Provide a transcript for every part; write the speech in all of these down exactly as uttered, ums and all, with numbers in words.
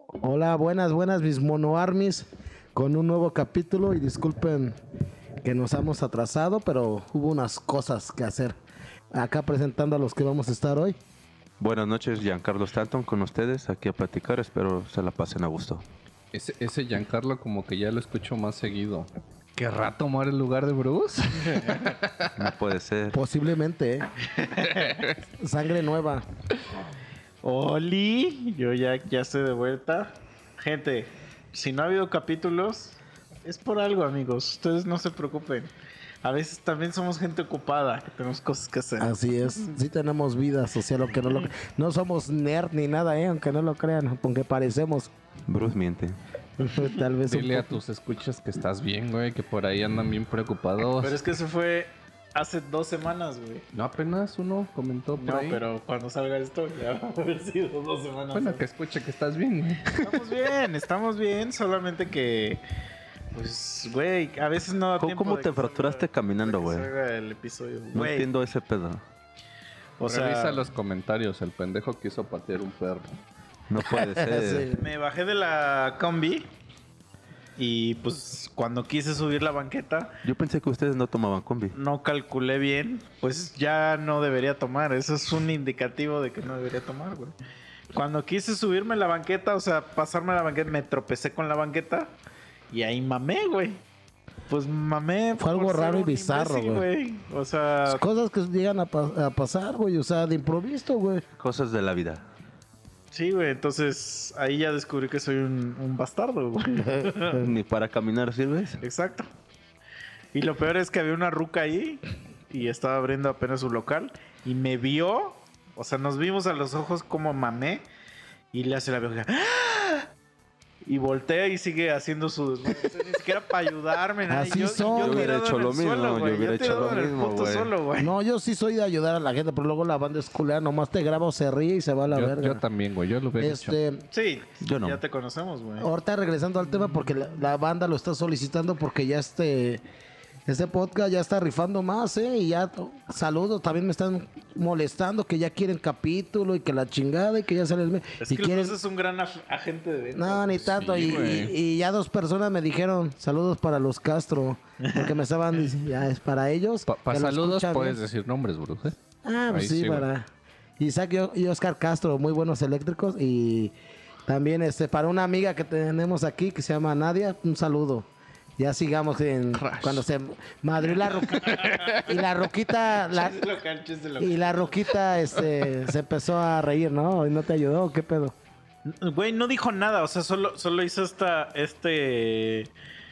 Hola, buenas, buenas, mis mono armies, con un nuevo capítulo y disculpen que nos hemos atrasado, pero hubo unas cosas que hacer. Acá presentando a los que vamos a estar hoy. Buenas noches, Giancarlo Stanton con ustedes, aquí a platicar, espero se la pasen a gusto. Ese, ese Giancarlo como que ya lo escucho más seguido. ¿Querrá tomar el lugar de Bruce? No puede ser. Posiblemente, ¿eh? Sangre nueva. Oli, yo ya, ya estoy de vuelta. Gente, si no ha habido capítulos, es por algo, amigos. Ustedes no se preocupen. A veces también somos gente ocupada, que tenemos cosas que hacer. Así es, sí tenemos vida social, aunque no lo no somos nerd ni nada, ¿eh? Aunque no lo crean, aunque parecemos. Bruce miente. Tal vez Dile un a tus escuchas que estás bien, güey, que por ahí andan bien preocupados. Pero es que eso fue hace dos semanas, güey. No, apenas uno comentó por No, ahí. pero cuando salga esto ya va a haber sido dos semanas. Bueno, que escuche que estás bien, güey. Estamos bien, estamos bien, solamente que... Pues, güey, a veces no da ¿Cómo, tiempo cómo de te que fracturaste salga- caminando, de que güey? salga el episodio, No güey. entiendo ese pedo. O sea, Revisa los comentarios. El pendejo quiso patear un perro. No puede ser. Sí. me bajé de la combi y pues cuando quise subir la banqueta Yo pensé que ustedes no tomaban combi. no calculé bien, pues ya no debería tomar. Eso es un indicativo de que no debería tomar, güey. Cuando quise subirme la banqueta, o sea, pasarme la banqueta, me tropecé con la banqueta y ahí mamé, güey. Pues mamé. Fue algo por ser raro y un bizarro, imbécil, güey. O sea, Cosas que llegan a, pa- a pasar, güey, o sea, de improviso, güey. Cosas de la vida. sí, güey. Entonces ahí ya descubrí que soy un, un bastardo, güey. Ni para caminar sirves. Exacto. Y lo peor es que había una ruca ahí y estaba abriendo apenas su local y me vio, o sea, nos vimos a los ojos como mamé y le hace la vieja ¡ah! Y voltea y sigue haciendo su desmadre. O sea, ni siquiera para ayudarme, nada. Así Y yo, son. y Yo hubiera tirado hecho en lo el mismo, suelo, yo güey. hubiera hecho tirado lo en el mismo, puto güey. suelo, güey. No, yo sí soy de ayudar a la gente, pero luego la banda es culera, nomás te grabo, se ríe y se va a la Yo, verga. yo también, güey. Yo lo hubiera hecho. Este, Sí, Yo no. ya te conocemos, güey. ahorita regresando al tema, porque la, la banda lo está solicitando, porque ya este, este podcast ya está rifando más, ¿eh? Y ya, oh, saludos, también me están molestando que ya quieren capítulo y que la chingada y que ya sale el mes. Es y que quieren... Luz es un gran af- agente de ventas. No, ni tanto. Sí, y, güey. y- y ya dos personas me dijeron saludos para los Castro, porque me estaban diciendo, ya es para ellos. Para que lo saludos escuchan puedes bien. decir nombres, Bruce, ¿eh? Ah, pues Ahí sí, sí, güey. para Isaac y, y Oscar Castro, muy buenos eléctricos. Y también este para una amiga que tenemos aquí que se llama Nadia, un saludo. Ya sigamos en cuando se madrió la roquita y la roquita la, Chiste local, chiste local. y la roquita este se empezó a reír, ¿no? ¿Y no te ayudó? ¿O ¿Qué pedo? Güey, no dijo nada, o sea, solo, solo hizo esta, este...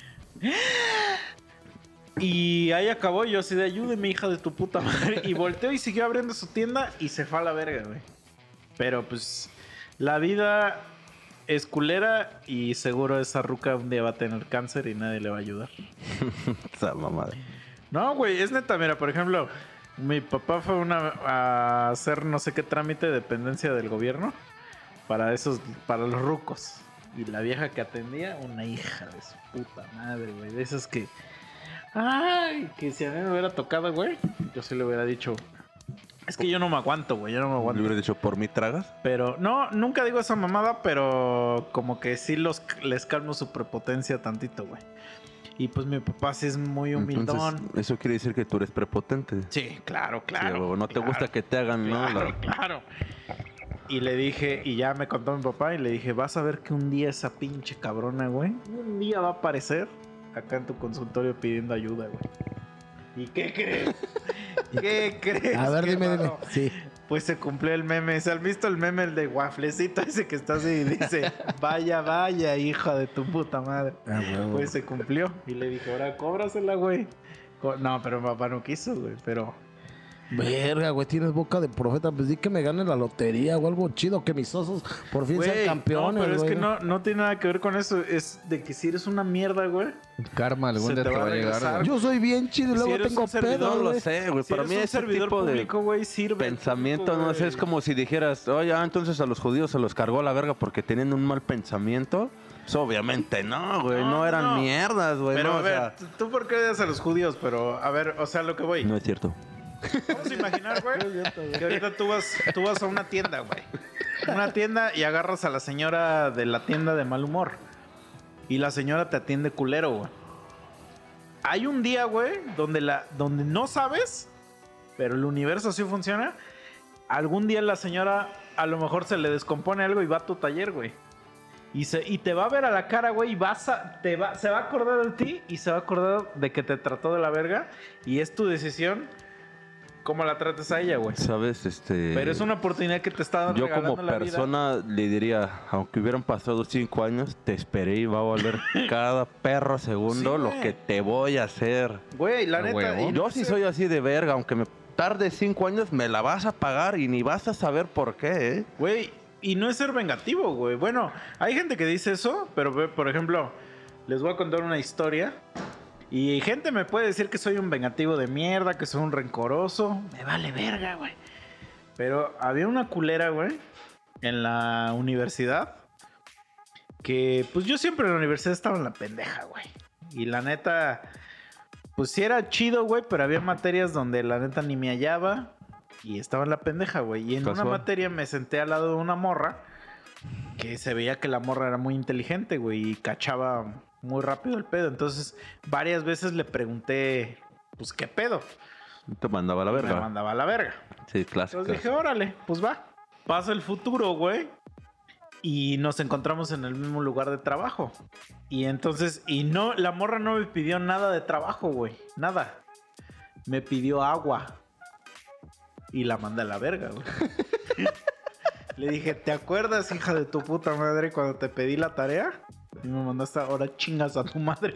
Y ahí acabó, yo así de ayúdeme, hija de tu puta madre. Y volteó y siguió abriendo su tienda y se fue a la verga, güey. Pero pues, la vida es culera y seguro esa ruca un día va a tener cáncer y nadie le va a ayudar. Esa mamada. No, güey, es neta, mira, por ejemplo, mi papá fue una, a hacer no sé qué trámite de dependencia del gobierno para esos, para los rucos. Y la vieja que atendía, una hija de su puta madre, güey, de esas que... Ay, que si a mí me hubiera tocado, güey, yo sí le hubiera dicho... Es que yo no me aguanto, güey, yo no me Le aguanto. hubiera dicho, ¿por mí tragas? Pero, no, nunca digo esa mamada, pero como que sí los, les calmo su prepotencia tantito, güey. Y pues mi papá sí es muy humildón. Entonces, eso quiere decir que tú eres prepotente. Sí, claro, Sí, claro. güey, no te claro, gusta que te hagan, ¿no? Claro, La- claro. Y le dije, y ya me contó mi papá, y le dije, vas a ver que un día esa pinche cabrona, güey, un día va a aparecer acá en tu consultorio pidiendo ayuda, güey. ¿Y qué crees? ¿Qué crees? A ver, que dime, dime. pasó? Sí. Pues se cumplió el meme. ¿Se han visto el meme, el de Wafflecito ese que está así y dice, vaya, vaya, hija de tu puta madre? Ah, huevo. Pues se cumplió. Y le dije, ahora cóbrasela, güey. Co- No, pero mi papá no quiso, güey. Pero Verga, güey, tienes boca de profeta. Pues di que me gane la lotería o algo chido, que mis osos por fin sean Güey, campeones, no, pero es güey. que no, no tiene nada que ver con eso. Es de que si eres una mierda, güey. Karma algún Se día te te va va a a llegar. regresar. güey. Yo soy bien chido y Si luego eres tengo un servidor, pedo, No lo güey. sé, güey. Si Para eres mí un ese servidor tipo de público, güey, sirve. al pensamiento, público, no sé, güey. es como si dijeras, oye, ah, entonces a los judíos se los cargó la verga porque tenían un mal pensamiento. Pues, obviamente no, güey, no, No, eran no. mierdas, güey. Pero no, a o ver, sea, ¿tú- ¿tú por qué odias a los judíos? Pero, a ver, o sea, lo que voy. no es cierto. Vamos a imaginar, güey, que ahorita tú vas, tú vas a una tienda, güey. Una tienda y agarras a la señora de la tienda de mal humor. Y la señora te atiende culero, güey. Hay un día, güey, donde, la, donde no sabes, pero el universo sí funciona. Algún día la señora a lo mejor se le descompone algo y va a tu taller, güey. Y, se, y te va a ver a la cara, güey, y vas a, te va, se va a acordar de ti y se va a acordar de que te trató de la verga. Y es tu decisión cómo la trates a ella, güey. Sabes, este... Pero es una oportunidad que te está dando. Yo como persona le diría, aunque hubieran pasado cinco años, te esperé y va a valer cada perro segundo Sí, lo güey. que te voy a hacer. Güey, la A neta. huevo. y Yo no sí sé- soy así de verga, aunque me tarde cinco años, me la vas a pagar y ni vas a saber por qué, ¿eh? Güey, y no es ser vengativo, güey. Bueno, hay gente que dice eso, pero ve, por ejemplo, les voy a contar una historia. Y gente me puede decir que soy un vengativo de mierda, que soy un rencoroso. Me vale verga, güey. Pero había una culera, güey, en la universidad. Que, pues yo siempre en la universidad estaba en la pendeja, güey. Y la neta, pues sí era chido, güey, pero había materias donde la neta ni me hallaba. Y estaba en la pendeja, güey. Y en Casual. una materia me senté al lado de una morra. Que se veía que la morra era muy inteligente, güey. Y cachaba muy rápido el pedo. Entonces, varias veces le pregunté, pues, ¿qué pedo? Te mandaba a la Me verga. mandaba a la verga. Sí, clásico. Entonces dije, órale, pues va. Pasa el futuro, güey. Y nos encontramos en el mismo lugar de trabajo. Y entonces, y no, la morra no me pidió nada de trabajo, güey. Nada. Me pidió agua. Y la mandé a la verga, güey. Le dije, ¿te acuerdas, hija de tu puta madre, cuando te pedí la tarea? Y me mandaste, ahora chingas a tu madre.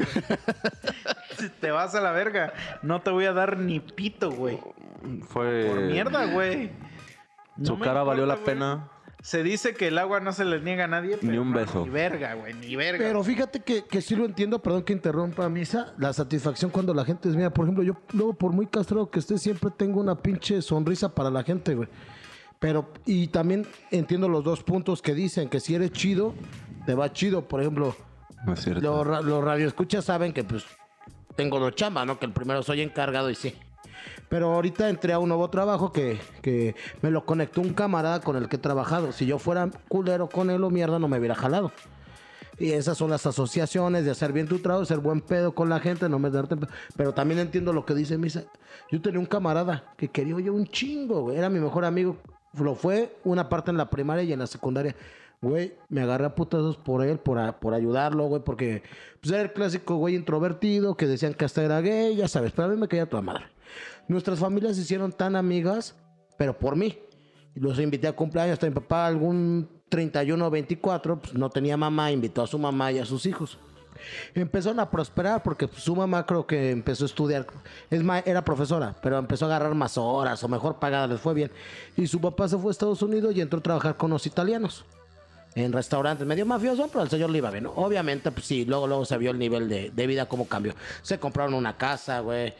Te vas a la verga. No te voy a dar ni pito, güey. Fue... Por mierda, güey. No Su me cara valió la importa, güey. pena. Se dice que el agua no se le niega a nadie. Ni pero un no, beso. Ni verga, güey, ni verga. Pero fíjate que, que sí lo entiendo, perdón que interrumpa, Misa, la satisfacción cuando la gente es mía. Por ejemplo, yo luego por muy castrado que esté, siempre tengo una pinche sonrisa para la gente, güey. Pero, y también entiendo los dos puntos que dicen, que si eres chido, te va chido. Por ejemplo, No es cierto. los, ra- los radioescuchas saben que pues tengo dos chambas, ¿no? Que el primero soy encargado y sí. Pero ahorita entré a un nuevo trabajo que, que me lo conectó un camarada con el que he trabajado. Si yo fuera culero con él o mierda, no me hubiera jalado. Y esas son las asociaciones de hacer bien tu trabajo, ser buen pedo con la gente, no me darte... pe- Pero también entiendo lo que dice Misa. Yo tenía un camarada que quería yo un chingo, güey. Era mi mejor amigo. Lo fue una parte en la primaria y en la secundaria. Güey, me agarré a putazos por él, por, a- por ayudarlo, güey, porque pues, era el clásico güey introvertido que decían que hasta era gay, ya sabes. Pero a mí me caía toda madre. Nuestras familias se hicieron tan amigas, pero por mí. Y los invité a cumpleaños. Hasta mi papá, algún treinta y uno o veinticuatro, pues no tenía mamá, invitó a su mamá y a sus hijos. Empezaron a prosperar porque pues, su mamá creo que empezó a estudiar. Es ma- era profesora, pero empezó a agarrar más horas o mejor pagada, les fue bien. Y su papá se fue a Estados Unidos y entró a trabajar con los italianos. En restaurantes medio mafioso, pero al señor le iba bien, ¿no? Obviamente, pues sí, luego, luego se vio el nivel de, de vida cómo cambió. Se compraron una casa, güey.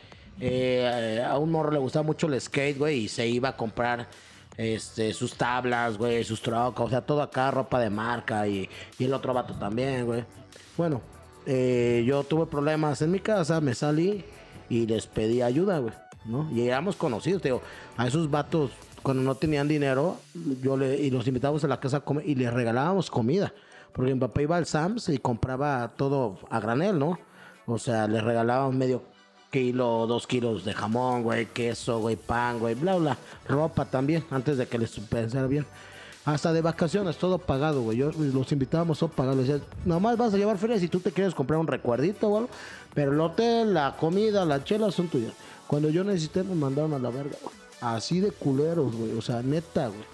Eh, a un morro le gustaba mucho el skate, güey, y se iba a comprar este, sus tablas, güey, sus trocas, o sea, todo acá, ropa de marca, y, y el otro vato también, güey. Bueno, eh, yo tuve problemas en mi casa, me salí y les pedí ayuda, güey, ¿no? Y éramos conocidos, te digo, a esos vatos, cuando no tenían dinero, yo le, y los invitábamos a la casa a comer y les regalábamos comida. Porque mi papá iba al Sam's y compraba todo a granel, ¿no? O sea, les regalábamos medio kilo, dos kilos de jamón, güey, queso, güey, pan, güey, bla, bla. Ropa también, antes de que les pensara bien. Hasta de vacaciones, todo pagado, güey. Yo los invitábamos, todo pagado. Les decía, nomás vas a llevar ferias si tú te quieres comprar un recuerdito o algo. Pero el hotel, la comida, la chela son tuyas. Cuando yo necesité, me mandaron a la verga, güey. Así de culeros, güey. O sea, neta, güey.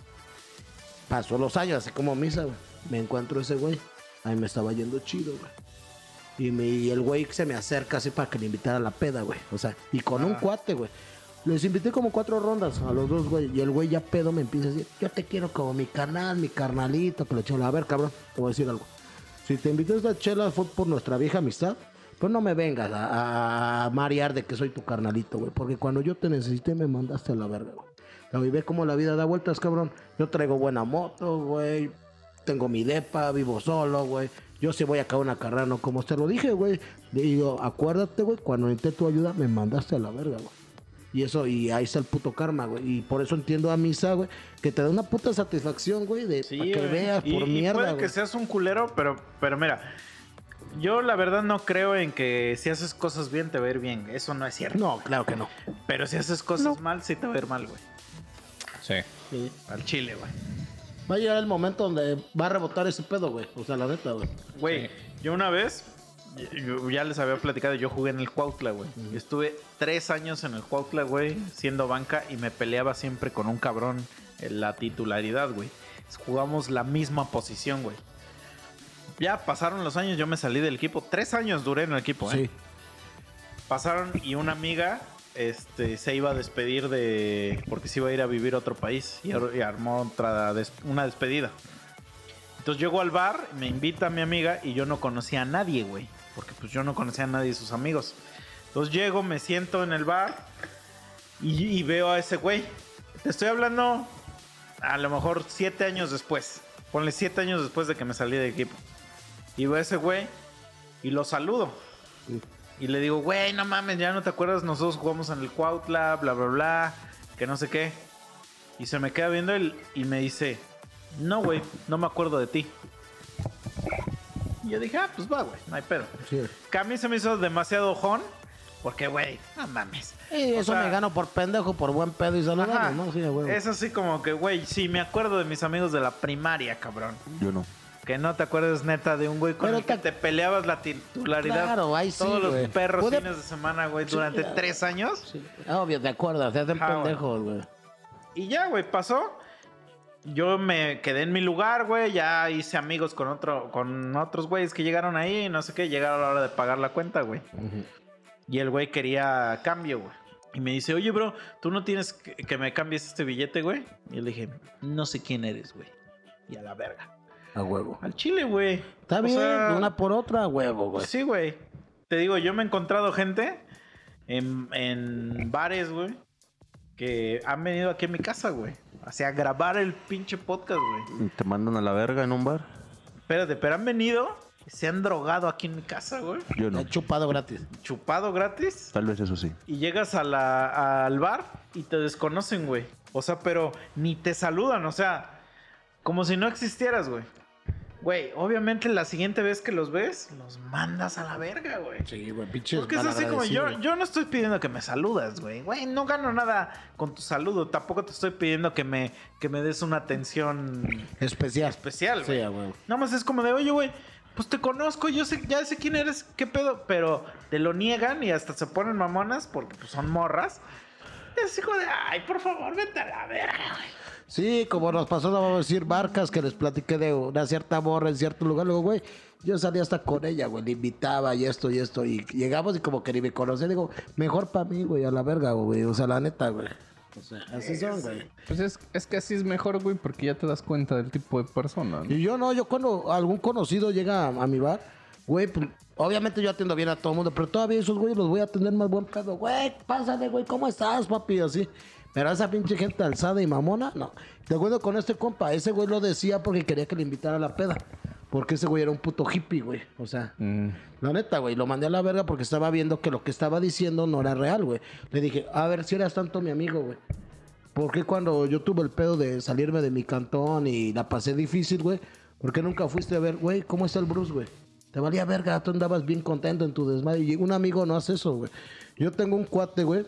Pasó los años, así como misa, güey. Me encuentro ese güey. Ahí me estaba yendo chido, güey. Y, me, y el güey se me acerca así para que le invitara a la peda, güey. O sea, y con un cuate, güey. Les invité como cuatro rondas a los dos, güey. Y el güey ya pedo me empieza a decir, yo te quiero como mi carnal, mi carnalito. Que le eché, a ver, cabrón, te voy a decir algo. Si te invité a esta chela fue por nuestra vieja amistad. Pues no me vengas a, a marear de que soy tu carnalito, güey. Porque cuando yo te necesité me mandaste a la verga, güey. Y ve cómo la vida da vueltas, cabrón. Yo traigo buena moto, güey. Tengo mi depa, vivo solo, güey. Yo sí voy a acabar una carrera, no como te lo dije, güey. Le digo, acuérdate, güey, cuando necesité tu ayuda, me mandaste a la verga, güey. Y eso, y ahí está el puto karma, güey. Y por eso entiendo a Misa, güey, que te da una puta satisfacción, güey, de Sí, pa' que güey. veas Y- por y mierda, puede güey. que seas un culero, pero, pero mira, yo la verdad no creo en que si haces cosas bien te va a ir bien. Eso no es cierto. No, claro que no. Pero si haces cosas mal, sí te va a ir mal, güey. Sí. Sí. Al chile, güey. Va a llegar el momento donde va a rebotar ese pedo, güey. O sea, la neta, güey. Güey, Sí. yo una vez, yo ya les había platicado, yo jugué en el Cuautla, güey. Estuve tres años en el Cuautla, güey, siendo banca y me peleaba siempre con un cabrón en la titularidad, güey. Jugamos la misma posición, güey. Ya pasaron los años, yo me salí del equipo. Tres años duré en el equipo, ¿eh? Sí. Pasaron y una amiga este, se iba a despedir de... porque se iba a ir a vivir a otro país y, ar- y armó otra des- una despedida. Entonces llego al bar, me invita a mi amiga y yo no conocía a nadie, güey. Porque pues yo no conocía a nadie de sus amigos. Entonces llego, me siento en el bar y, y veo a ese güey. Te estoy hablando a lo mejor siete años después. Ponle siete años después de que me salí del equipo. Y veo a ese güey y lo saludo. Y le digo, güey, no mames, ya no te acuerdas, nosotros jugamos en el Cuautla, bla, bla, bla, que no sé qué. Y se me queda viendo él y me dice, no, güey, no me acuerdo de ti. Y yo dije, ah, pues va, güey, no hay pedo. Sí. Que a mí se me hizo demasiado ojón, porque, güey, no mames. Y O eso sea, me gano por pendejo, por buen pedo y Ajá, saludamos, ¿no? Sí, güey. es así como que, güey, sí, me acuerdo de mis amigos de la primaria, cabrón. Yo no. Que no te acuerdas, neta, de un güey con Pero el que te- te peleabas la titularidad Claro, ahí sí, todos güey. los perros Puede- fines de semana, güey, Sí, durante claro. tres años. Sí. Obvio, te acuerdas, te hacen Ajá, güey. pendejos, güey. Y ya, güey, pasó. Yo me quedé en mi lugar, güey. Ya hice amigos con otro, con otros güeyes que llegaron ahí, no sé qué. Llegaron a la hora de pagar la cuenta, güey. Y el güey quería cambio, güey. Y me dice, oye, bro, ¿tú no tienes que, que me cambies este billete, güey? Y yo le dije, no sé quién eres, güey. Y a la verga. A huevo. Al chile, güey. Está O bien, sea, una por otra, a huevo, güey. Sí, güey. Te digo, yo me he encontrado gente en, en bares, güey, que han venido aquí a mi casa, güey. O sea, a grabar el pinche podcast, güey. ¿Y te mandan a la verga en un bar? Espérate, pero han venido, se han drogado aquí en mi casa, güey. Yo no. He chupado gratis. Chupado gratis. Tal vez eso sí. Y llegas a la, al bar y te desconocen, güey. O sea, pero ni te saludan, o sea, como si no existieras, güey. Güey, obviamente la siguiente vez que los ves, los mandas a la verga, güey. Sí, güey, pinches. Porque es así como yo, malagradecidos. yo no estoy pidiendo que me saludas, güey. Güey, no gano nada con tu saludo. Tampoco te estoy pidiendo que me, que me des una atención Especial. especial, güey. Sí, a huevo. Nada más es como de, oye, güey, pues te conozco, yo sé, ya sé quién eres, qué pedo. Pero te lo niegan y hasta se ponen mamonas porque pues, son morras. Es hijo de, ay, por favor, vete a la verga, güey. Sí, como nos pasó, no vamos a decir Barcas, que les platiqué de una cierta morra en cierto lugar. Luego, güey, yo salí hasta con ella, güey, le invitaba y esto y esto. Y llegamos y como que ni me conocía. Digo, mejor para mí, güey, a la verga, güey. O sea, la neta, güey. O sea, así son, güey. Pues es, es que así es mejor, güey, porque ya te das cuenta del tipo de persona, ¿no? Y yo no, yo cuando algún conocido llega a, a mi bar, güey, pues, obviamente yo atiendo bien a todo el mundo, pero todavía esos güeyes los voy a atender más buen pedo. Güey, pásale, güey, ¿cómo estás, papi? Así. Pero esa pinche gente alzada y mamona, no. De acuerdo con este compa, ese güey lo decía porque quería que le invitara a la peda. Porque ese güey era un puto hippie, güey. O sea, Mm. la neta, güey, lo mandé a la verga porque estaba viendo que lo que estaba diciendo no era real, güey. Le dije, a ver si eras tanto mi amigo, güey. Porque cuando yo tuve el pedo de salirme de mi cantón y la pasé difícil, güey, ¿por qué nunca fuiste a ver, güey, cómo está el Bruce, güey? Te valía verga, tú andabas bien contento en tu desmadre. Y un amigo no hace eso, güey. Yo tengo un cuate, güey,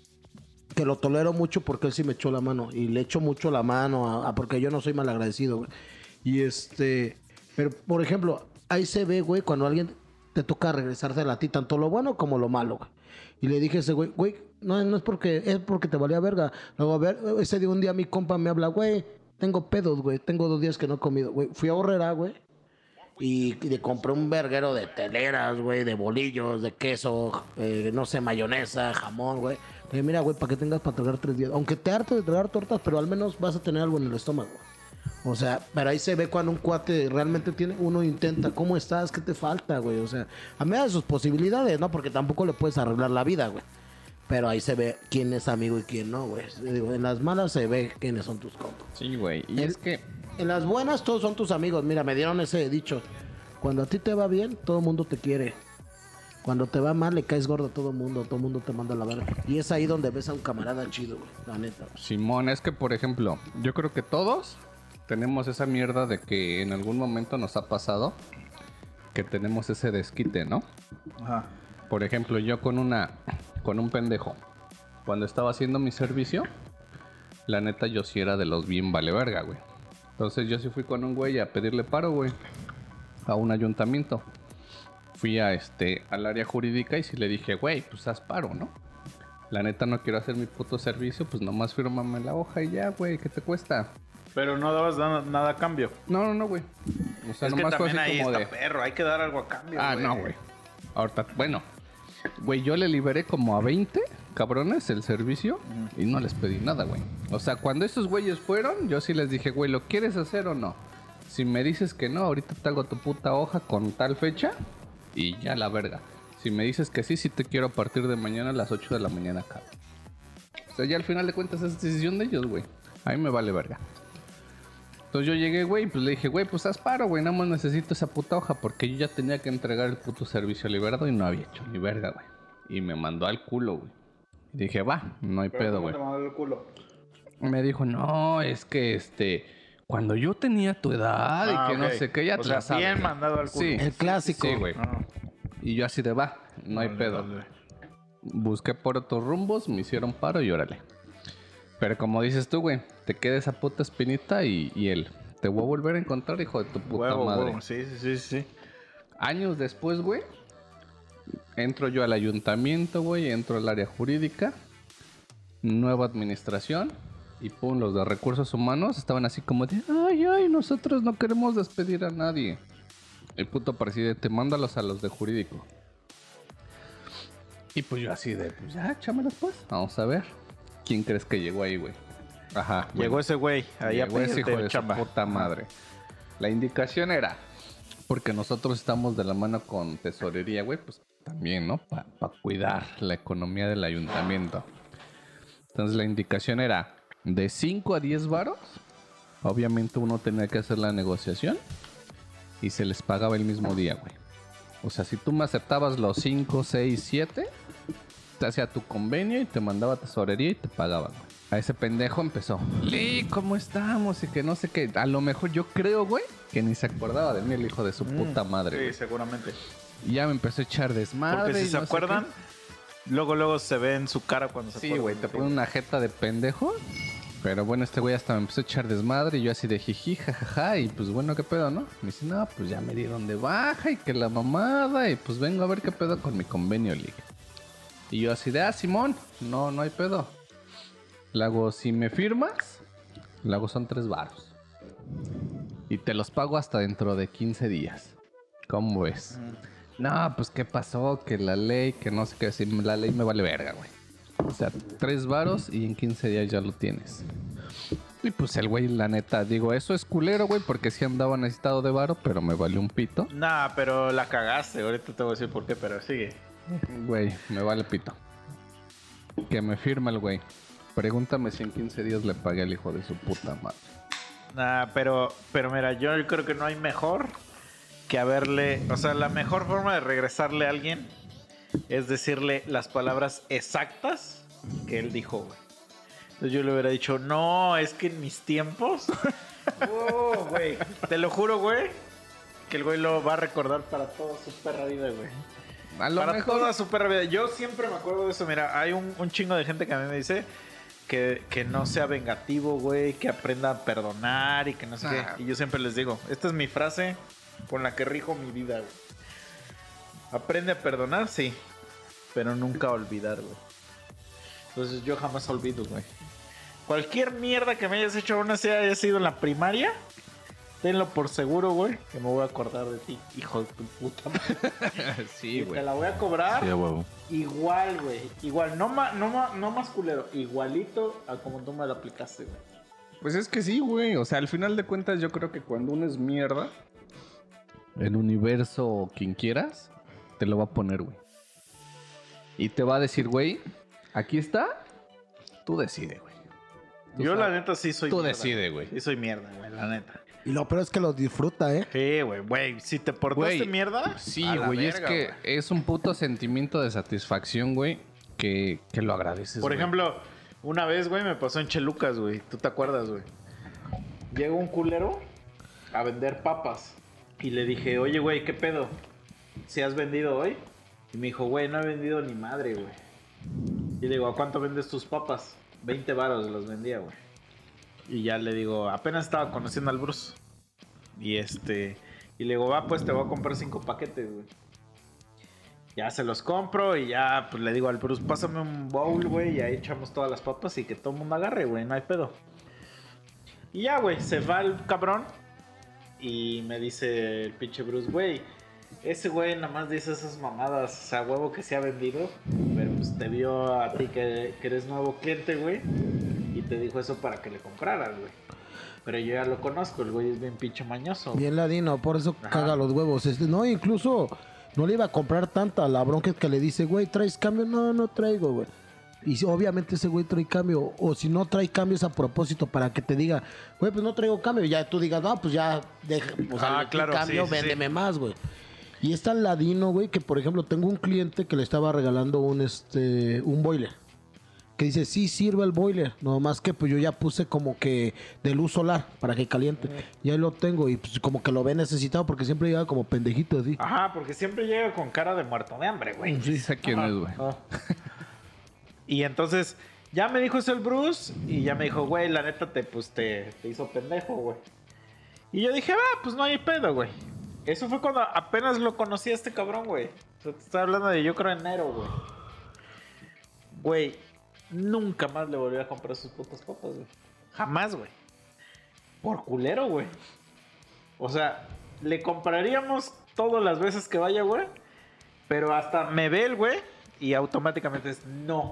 que lo tolero mucho porque él sí me echó la mano. Y le echo mucho la mano a, a- porque yo no soy mal agradecido, güey. Y este... Pero, por ejemplo, ahí se ve, güey, cuando alguien te toca regresarse a ti, tanto lo bueno como lo malo, güey. Y le dije a ese güey, güey, no, no es porque, es porque te valía verga. Luego, a ver, ese día, un día mi compa me habla, güey, tengo pedos, güey, tengo dos días que no he comido, güey. Fui a Horrera, güey, y, y le compré un verguero de teleras, güey, de bolillos, de queso, eh, no sé, mayonesa, jamón, güey. Le dije, mira, güey, para que tengas para tragar tres días. Aunque te hartes de tragar tortas, pero al menos vas a tener algo en el estómago. O sea, pero ahí se ve cuando un cuate realmente tiene, uno intenta, ¿cómo estás? ¿Qué te falta, güey? O sea, a medida de sus posibilidades, ¿no? Porque tampoco le puedes arreglar la vida, güey. Pero ahí se ve quién es amigo y quién no, güey. Digo, en las malas se ve quiénes son tus compas. Sí, güey. Y El- es que... En las buenas todos son tus amigos. Mira, me dieron ese dicho. Cuando a ti te va bien, todo el mundo te quiere. Cuando te va mal, le caes gordo a todo mundo, todo mundo te manda a la verga. Y es ahí donde ves a un camarada chido, güey, la neta. Simón, es que por ejemplo, yo creo que todos tenemos esa mierda de que en algún momento nos ha pasado que tenemos ese desquite, ¿no? Ajá. Por ejemplo, yo con una con un pendejo, cuando estaba haciendo mi servicio, la neta yo sí era de los bien vale verga, güey. Entonces yo sí fui con un güey a pedirle paro, güey, a un ayuntamiento. Fui a este al área jurídica y sí le dije, güey, pues haz paro, ¿no? La neta no quiero hacer mi puto servicio, pues nomás fírmame la hoja y ya, güey, ¿qué te cuesta? Pero no dabas nada, nada a cambio. No, no, no, güey. O sea, Es que nomás fue también así ahí como está de... perro, hay que dar algo a cambio. Ah, no, güey. Ahorita, bueno, güey, yo le liberé como a veinte cabrones el servicio y no les pedí nada, güey. O sea, cuando esos güeyes fueron, yo sí les dije, güey, ¿lo quieres hacer o no? Si me dices que no, ahorita te hago tu puta hoja con tal fecha y ya la verga. Si me dices que sí, sí te quiero a partir de mañana a las ocho de la mañana acá. O sea, ya al final de cuentas es decisión de ellos, güey. A mí me vale verga. Entonces yo llegué, güey, pues le dije, güey, pues haz paro, güey, nada más necesito esa puta hoja porque yo ya tenía que entregar el puto servicio liberado y no había hecho ni verga, güey. Y me mandó al culo, güey. Y dije, va, no hay pedo, güey. ¿Cómo te mandó el culo? Me dijo, no, es que este, cuando yo tenía tu edad Ah, y que ok. no sé qué, ya O te sea, la sabes. bien mandado al culo. Sí, El clásico. sí, güey. Ah, Y yo así de, va, no hay vale, pedo. vale. Busqué por otros rumbos, me hicieron paro y órale. Pero como dices tú, güey, te queda esa puta espinita y, y él. Te voy a volver a encontrar, hijo de tu puta Huevo, madre. huevo. Sí, sí, sí, sí. Años después, güey, entro yo al ayuntamiento, güey, entro al área jurídica, nueva administración, y pum, los de recursos humanos estaban así como de, ay, ay, nosotros no queremos despedir a nadie. El puto presidente, mándalos a los de jurídico. Y pues yo así de, pues ya, échamelos pues, vamos a ver. ¿Quién crees que llegó ahí, güey? Ajá. Llegó bueno. ese güey ahí a Llegó ese pedirte hijo de su chamba. puta madre. La indicación era, porque nosotros estamos de la mano con tesorería, güey, pues también, ¿no? Para pa cuidar la economía del ayuntamiento. Entonces la indicación era de cinco a diez varos. Obviamente uno tenía que hacer la negociación y se les pagaba el mismo día, güey. O sea, si tú me aceptabas los cinco, seis, siete, te hacía tu convenio y te mandaba a tesorería y te pagaban, güey. A ese pendejo empezó, Lee, ¿cómo estamos? Y que no sé qué. A lo mejor yo creo, güey, que ni se acordaba de mí el hijo de su puta madre, Sí, güey. seguramente. Y ya me empezó a echar desmadre. Porque si y se no sé acuerdan, qué. luego, luego se ve en su cara cuando se Sí, acuerdan. güey, te pone una jeta de pendejo. Pero bueno, este güey hasta me empezó a echar desmadre y yo así de jiji, jajaja. Y pues bueno, ¿qué pedo, no? Me dice, no, pues ya me dieron de baja y que la mamada. Y pues vengo a ver qué pedo con mi convenio, League. Y yo así de, ah, Simón, no, no hay pedo. Le hago, si me firmas, le hago son tres varos. Y te los pago hasta dentro de quince días. ¿Cómo ves? No, pues qué pasó, que la ley, que no sé qué decir. La ley me vale verga, güey. O sea, tres varos y en quince días ya lo tienes. Y pues el güey, la neta, digo, eso es culero, güey, porque sí andaba necesitado de varo, pero me valió un pito. Nah, pero la cagaste. Ahorita te voy a decir por qué, pero sigue. Güey, me vale pito. Que me firma el güey. Pregúntame si en quince días le pagué al hijo de su puta madre. Nah, pero, pero mira, yo creo que no hay mejor que haberle... O sea, la mejor forma de regresarle a alguien es decirle las palabras exactas que él dijo, güey. Entonces yo le hubiera dicho, no, es que en mis tiempos... Oh, güey. Te lo juro, güey, que el güey lo va a recordar para toda su perra vida, güey. A lo Para mejor... toda su perra vida. Yo siempre me acuerdo de eso. Mira, hay un, un chingo de gente que a mí me dice que, que no sea vengativo, güey, que aprenda a perdonar y que no sé Ah. qué. Y yo siempre les digo, esta es mi frase con la que rijo mi vida, güey. Aprende a perdonar, sí, pero nunca a olvidar, güey. Entonces yo jamás olvido, güey. Cualquier mierda que me hayas hecho, aún así haya sido en la primaria, tenlo por seguro, güey, que me voy a acordar de ti, hijo de tu puta madre. sí, Y güey. te la voy a cobrar Sí, a huevo. igual, güey. Igual, no, ma, no, ma, no más culero, igualito a como tú me la aplicaste, güey. Pues es que sí, güey. O sea, al final de cuentas yo creo que cuando uno es mierda, el universo o quien quieras, te lo va a poner, güey. Y te va a decir, güey, aquí está, tú decide, güey. Tú Yo la sabes. neta sí soy Tú mierda. decide, güey. Sí soy mierda, güey, la neta. Y lo peor es que lo disfruta, ¿eh? Sí, güey, güey. Si te portaste Güey, mierda. Sí, a la güey, es verga, que güey. es un puto sentimiento de satisfacción, güey, que, que lo agradeces, Por güey. ejemplo, una vez, güey, me pasó en Chelucas, güey. ¿Tú te acuerdas, güey? Llegó un culero a vender papas. Y le dije, oye, güey, ¿qué pedo? ¿Si has vendido hoy? Y me dijo, güey, no he vendido ni madre, güey. Y le digo, ¿a cuánto vendes tus papas? veinte varos los vendía, güey. Y ya le digo, apenas estaba conociendo al Bruce. Y este... Y le digo, va, pues te voy a comprar cinco paquetes, güey. Ya se los compro y ya, pues le digo al Bruce, pásame un bowl, güey, y ahí echamos todas las papas y que todo el mundo agarre, güey, no hay pedo. Y ya, güey, se va el cabrón y me dice el pinche Bruce, güey, ese güey nada más dice esas mamadas, o sea, huevo que se ha vendido, pero pues te vio a ti que, que eres nuevo cliente, güey, y te dijo eso para que le compraras, güey. Pero yo ya lo conozco, el güey es bien pinche mañoso. Bien ladino, por eso Ajá. caga los huevos. Este, no, incluso no le iba a comprar tanta. La bronca es que le dice, güey, ¿traes cambio? No, no traigo, güey. Y si- obviamente ese güey trae cambio. O si no trae cambios a propósito para que te diga, güey, pues no traigo cambio. Y ya tú digas, no, pues ya deja, pues Ah, al claro, cambio, sí, sí, véndeme sí. más, güey. Y es tan ladino, güey, que por ejemplo tengo un cliente que le estaba regalando un, este, un boiler. Que dice, sí sirve el boiler, no más que pues yo ya puse como que de luz solar para que caliente. Ya ahí lo tengo y pues como que lo ve necesitado porque siempre llega como pendejito así. Ajá, porque siempre llega con cara de muerto de hambre, güey. Sí, sé quién Ajá. es, güey. Ah. Y entonces, ya me dijo eso el Bruce. Y ya me dijo, güey, la neta te, pues, te, te hizo pendejo, güey. Y yo dije, va, pues no hay pedo, güey. Eso fue cuando apenas lo conocí a este cabrón, güey. O sea, te estoy hablando de yo creo enero, güey. Güey, nunca más le volví a comprar sus putas papas, güey. Jamás, güey. Por culero, güey. O sea, le compraríamos todas las veces que vaya, güey. Pero hasta me ve el güey y automáticamente es no.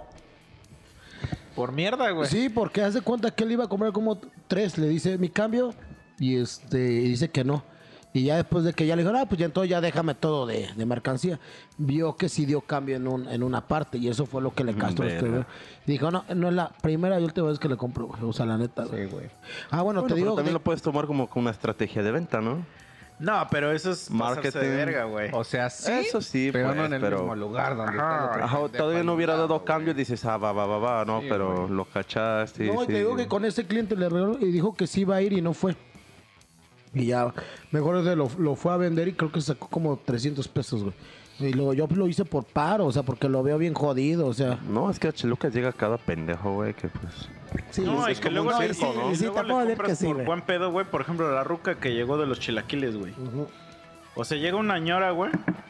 Por mierda, güey. Sí, porque hace cuenta que él iba a comprar como tres, le dice mi cambio y este y dice que no. Y ya después de que ya le dijo, ah, pues ya entonces ya déjame todo de, de mercancía. Vio que sí dio cambio en, un, en una parte y eso fue lo que le castró. Este, güey. Dijo, no, no es la primera y última vez que le compro, güey. O sea, la neta, güey. Sí, güey. Ah, bueno, Bueno, te pero digo... también de- lo puedes tomar como una estrategia de venta, ¿no? No, pero eso es Marketing. pasarse de verga, güey. O sea, sí, Eso sí, pero pues, no en el pero- mismo lugar donde Ajá. está el otro Ajá, pendejo todavía no al hubiera lado, dado güey. cambio y dices, ah, va, va, va, va, no, Sí, pero güey. lo cachaste. No, y sí. te digo que con ese cliente le regaló y dijo que sí iba a ir y no fue. Y ya, mejor de lo, lo fue a vender y creo que sacó como trescientos pesos, güey. Y luego yo lo hice por paro, o sea, porque lo veo bien jodido, o sea. No, es que a Chelucas llega cada pendejo, güey, que pues... Sí, No, sí, y es que como luego, un le- circo, y- ¿no? y Sí, luego te le puedo decir compras que sí, por güey. buen pedo, güey. Por ejemplo, la ruca que llegó de los chilaquiles, güey. Ujú. O sea, llega una ñora, güey,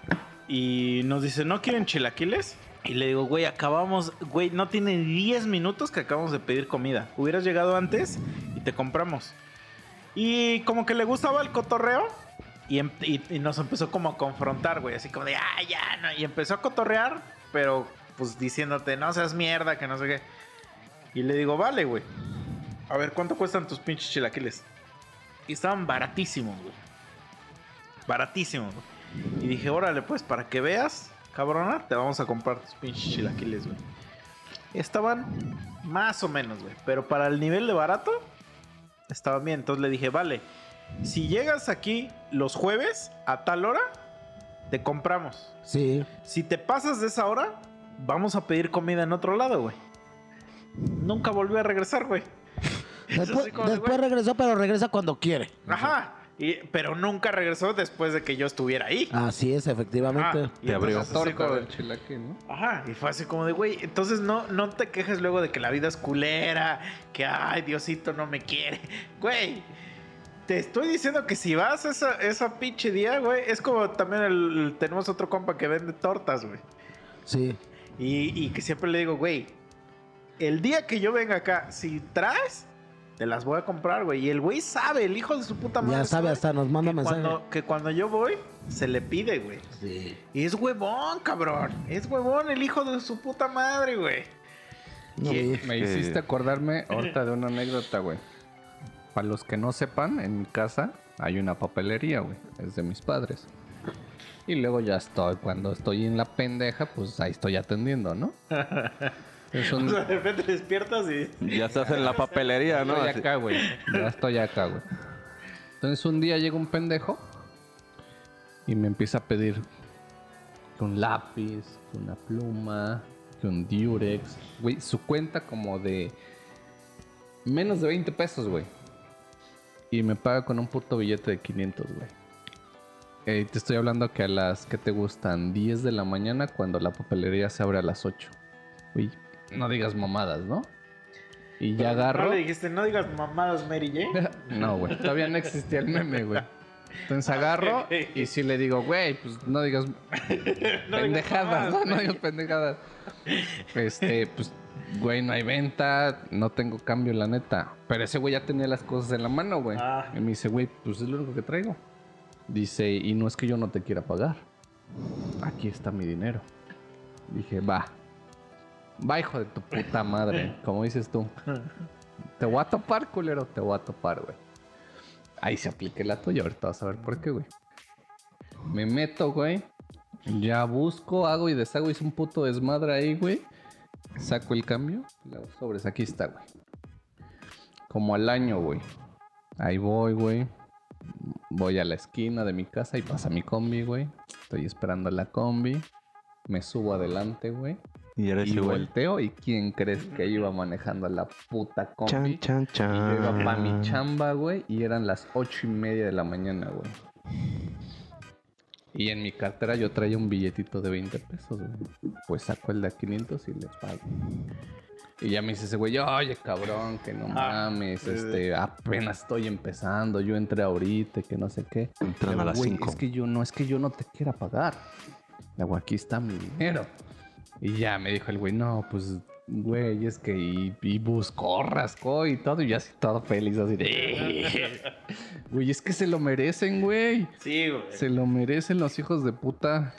y nos dice, ¿no quieren chilaquiles? Y le digo, güey, acabamos, güey, no tiene diez minutos que acabamos de pedir comida. Hubieras llegado antes y te compramos. Y como que le gustaba el cotorreo y, em- y- y nos empezó como a confrontar, güey, así como de, ah, ya, no. Y empezó a cotorrear, pero pues diciéndote, no seas mierda, que no sé qué. Y le digo, vale, güey. A ver, ¿cuánto cuestan tus pinches chilaquiles? Y estaban baratísimos, güey. Baratísimos, güey. Y dije, órale, pues, para que veas, cabrona, te vamos a comprar tus pinches chilaquiles, güey. Estaban más o menos, güey. Pero para el nivel de barato, estaban bien. Entonces le dije, vale, si llegas aquí los jueves a tal hora, te compramos. Sí. Si te pasas de esa hora, vamos a pedir comida en otro lado, güey. Nunca volvió a regresar, güey. Es Después, así como de, después güey. regresó, pero regresa cuando quiere. Ajá. Y- pero nunca regresó después de que yo estuviera ahí. Así es, efectivamente. Ajá. Y Te abrió. entonces así Torco como- del chilaquil, ¿no? Ajá, y fue así como de, güey, entonces no, no te quejes luego de que la vida es culera, que, ay, Diosito no me quiere. Güey, te estoy diciendo que si vas esa, esa pinche día, güey, es como también el, tenemos otro compa que vende tortas, güey. Sí. Y, y que siempre le digo, güey, el día que yo venga acá, si traes, te las voy a comprar, güey. Y el güey sabe, el hijo de su puta madre. Ya sabe, hasta nos manda que mensaje. Cuando, que cuando yo voy, se le pide, güey. Sí. Y es huevón, cabrón. Es huevón el hijo de su puta madre, güey. No, Y- mi- Me que- hiciste acordarme ahorita de una anécdota, güey. Para los que no sepan, en mi casa hay una papelería, güey. Es de mis padres. Y luego ya estoy, cuando estoy en la pendeja, pues ahí estoy atendiendo, ¿no? Es O un... sea, de repente despiertas y... Ya estás en la papelería, ¿no? Estoy Así- acá, güey. Ya estoy acá, güey. Entonces un día llega un pendejo y me empieza a pedir que un lápiz, que una pluma, que un Durex. Güey, su cuenta como de menos de veinte pesos, güey. Y me paga con un puto billete de quinientos, güey. Eh, te estoy hablando que a las que te gustan diez de la mañana cuando la papelería se abre a las ocho. Güey, no digas mamadas, ¿no? Y ya agarro... No le dijiste, no digas mamadas, Mary Jane. No, güey. Todavía no existía el meme, güey. Entonces agarro y sí le digo, güey, pues no digas no pendejadas, digas ¿no? No digas pendejadas. Este, pues, güey, no hay venta, no tengo cambio, la neta. Pero ese güey ya tenía las cosas en la mano, güey. Ah. Y me dice, güey, pues es lo único que traigo. Dice, y no es que yo no te quiera pagar. Aquí está mi dinero. Dije, va. Va, hijo de tu puta madre. Como dices tú. Te voy a topar, culero. Te voy a topar, güey. Ahí se aplique la tuya. Ahorita vas a ver por qué, güey. Me meto, güey. Ya busco, hago y deshago. Hice un puto desmadre ahí, güey. Saco el cambio. Los sobres, aquí está, güey. Como al año, güey. Ahí voy, güey. Voy a la esquina de mi casa y pasa mi combi, güey. Estoy esperando la combi. Me subo adelante, güey. Y, eres y igual. volteo. ¿Y quién crees que iba manejando la puta combi? Chan, chan, chan. Y yo iba pa' mi chamba, güey. Y eran las ocho y media de la mañana, güey. Y en mi cartera yo traía un billetito de veinte pesos, güey. Pues saco el de quinientos y le pago. Y ya me dice ese güey, oye, cabrón, que no ah, mames, sí, este, apenas estoy empezando, yo entré ahorita, que no sé qué. Entran a las cinco. Es que yo no, es que yo no te quiera pagar. Le digo, aquí está mi dinero. Y ya me dijo el güey, no, pues, güey, es que y, y buscó, rascó y todo, y yo así todo feliz, así de... Güey, es que se lo merecen, güey. Sí, güey. Se lo merecen los hijos de puta.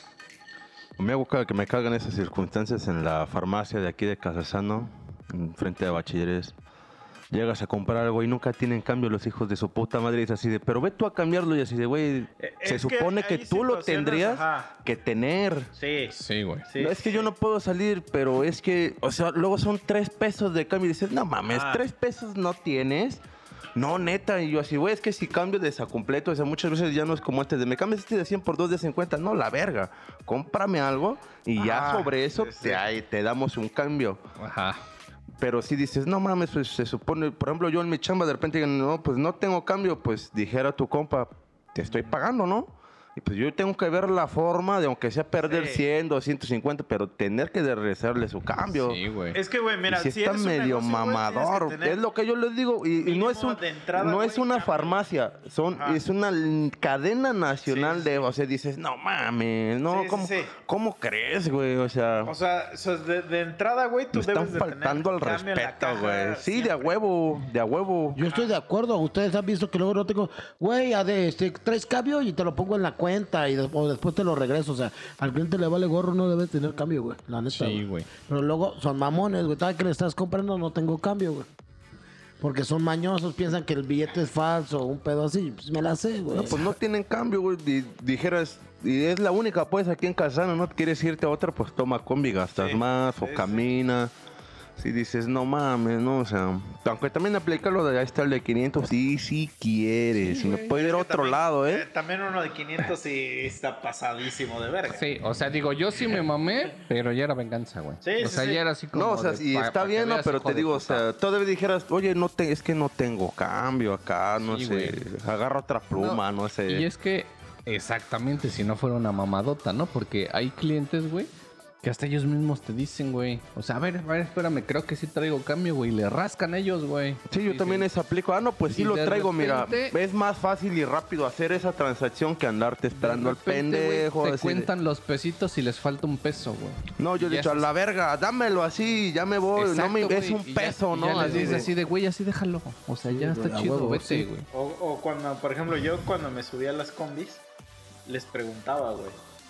Me hago que me cargan esas circunstancias en la farmacia de aquí de Casasano, frente de Bachilleres. Llegas a comprar algo y nunca tienen cambio los hijos de su puta madre. Y es así de, pero ve tú a cambiarlo. Y así de, güey, se supone que, que tú lo tendrías ajá. que tener. Sí. Sí, güey. Sí, no, es que sí. yo no puedo salir, pero es que, o sea, luego son tres pesos de cambio. Y dices, no mames, ah. tres pesos no tienes. No, neta. Y yo así, güey, es que si cambio de desacompleto, o sea, muchas veces ya no es como este de, me cambias este de cien por dos de cincuenta. No, la verga. Cómprame algo y ah, ya sobre eso sí. te, te damos un cambio. Ajá. Pero si dices, no mames, pues se supone, por ejemplo, yo en mi chamba de repente digo, no, pues no tengo cambio, pues dijera tu compa, te estoy pagando, ¿no? Y pues yo tengo que ver la forma de, aunque sea perder sí. cien, doscientos cincuenta, pero tener que regresarle su cambio. Sí, güey. Es que, güey, mira, si, si está medio negocio, mamador, wey, es lo que yo les digo. Y, y no es, un, entrada, no wey, es una cambio. farmacia, son, es una cadena nacional sí, de, sí. o sea, dices, no mames, no, sí, ¿cómo, sí, sí. ¿cómo crees, güey? O sea, o sea, de, de entrada, güey, tú debes están faltando al respeto, güey. Sí, de a huevo, de a huevo. Yo estoy de acuerdo. Ustedes han visto que luego no tengo, güey, este, traes cambio y te lo pongo en la cuenta. Cuenta y después, después te lo regreso. O sea, al cliente le vale gorro, no debe tener cambio, güey. La neta. Sí, güey. Pero luego son mamones, güey. ¿Sabes que le estás comprando? No tengo cambio, güey. Porque son mañosos, piensan que el billete es falso, un pedo así. Pues me la sé, güey. No, pues no tienen cambio, güey. Di, dijeras, y es la única, pues, aquí en Casano, ¿no? ¿Quieres irte a otra? Pues toma combi, gastas sí, más sí, o camina. Sí. Si dices, no mames, no, o sea, aunque también aplicarlo de ahí está el de quinientos, sí, sí quieres, sí, si me puede ir a otro también, lado, ¿eh? eh. También uno de quinientos sí está pasadísimo de verga. Sí, o sea, digo, yo sí me mamé, pero ya era venganza, güey. Sí, o sí, sea, sí. ya era así como. No, o sea, sí, está pa bien, no, pero te digo, o sea, todavía dijeras, oye, no te, es que no tengo cambio acá, no sí, sé, wey. agarra otra pluma, no, no sé. Y es que, exactamente, si no fuera una mamadota, ¿no? Porque hay clientes, güey, que hasta ellos mismos te dicen, güey. O sea, a ver, a ver, espérame, creo que sí traigo cambio, güey. Le rascan ellos, güey. Sí, yo sí, también sí. les aplico. Ah, no, pues sí lo traigo, repente, mira. Es más fácil y rápido hacer esa transacción que andarte esperando al pendejo. Wey, te cuentan de... los pesitos y les falta un peso, güey. No, yo le he dicho, a la verga, dámelo así, ya me voy. Exacto, no me es un peso, ya, ¿no? Ya les dices así de, güey, así déjalo. O sea, ya sí, está chido, huevo, vete, güey. Sí. O, o cuando, por ejemplo, yo cuando me subía a las combis, les preguntaba, güey.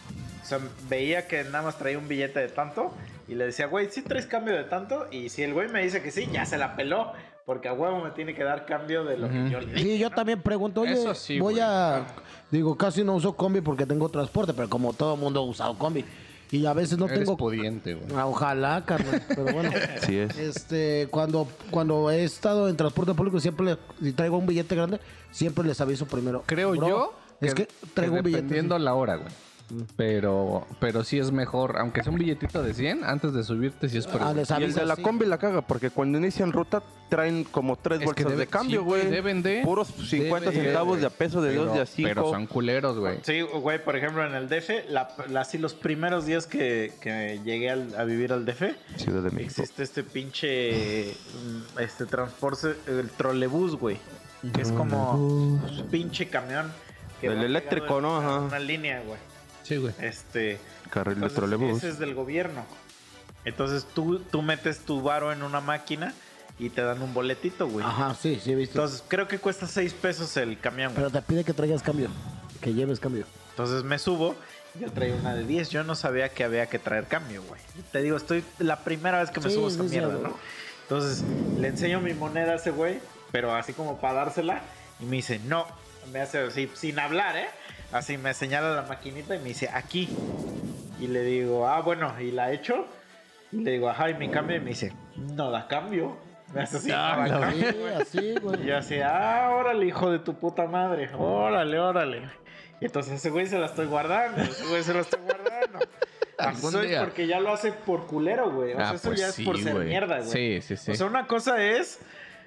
O sea, veía que nada más traía un billete de tanto y le decía, güey, ¿sí traes cambio de tanto? Y si el güey me dice que sí, ya se la peló. Porque a huevo me tiene que dar cambio de lo uh-huh. que yo le dije. Sí, yo ¿no? también pregunto, oye, Eso sí, voy güey. a... Digo, casi no uso combi porque tengo transporte, pero como todo el mundo ha usado combi. Y a veces no Eres tengo... pudiente, güey. Ah, ojalá, carnal. Pero bueno. Así es. Este, cuando, cuando he estado en transporte público, siempre le, si traigo un billete grande, siempre les aviso primero. Creo Bro, yo es que, traigo un billete. dependiendo la hora, güey. Pero, pero sí es mejor, aunque sea un billetito de cien, antes de subirte, sí es por Ah, les Y el aviso, de la sí. combi la caga, porque cuando inician ruta traen como tres Es que bolsas debe- de cambio, sí, güey. güey, deben de. Puros cincuenta Debe, centavos güey. de a peso, de Pero- dos, de a cinco. Pero son culeros, güey. Sí, güey, por ejemplo, en el D F, la, la- así los primeros días que, que llegué al- a vivir al D F, Ciudad de México. existe este pinche mm, este transporte, el trolebús, güey, que es como un pinche camión que El va eléctrico, pegado ¿no? en una- Ajá. una línea, güey. Sí, güey. Este, Carril de entonces, trolebús. ese es del gobierno. Entonces tú, tú metes tu varo en una máquina y te dan un boletito, güey. Ajá, sí, sí he visto. Entonces creo que cuesta seis pesos el camión, güey. Pero te pide que traigas cambio. Que lleves cambio. Entonces me subo, yo traía una de diez, yo no sabía que había que traer cambio, güey. Te digo, estoy la primera vez que me Sí, subo a esta sí, sí, mierda, güey. ¿no? Entonces le enseño mi moneda a ese güey, pero así como para dársela, y me dice, no, me hace así, sin hablar, ¿eh? Así me señala la maquinita y me dice, aquí. Y le digo, ah, bueno, ¿y la echo? Y le digo, ajá, y mi cambio, y me dice, no da cambio. Me hace así, Ah, no da Sí, cambio, güey. así, güey. Y yo así, ah, órale, hijo de tu puta madre. Órale, órale. Y entonces ese güey se la estoy guardando. Ese güey se la estoy guardando. Algún Eso es día. porque ya lo hace por culero, güey. O sea, Ah, eso pues ya sí, es por ser güey. mierda, güey. Sí, sí, sí. O sea, una cosa es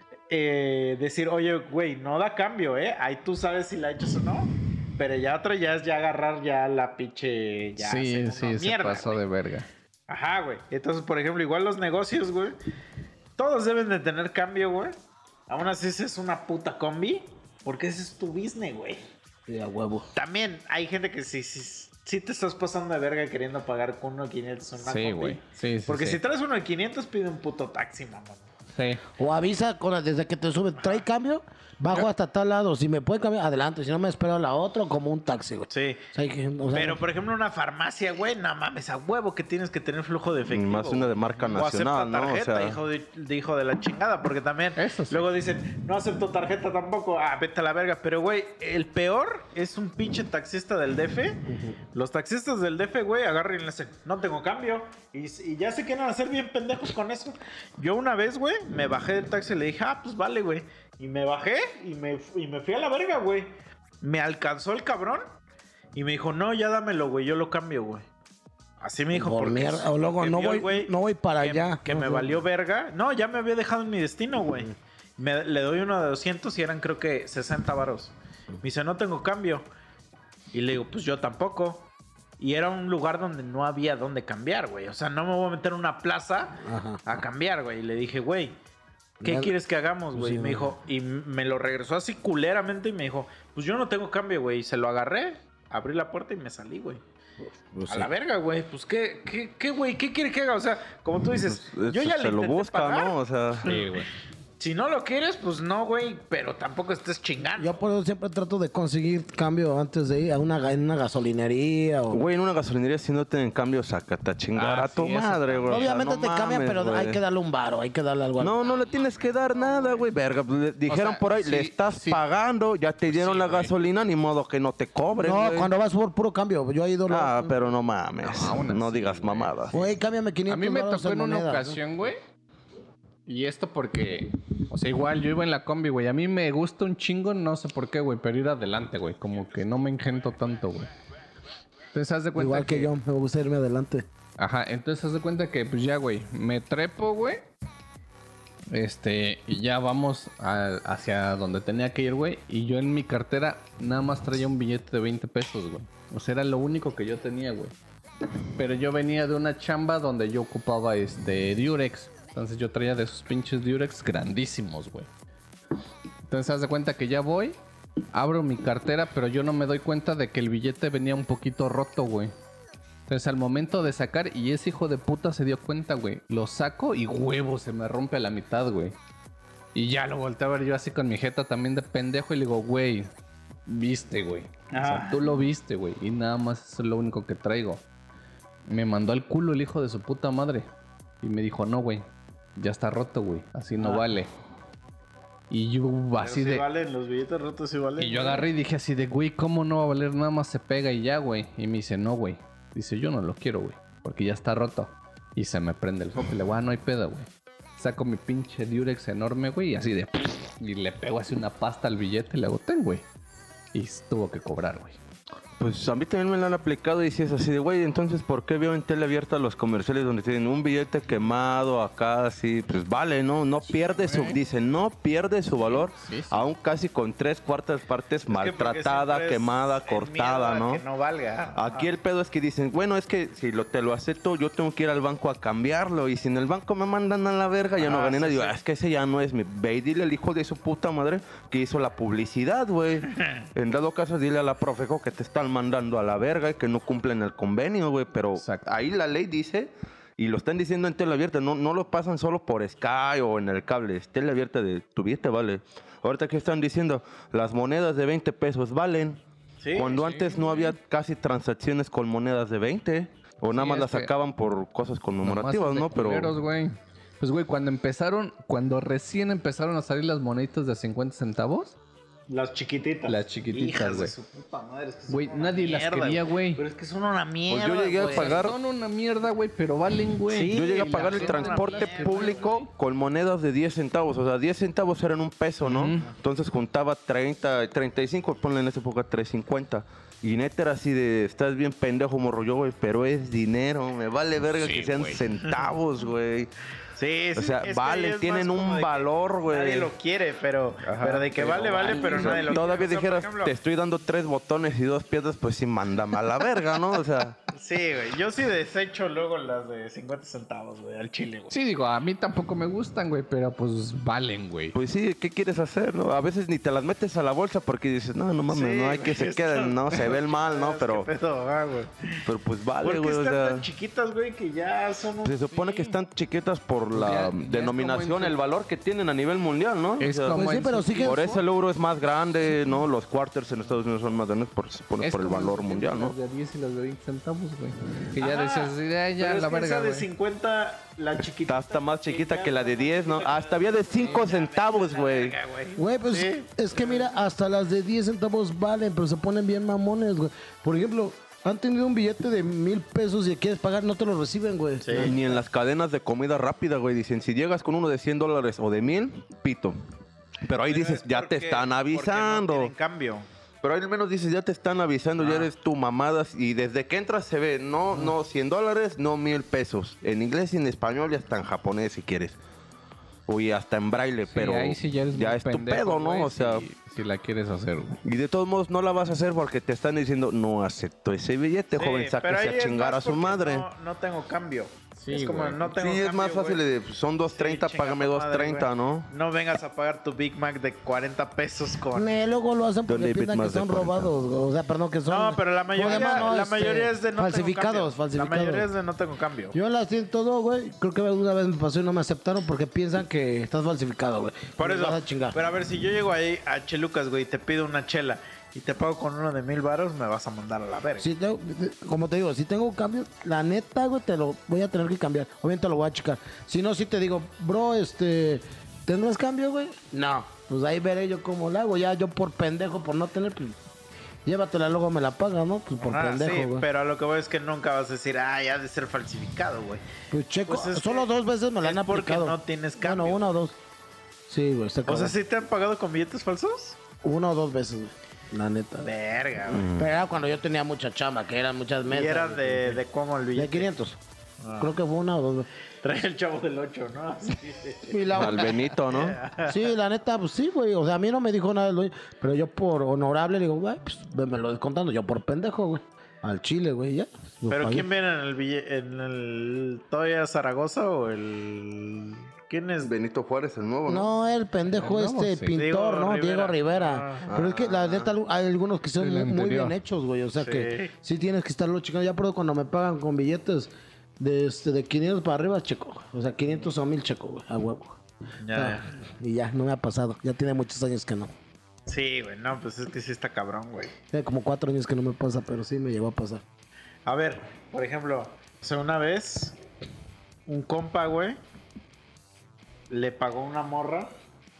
eh, decir, oye, güey, no da cambio, ¿eh? Ahí tú sabes si la echas o no. Pero ya otra ya es ya agarrar ya la pinche... Ya sí, segunda sí, se mierda, pasó güey. de verga. Ajá, güey. Entonces, por ejemplo, igual los negocios, güey. Todos deben de tener cambio, güey. Aún así, esa es una puta combi. Porque ese es tu business, güey. Sí, a huevo. También hay gente que sí, sí, sí te estás pasando de verga queriendo pagar con uno de quinientos una Sí, combi. güey. Sí, sí, Porque sí. si traes uno de quinientos, pide un puto taxi, mamón. Sí. O avisa con, desde que te sube, trae cambio, bajo hasta tal lado. Si me puede cambiar, adelante. Si no, me espero a la otra como un taxi, güey. Sí. O sea, hay que- o sea, Pero, por ejemplo, una farmacia, güey, no mames, a huevo que tienes que tener flujo de efectivo. Más una de marca O nacional, acepta ¿no? O tarjeta, sea- hijo, de, de hijo de la chingada, porque también Eso sí. luego dicen, no acepto tarjeta tampoco, ah, vete a la verga. Pero, güey, el peor es un pinche taxista del D F. Los taxistas del D F, güey, agarran y le dicen, no tengo cambio. Y, y ya se quieren hacer bien pendejos con eso. Yo una vez, güey, me bajé del taxi y le dije, ah, pues vale, güey. Y me bajé y me, y me fui a la verga, güey. Me alcanzó el cabrón y me dijo, no, ya dámelo, güey, yo lo cambio, güey. Así me dijo, Por porque, mierda, o luego, porque no vio el voy- güey no voy para que, allá. Que me Ujú. valió verga. No, ya me había dejado en mi destino, güey. Me- le doy uno de doscientos y eran creo que sesenta varos. Me dice, no tengo cambio. Y le digo, pues yo tampoco. Y era un lugar donde no había dónde cambiar, güey. O sea, no me voy a meter en una plaza Ajá. a cambiar, güey. Y le dije, güey, ¿qué Ya- quieres que hagamos, Pues güey? sí, Y me güey. dijo, y me lo regresó así culeramente y me dijo, pues yo no tengo cambio, güey. Y se lo agarré, abrí la puerta y me salí, güey. Pues A sí. la verga, güey. Pues, ¿qué, qué, qué, güey? ¿Qué quiere que haga? O sea, como tú dices, Pues, yo eso ya se le lo intenté busca, pagar. ¿no? O sea, Sí, güey. Si no lo quieres, pues no, güey. Pero tampoco estés chingando. Yo por eso siempre trato de conseguir cambio antes de ir a una, ga- en una gasolinería o... güey, en una gasolinería si no tienen cambio, sácate a chingar Ah, a tu sí, eso madre, güey. O sea, Obviamente no te cambian, mames, pero güey. hay que darle un varo, hay que darle algo. No, no le tienes que dar nada, güey. Verga, le- dijeron sea, por ahí, sí, le estás sí. pagando, ya te dieron Sí, la güey. gasolina, ni modo que no te cobren, No, güey. cuando vas por puro cambio. Yo he ido... Ah, pero no mames. No, aún No, así, digas güey. mamadas. Güey, cámbiame A quinientos mí me varos tocó en una monedas, ¿no? ocasión, güey. Y esto porque, o sea, igual yo iba en la combi, güey. A mí me gusta un chingo, no sé por qué, güey, pero ir adelante, güey. Como que no me engento tanto, güey. Entonces, haz de cuenta Igual que yo, me gusta irme adelante. Ajá, entonces haz de cuenta que, pues ya, güey, me trepo, güey. Este, y ya vamos a- hacia donde tenía que ir, güey. Y yo en mi cartera nada más traía un billete de veinte pesos, güey. O sea, era lo único que yo tenía, güey. Pero yo venía de una chamba donde yo ocupaba este Durex. Entonces yo traía de esos pinches Durex grandísimos, güey. Entonces haz de cuenta que ya voy, abro mi cartera, pero yo no me doy cuenta de que el billete venía un poquito roto, güey. Entonces al momento de sacar, y ese hijo de puta se dio cuenta, güey. Lo saco y huevo, se me rompe a la mitad, güey. Y ya lo volteé a ver yo así con mi jeta también de pendejo y le digo, güey, viste, güey. O sea, Ah. tú lo viste, güey. Y nada más eso es lo único que traigo. Me mandó al culo el hijo de su puta madre. Y me dijo, no, güey, ya está roto, güey. Así no Ah. vale. Y yo Pero así sí de... valen, los billetes rotos sí valen. Y yo agarré y dije así de, güey, ¿cómo no va a valer? Nada más se pega y ya, güey. Y me dice, no, güey. Dice, yo no lo quiero, güey. porque ya está roto. Y se me prende el foco y le digo, ah, no hay pedo, güey. Saco mi pinche Durex enorme, güey, y así de... Y le pego así una pasta al billete y le hago, ten, güey. Y tuvo que cobrar, güey. Pues a mí también me lo han aplicado y si es así de, güey, entonces, ¿por qué veo en tele abierta los comerciales donde tienen un billete quemado acá, así? Pues vale, ¿no? No pierde su, dicen, no pierde su valor, Sí, sí. aún casi con tres cuartas partes Es que maltratada, porque siempre es quemada, el cortada, miedo a ¿no? Que no valga. Aquí el pedo es que dicen, bueno, es que si lo, te lo acepto, yo tengo que ir al banco a cambiarlo. Y si en el banco me mandan a la verga, ya no Ah, gané nada. sí, Digo, sí. "Ah, es que ese ya no es mi... Ve y dile al hijo de su puta madre que hizo la publicidad, güey. En dado caso, dile a la profejo que te están mandando a la verga y que no cumplen el convenio, güey. Pero Exacto. ahí la ley dice, y lo están diciendo en tele abierta, no, no lo pasan solo por Sky o en el cable. Es tele abierta de tu billete, vale. Ahorita que están diciendo, las monedas de veinte pesos valen. Sí, Cuando sí, antes no había casi transacciones con monedas de veinte. O nada Sí, más es las que sacaban por cosas conmemorativas, Nomás es ¿no? de Pero culeros, güey. Pues, güey, cuando empezaron, cuando recién empezaron a salir las moneditas de cincuenta centavos, Las chiquititas. Las chiquititas, Hijas güey. de su puta madre, es que son Güey, una nadie las mierda, quería, güey. Pero es que son una mierda. yo llegué a güey. pagar- son una mierda, güey, pero valen, güey. Sí, yo llegué a la pagar el gente transporte una mierda, público con monedas de diez centavos. O sea, diez centavos eran un peso, ¿no? Ujú. Entonces juntaba treinta, treinta y cinco, ponle en esa época tres cincuenta. Y neta era así de, estás bien pendejo, morro yo, güey, pero es dinero. Me vale verga Sí, que sean güey. centavos, güey. Sí, sí. O sea, es que valen, ahí es tienen más un como de que valor, güey. Nadie lo quiere, pero, Ajá, pero de que pero vale, vale, vale, pero o sea, nadie lo Todavía quiere. O sea, por dijeras, ejemplo, te estoy dando tres botones y dos piedras, pues sí, mándame a la verga, ¿no? O sea... Sí, güey. Yo sí desecho luego las de cincuenta centavos, güey, al chile, güey. Sí, digo, a mí tampoco me gustan, güey, pero pues valen, güey. Pues sí, ¿qué quieres hacer, no? A veces ni te las metes a la bolsa porque dices, no, no mames, Sí, no hay que güey, se esto- queden, no, se ve el mal, ¿no? Es Pero, que pedo, ah, güey. pero pues vale, Porque güey, o están sea, tan chiquitas, güey, que ya son un... se supone que están chiquitas por Ya- la ya es como denominación, en- el valor que tienen a nivel mundial, ¿no? Es O sea, como Pues sí, en pero su- sigue- por eso el euro es más grande, ¿no? Los quarters en Estados Unidos son más grandes por, por, Es por el como en valor su mundial, tiempo, ¿no? Las de diez y las de veinte centavos, güey. Que ya Ajá, decías, ya, ya, pero la es que verga, esa de güey. cincuenta, la chiquita... Está hasta más chiquita ya que la de está más diez, ¿no? chiquita que Hasta la había de de- cinco Sí, centavos, la güey. verga, güey. Güey, pues Sí. es que mira, hasta las de diez centavos valen, pero se ponen bien mamones, güey. Por ejemplo, han tenido un billete de mil pesos y quieres pagar, no te lo reciben, güey. Sí. Ni en las cadenas de comida rápida, güey. Dicen, si llegas con uno de cien dólares o de mil, pito. Pero ahí Pero dices, es ya te porque- están porque avisando. No tienen cambio. Pero ahí al menos dices, ya te están avisando, ya Ah. eres tu mamadas. Y desde que entras se ve, no, no, cien dólares, no mil pesos. En inglés y en español y hasta en japonés si quieres. O y hasta en braille, Sí, pero ahí sí ya eres muy es tu pendejo, pedo, ¿no? güey, O sea, si, si la quieres hacer, güey. y de todos modos no la vas a hacer porque te están diciendo, no acepto ese billete, Sí, joven, pero sáquese ahí a es chingar más a su porque madre. No, no tengo cambio. Sí, es como güey. no tengo Sí, es más cambio, fácil güey. de, son dos treinta, Sí, chinga págame tu dos madre, treinta, güey. ¿no? No vengas a pagar tu Big Mac de cuarenta pesos con... Ne, luego lo hacen porque ¿Dónde hay piensan que bitmas de son cuarenta? robados, güey. O sea, perdón, que son... No, pero la mayoría, ¿cómo se llama? No, la este, mayoría es de no falsificados, tengo cambio. falsificados. La mayoría es de no tengo cambio. Yo las siento todo, güey. Creo que una vez me pasó y no me aceptaron porque piensan que estás falsificado, güey. Por Y eso. vas a chingar. Pero a ver, si yo llego ahí a Chelucas, güey, y te pido una chela y te pago con uno de mil varos, me vas a mandar a la verga. Si tengo- como te digo, si tengo un cambio, la neta, güey, te lo voy a tener que cambiar. Obviamente lo voy a checar. Si no, si te digo, bro, este, ¿tendrás cambio, güey? No. Pues ahí veré yo cómo la hago. Ya yo por pendejo, por no tener, pues, llévatela, luego me la pagas, ¿no? Pues por Ah, pendejo, sí, güey. pero a lo que voy es que nunca vas a decir, ah, ya ha de ser falsificado, güey. Pues checo, Pues es solo que dos veces me la es han porque aplicado. no tienes Bueno, cambio. una o dos. Sí, güey, está O sea, cabrón. ¿sí te han pagado con billetes falsos? Una o dos veces, güey. La neta. Verga, güey. Pero era cuando yo tenía mucha chamba, que eran muchas mesas. Y era güey. de, de cómo el De billete. quinientos. Ah. Creo que fue una o dos. güey. Trae el chavo del ocho, ¿no? Así. Y la Al Benito, ¿no? Sí, la neta, pues sí, güey. O sea, a mí no me dijo nada, güey. Pero yo por honorable le digo, güey, pues me lo descontando. Yo por pendejo, güey. Al Chile, güey, ya. Lo ¿Pero pagué. quién viene en el billete? ¿En el Toya Zaragoza o el. ¿Quién es? Benito Juárez, el nuevo, ¿no? No, el pendejo No, este sí. pintor, Diego ¿no? Rivera. Diego Rivera. Ah. Pero es que la neta hay algunos que son El muy, muy anterior. bien hechos, güey. O sea Sí. que sí tienes que estarlo checando. Ya por cuando me pagan con billetes de, este, de quinientos para arriba, checo. O sea, quinientos o mil checo, güey, a huevo. Ya, O sea, y ya, no me ha pasado. Ya tiene muchos años que no. Sí, güey, no, pues es que sí está cabrón, güey. Tiene como cuatro años que no me pasa, pero sí me llegó a pasar. A ver, por ejemplo, o sea, una vez, un compa, güey, le pagó una morra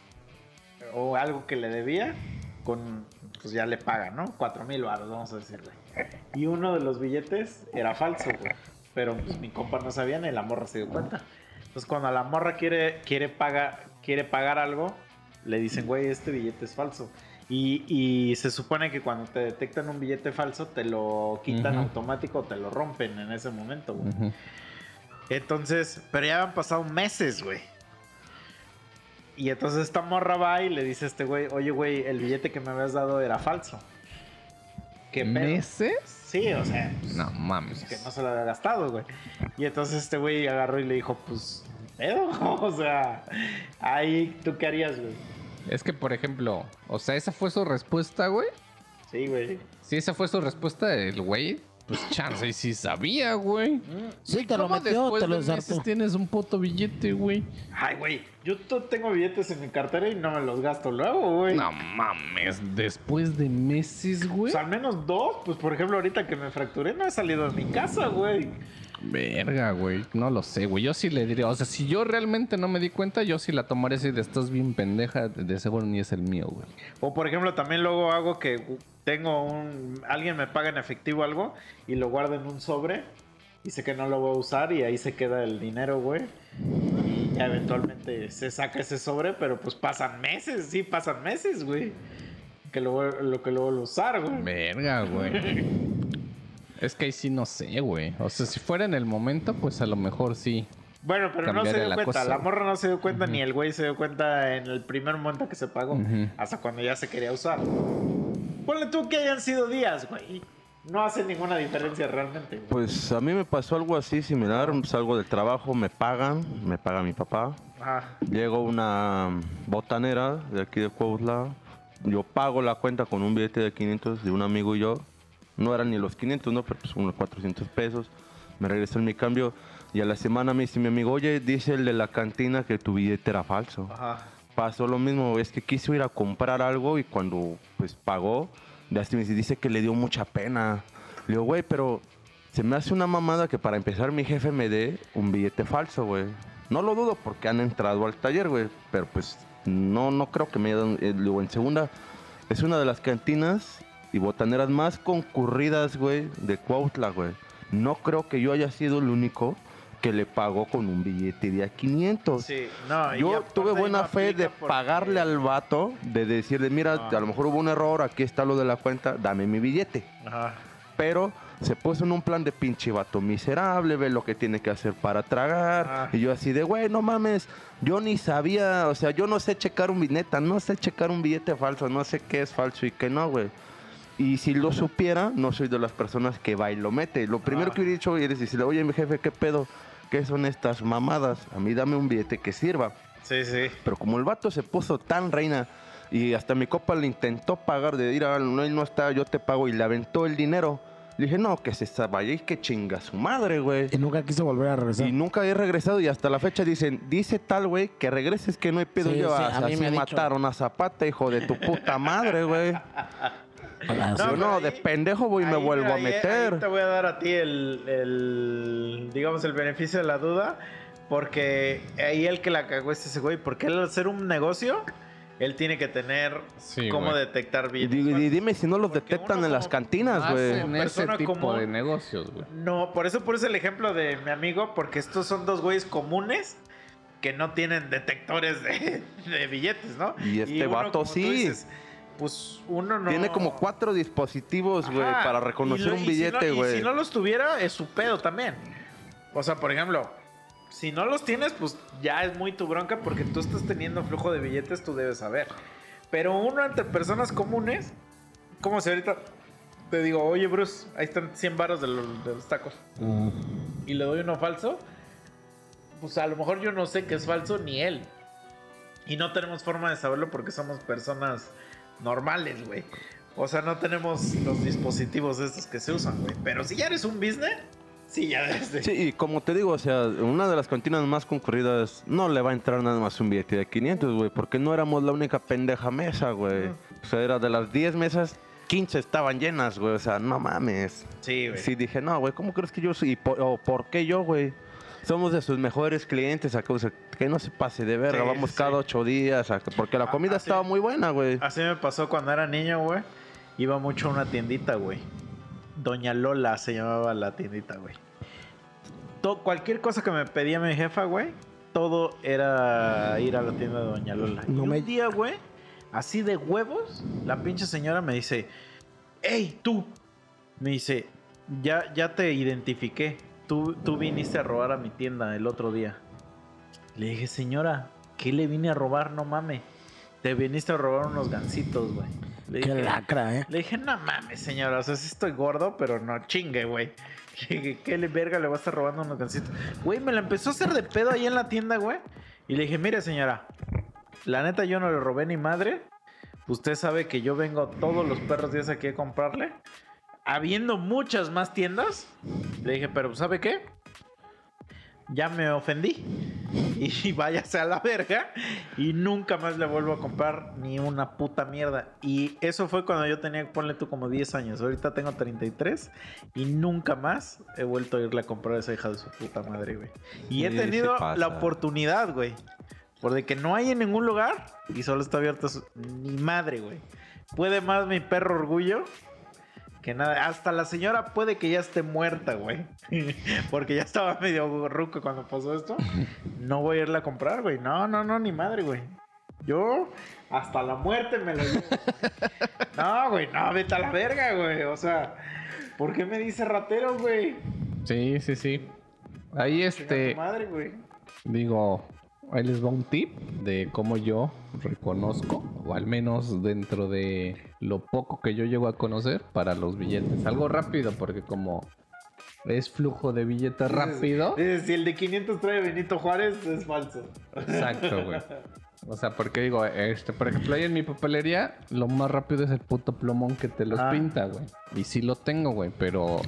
o algo que le debía con, pues ya le paga, ¿no? Cuatro mil baros, vamos a decirle. Y uno de los billetes era falso, güey. Pero pues mi compa no sabía ni la morra se dio cuenta. Entonces cuando la morra quiere, quiere, pagar, quiere pagar algo, le dicen, güey, este billete es falso. Y, y se supone que cuando te detectan un billete falso, te lo quitan uh-huh. automático, te lo rompen en ese momento, güey. Uh-huh. Entonces, pero ya han pasado meses, güey. Y entonces esta morra va y le dice a este güey, oye, güey, el billete que me habías dado era falso. ¿Qué pedo? ¿Meses? Sí, o sea. Pues, no mames. Que no se lo había gastado, güey. Y entonces este güey agarró y le dijo, pues, pedo, o sea, ahí, ¿tú qué harías, güey? Es que, por ejemplo, o sea, esa fue su respuesta, güey. Sí, güey. Si esa fue su respuesta, el güey, pues chance y sí sabía, güey. Sí, te lo metió, te lo ensartó. Tienes un puto billete, güey. Ay, güey, yo tengo billetes en mi cartera y no me los gasto luego, güey. No mames, después de meses, güey. Pues al menos dos, pues por ejemplo, ahorita que me fracturé no he salido de mi casa, güey. Verga, güey, no lo sé, güey. Yo sí le diría, o sea, si yo realmente no me di cuenta, yo sí la tomaría así de estás bien pendeja, de seguro ni es el mío, güey. O por ejemplo, también luego hago que tengo un... alguien me paga en efectivo algo y lo guardo en un sobre y sé que no lo voy a usar y ahí se queda el dinero, güey. Y ya eventualmente se saca ese sobre, pero pues pasan meses, sí, pasan meses, güey. Que lo, lo que luego lo usar, güey. Verga, güey. Es que ahí sí no sé, güey. O sea, si fuera en el momento, pues a lo mejor sí. Bueno, pero no se dio la cuenta. cosa. La morra no se dio cuenta, uh-huh. ni el güey se dio cuenta en el primer momento que se pagó. Uh-huh. Hasta cuando ya se quería usar. Ponle tú que hayan sido días, güey. No hace ninguna diferencia realmente, güey. Pues a mí me pasó algo así similar. Salgo del trabajo, me pagan. Me paga mi papá. Ajá. Llego a una botanera de aquí de Cuautla. Yo pago la cuenta con un billete de quinientos de un amigo y yo. No eran ni los quinientos, ¿no? Pero pues unos cuatrocientos pesos. Me regresó en mi cambio. Y a la semana me dice mi amigo, oye, dice el de la cantina que tu billete era falso. Ajá. Pasó lo mismo, es que quiso ir a comprar algo y cuando pues pagó, me dice que le dio mucha pena. Le digo, güey, pero se me hace una mamada que para empezar mi jefe me dé un billete falso, güey. No lo dudo porque han entrado al taller, güey. Pero pues no, no creo que me hayan... Eh, luego en segunda, es una de las cantinas y botaneras más concurridas, güey, de Cuautla, güey. No creo que yo haya sido el único que le pagó con un billete de a quinientos. Sí, no, yo tuve buena fe de porque... pagarle al vato, de decirle, mira, ah. a lo mejor hubo un error, aquí está lo de la cuenta, dame mi billete. Ajá. Pero se puso en un plan de pinche vato miserable, ve lo que tiene que hacer para tragar. Ah. Y yo así de, güey, no mames, yo ni sabía, o sea, yo no sé checar un billete, no sé checar un billete falso, no sé qué es falso y qué no, güey. Y si lo supiera, no soy de las personas que va y lo mete. Lo primero ah. que hubiera dicho es decirle, oye, mi jefe, ¿qué pedo? ¿Qué son estas mamadas? A mí dame un billete que sirva. Sí, sí. Pero como el vato se puso tan reina y hasta mi copa le intentó pagar de ir a no, él no está, yo te pago y le aventó el dinero. Le dije, no, que se vaya y que chinga su madre, güey. Y nunca quiso volver a regresar. Y nunca he regresado y hasta la fecha dicen, dice tal, güey, que regreses que no hay pedo. Sí, yo, sí, a mí me mataron a Zapata, hijo de tu puta madre, güey. No, yo no, ahí, de pendejo voy y me vuelvo ahí, a meter. Ahí te voy a dar a ti el, el, digamos, el beneficio de la duda, porque ahí el que la cagó es ese güey, porque él al hacer un negocio, él tiene que tener sí, cómo wey. detectar billetes. Y, y dime si no los porque detectan en las cantinas, güey. En ese tipo común, de negocios, güey. No, por eso puse el ejemplo de mi amigo, porque estos son dos güeyes comunes que no tienen detectores de, de billetes, ¿no? Y este y uno, vato sí. Dices, pues uno no... Tiene como cuatro dispositivos, güey, para reconocer lo, un billete, güey. Si, no, y si no los tuviera, es su pedo también. O sea, por ejemplo, si no los tienes, pues ya es muy tu bronca porque tú estás teniendo flujo de billetes, tú debes saber. Pero uno entre personas comunes, como si ahorita te digo, oye, Bruce, ahí están cien varos de los, de los tacos. Mm. Y le doy uno falso, pues a lo mejor yo no sé que es falso ni él. Y no tenemos forma de saberlo porque somos personas... normales, güey. O sea, no tenemos los dispositivos estos que se usan, güey. Pero si ya eres un business, sí, ya eres de... Sí, y como te digo, o sea, una de las cantinas más concurridas no le va a entrar nada más un billete de quinientos, güey. Porque no éramos la única pendeja mesa, güey. Uh-huh. O sea, era de las diez mesas, quince estaban llenas, güey. O sea, no mames. Sí, güey. Sí, dije, no, güey, ¿cómo crees que yo soy? ¿Por, o ¿por qué yo, güey? Somos de sus mejores clientes acá, o sea, que no se pase de verga, sí, vamos sí. cada ocho días, acá, porque la comida así, estaba muy buena, güey. Así me pasó cuando era niño, güey. Iba mucho a una tiendita, güey. Doña Lola se llamaba la tiendita, güey. to- cualquier cosa que me pedía mi jefa, güey, todo era ir a la tienda de Doña Lola. No y me- un día, güey, así de huevos, la pinche señora me dice, ¡Ey, tú! Me dice, ya, ya te identifiqué. Tú, tú viniste a robar a mi tienda el otro día. Le dije, señora, ¿qué le vine a robar? No mames. Te viniste a robar unos gancitos, güey. Le Qué dije, lacra, ¿eh? le dije, no mames, señora. O sea, sí estoy gordo, pero no chingue, güey. Le dije, ¿qué le verga le va a estar robando unos gancitos? Güey, me la empezó a hacer de pedo ahí en la tienda, güey. Y le dije, mire, señora, la neta yo no le robé ni madre. Usted sabe que yo vengo todos los perros días aquí a comprarle. Habiendo muchas más tiendas. Le dije, pero ¿sabe qué? Ya me ofendí. Y váyase a la verga. Y nunca más le vuelvo a comprar ni una puta mierda. Y eso fue cuando yo tenía, ponle tú, como diez años. Ahorita tengo treinta y tres. Y nunca más he vuelto a irle a comprar a esa hija de su puta madre, güey. Y he Sí, tenido sí pasa. la oportunidad, güey. Porque que no hay en ningún lugar. Y solo está abierto su... Ni madre, güey. Puede más mi perro Orgullo que nada. Hasta la señora puede que ya esté muerta, güey. Porque ya estaba medio ruco cuando pasó esto. No voy a irla a comprar, güey. No, no, no, ni madre, güey. Yo hasta la muerte me lo llevo. No, güey, no, vete a la verga, güey. O sea, ¿por qué me dice ratero, güey? Sí, sí, sí. Ahí Chinga este, tu madre, güey. digo, ahí les va un tip de cómo yo reconozco, o al menos dentro de lo poco que yo llego a conocer para los billetes. Algo rápido, porque como es flujo de billetes rápido. Dices, si el de quinientos trae Benito Juárez, es falso. Exacto, güey. O sea, porque digo, este, por ejemplo, ahí en mi papelería, lo más rápido es el puto plumón que te los Ah. pinta, güey. Y sí lo tengo, güey, pero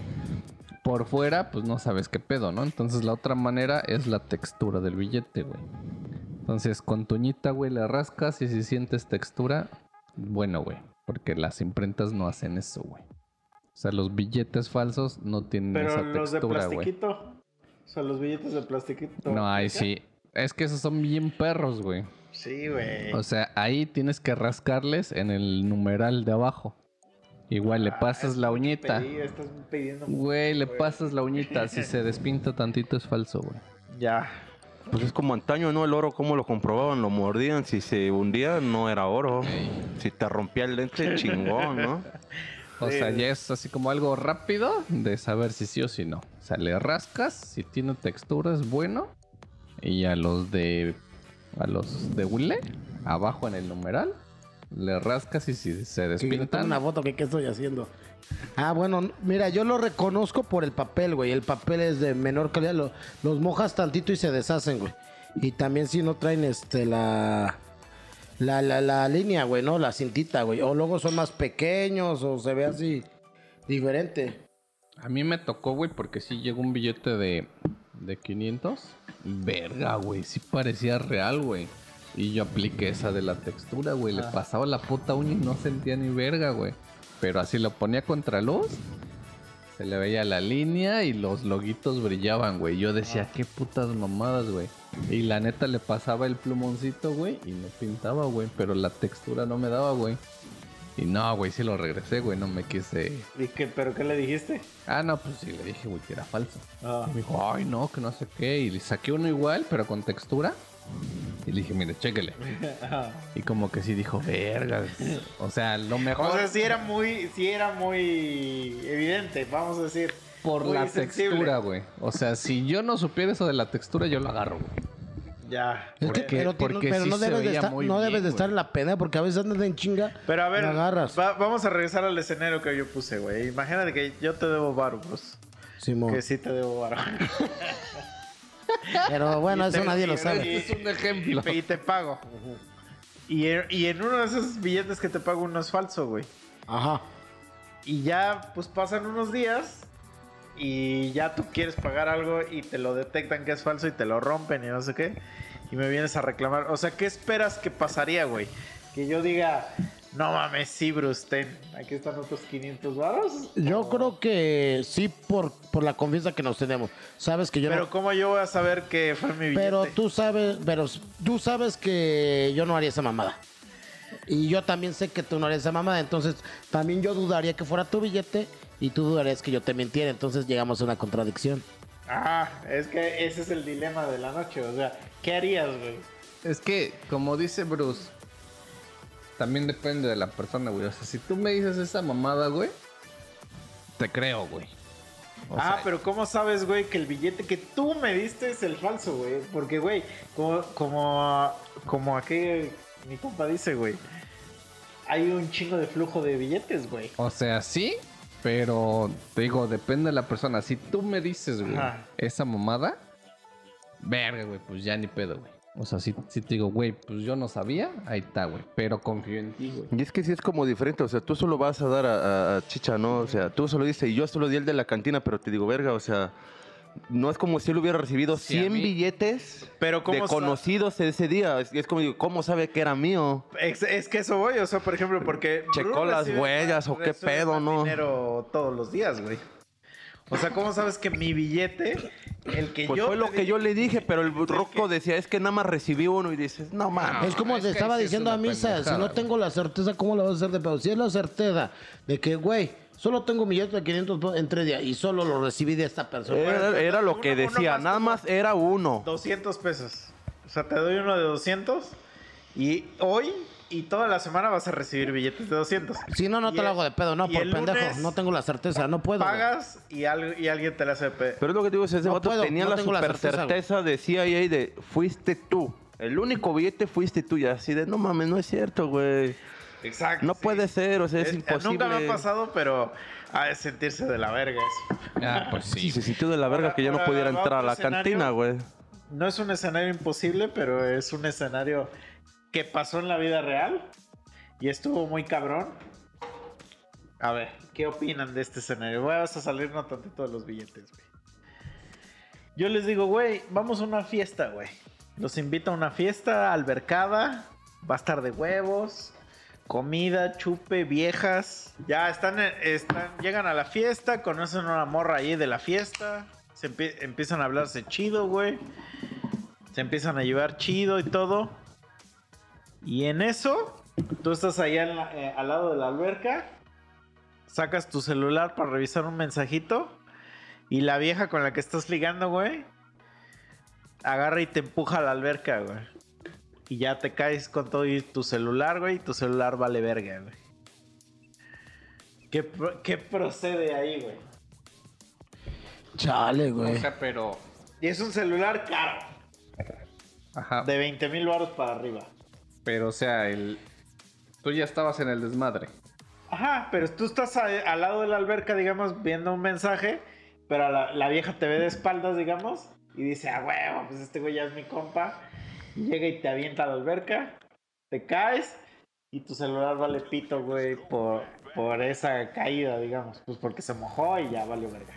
por fuera, pues no sabes qué pedo, ¿no? Entonces la otra manera es la textura del billete, güey. Entonces con tu uñita, güey, le rascas y si sientes textura, bueno, güey. Porque las imprentas no hacen eso, güey. O sea, los billetes falsos no tienen Pero esa los de textura, güey. plastiquito. O sea, los billetes de plastiquito. No, ahí sí. Es que esos son bien perros, güey. Sí, güey. O sea, ahí tienes que rascarles en el numeral de abajo. Igual le Ah, pasas es la mucho uñita. pedir, estás pidiendo mucho, Güey, le güey. pasas la uñita. Si se despinta tantito es falso, güey. Ya. Pues es como antaño, ¿no? El oro, ¿cómo lo comprobaban? Lo mordían. Si se hundía, no era oro. Si te rompía el lente, chingón, ¿no? O Sí. sea, ya es así como algo rápido de saber si sí o si no. O sea, le rascas, si tiene textura es bueno. Y a los de... A los de hule, abajo en el numeral, le rascas y si se Que le tomo despintan... una foto que qué estoy haciendo. Ah, bueno, mira, yo lo reconozco por el papel, güey. El papel es de menor calidad. Lo- los mojas tantito y se deshacen, güey. Y también si no traen este la la, la, la línea, güey, ¿no? La cintita, güey. O luego son más pequeños o se ve así diferente. A mí me tocó, güey, porque sí llegó un billete de, de quinientos. Verga, güey, sí parecía real, güey. Y yo apliqué esa de la textura, güey. Le pasaba la puta uña y no sentía ni verga, güey. Pero así lo ponía contra luz, se le veía la línea y los loguitos brillaban, güey. Yo decía, qué putas mamadas, güey. Y la neta le pasaba el plumoncito, güey, y no pintaba, güey. Pero la textura no me daba, güey. Y no, güey, sí lo regresé, güey. No me quise... ¿Y qué, ¿Pero qué le dijiste? Ah, no, pues sí, le dije, güey, que era falso. Ah. Y me dijo, ay, no, que no sé qué. Y le saqué uno igual, pero con textura. Y le dije, mire, chéquele. Y como que sí dijo, verga. O sea, lo mejor O sea, sí era muy, sí era muy evidente, vamos a decir. por muy la sensible. textura, güey. O sea, si yo no supiera eso de la textura, yo lo agarro, güey. Ya. Es que, Porque- pero, ti- no- porque pero sí no se debes de veía estar, muy no bien, debes de güey. estar en la pena porque a veces andas en chinga. Pero a ver, la agarras. va- vamos a regresar al escenario que yo puse, güey. Imagínate que yo te debo varo, bros. Simón. Que sí te debo varo. Pero bueno, Y eso te- nadie lo y- sabe. y- Es un ejemplo. Y, y te pago. Y en, y en uno de esos billetes que te pago uno es falso, güey. Ajá. Y ya, pues pasan unos días y ya tú quieres pagar algo y te lo detectan que es falso y te lo rompen y no sé qué. Y me vienes a reclamar. O sea, ¿qué esperas que pasaría, güey? Que yo diga, no mames, sí, Bruce, ten, aquí están otros quinientos varos. Yo creo que sí por, por la confianza que nos tenemos. Sabes que yo Pero no... ¿cómo yo voy a saber que fue mi billete? Pero tú sabes, pero tú sabes que yo no haría esa mamada. Y yo también sé que tú no harías esa mamada. Entonces, también yo dudaría que fuera tu billete y tú dudarías que yo te mintiera. Entonces llegamos a una contradicción. Ah, es que ese es el dilema de la noche. O sea, ¿qué harías, güey? Es que, como dice Bruce, también depende de la persona, güey. O sea, si tú me dices esa mamada, güey, te creo, güey. O ah, sea, pero ¿cómo sabes, güey, que el billete que tú me diste es el falso, güey? Porque, güey, como, como, como aquí mi compa dice, güey, hay un chingo de flujo de billetes, güey. O sea, sí, pero te digo, depende de la persona. Si tú me dices, güey, Ajá. esa mamada, verga, güey, pues ya ni pedo, güey. O sea, si, si te digo, güey, pues yo no sabía, ahí está, güey. Pero confío en ti, güey. Y es que sí es como diferente, o sea, tú solo vas a dar a, a- a Chicha, ¿no? O sea, tú solo dices, y yo solo di el de la cantina, pero te digo, verga, o sea, no es como si él hubiera recibido Sí, a cien mí- billetes Pero ¿cómo de sa- conocidos ese día. Es, es como, digo, ¿cómo sabe que era mío? Es, es que eso voy, o sea, por ejemplo, porque... Checó Bruce las recibe huellas, más- o qué recibe pedo, más ¿no? dinero todos los días, güey. O sea, ¿cómo sabes que mi billete, el que Pues yo... fue lo te que di- yo le dije, pero el el que- Rocco decía, es que nada más recibí uno y dices, no mames. Es como es te que estaba ahí sí es diciendo a una Misa, si pendejada, no güey. tengo la certeza, ¿cómo lo vas a hacer de pedo? Si es la certeza de que, güey, solo tengo un billete de quinientos pesos en tres días y solo lo recibí de esta persona. Era, era lo que Uno- uno decía, más nada como- más era uno. doscientos pesos. O sea, te doy uno de doscientos y hoy y toda la semana vas a recibir billetes de doscientos. Si no, no Y te lo el- hago de pedo, no, y por el pendejo. lunes No tengo la certeza, no puedo. güey. Pagas y, algo, y alguien te la hace de pe- Pero es lo que te digo, ese No vato puedo, tenía no la tengo la super certeza, certeza, de C I A de fuiste tú. El único billete fuiste tú. Y así de, no mames, no es cierto, güey. Exacto. No sí. puede ser, o sea, es, Es- imposible. Nunca me ha pasado, pero ha de sentirse de la verga eso. Ah, pues Sí, sí. se sintió de la verga Ahora- que yo no ahora pudiera va entrar a otro la escenario. cantina, güey. No es un escenario imposible, pero es un escenario que pasó en la vida real y estuvo muy cabrón. A ver, ¿qué opinan de este escenario? Vamos a salirnos tantito de los billetes, güey. Yo les digo, güey, vamos a una fiesta, güey. Los invito a una fiesta, albercada, va a estar de huevos, comida, chupe, viejas. Ya están, están, llegan a la fiesta, conocen a una morra ahí de la fiesta, se empie- empiezan a hablarse chido, güey. Se empiezan a llevar chido y todo. Y en eso, tú estás allá en la- eh, al lado de la alberca, sacas tu celular para revisar un mensajito y la vieja con la que estás ligando, güey, agarra y te empuja a la alberca, güey. Y ya te caes con todo y tu celular, güey, y tu celular vale verga, güey. ¿Qué, pro- qué procede ahí, güey? Chale, O güey. sea, pero... Y es un celular caro, Ajá. de veinte mil baros para arriba. Pero, o sea, el... Tú ya estabas en el desmadre. Ajá, pero tú estás a- al lado de la alberca, digamos, viendo un mensaje, pero la, la vieja te ve de espaldas, digamos, y dice, ah, huevo, pues este güey ya es mi compa. Y llega y te avienta a la alberca, te caes y tu celular vale pito, güey, por, por esa caída, digamos, pues porque se mojó y ya valió verga.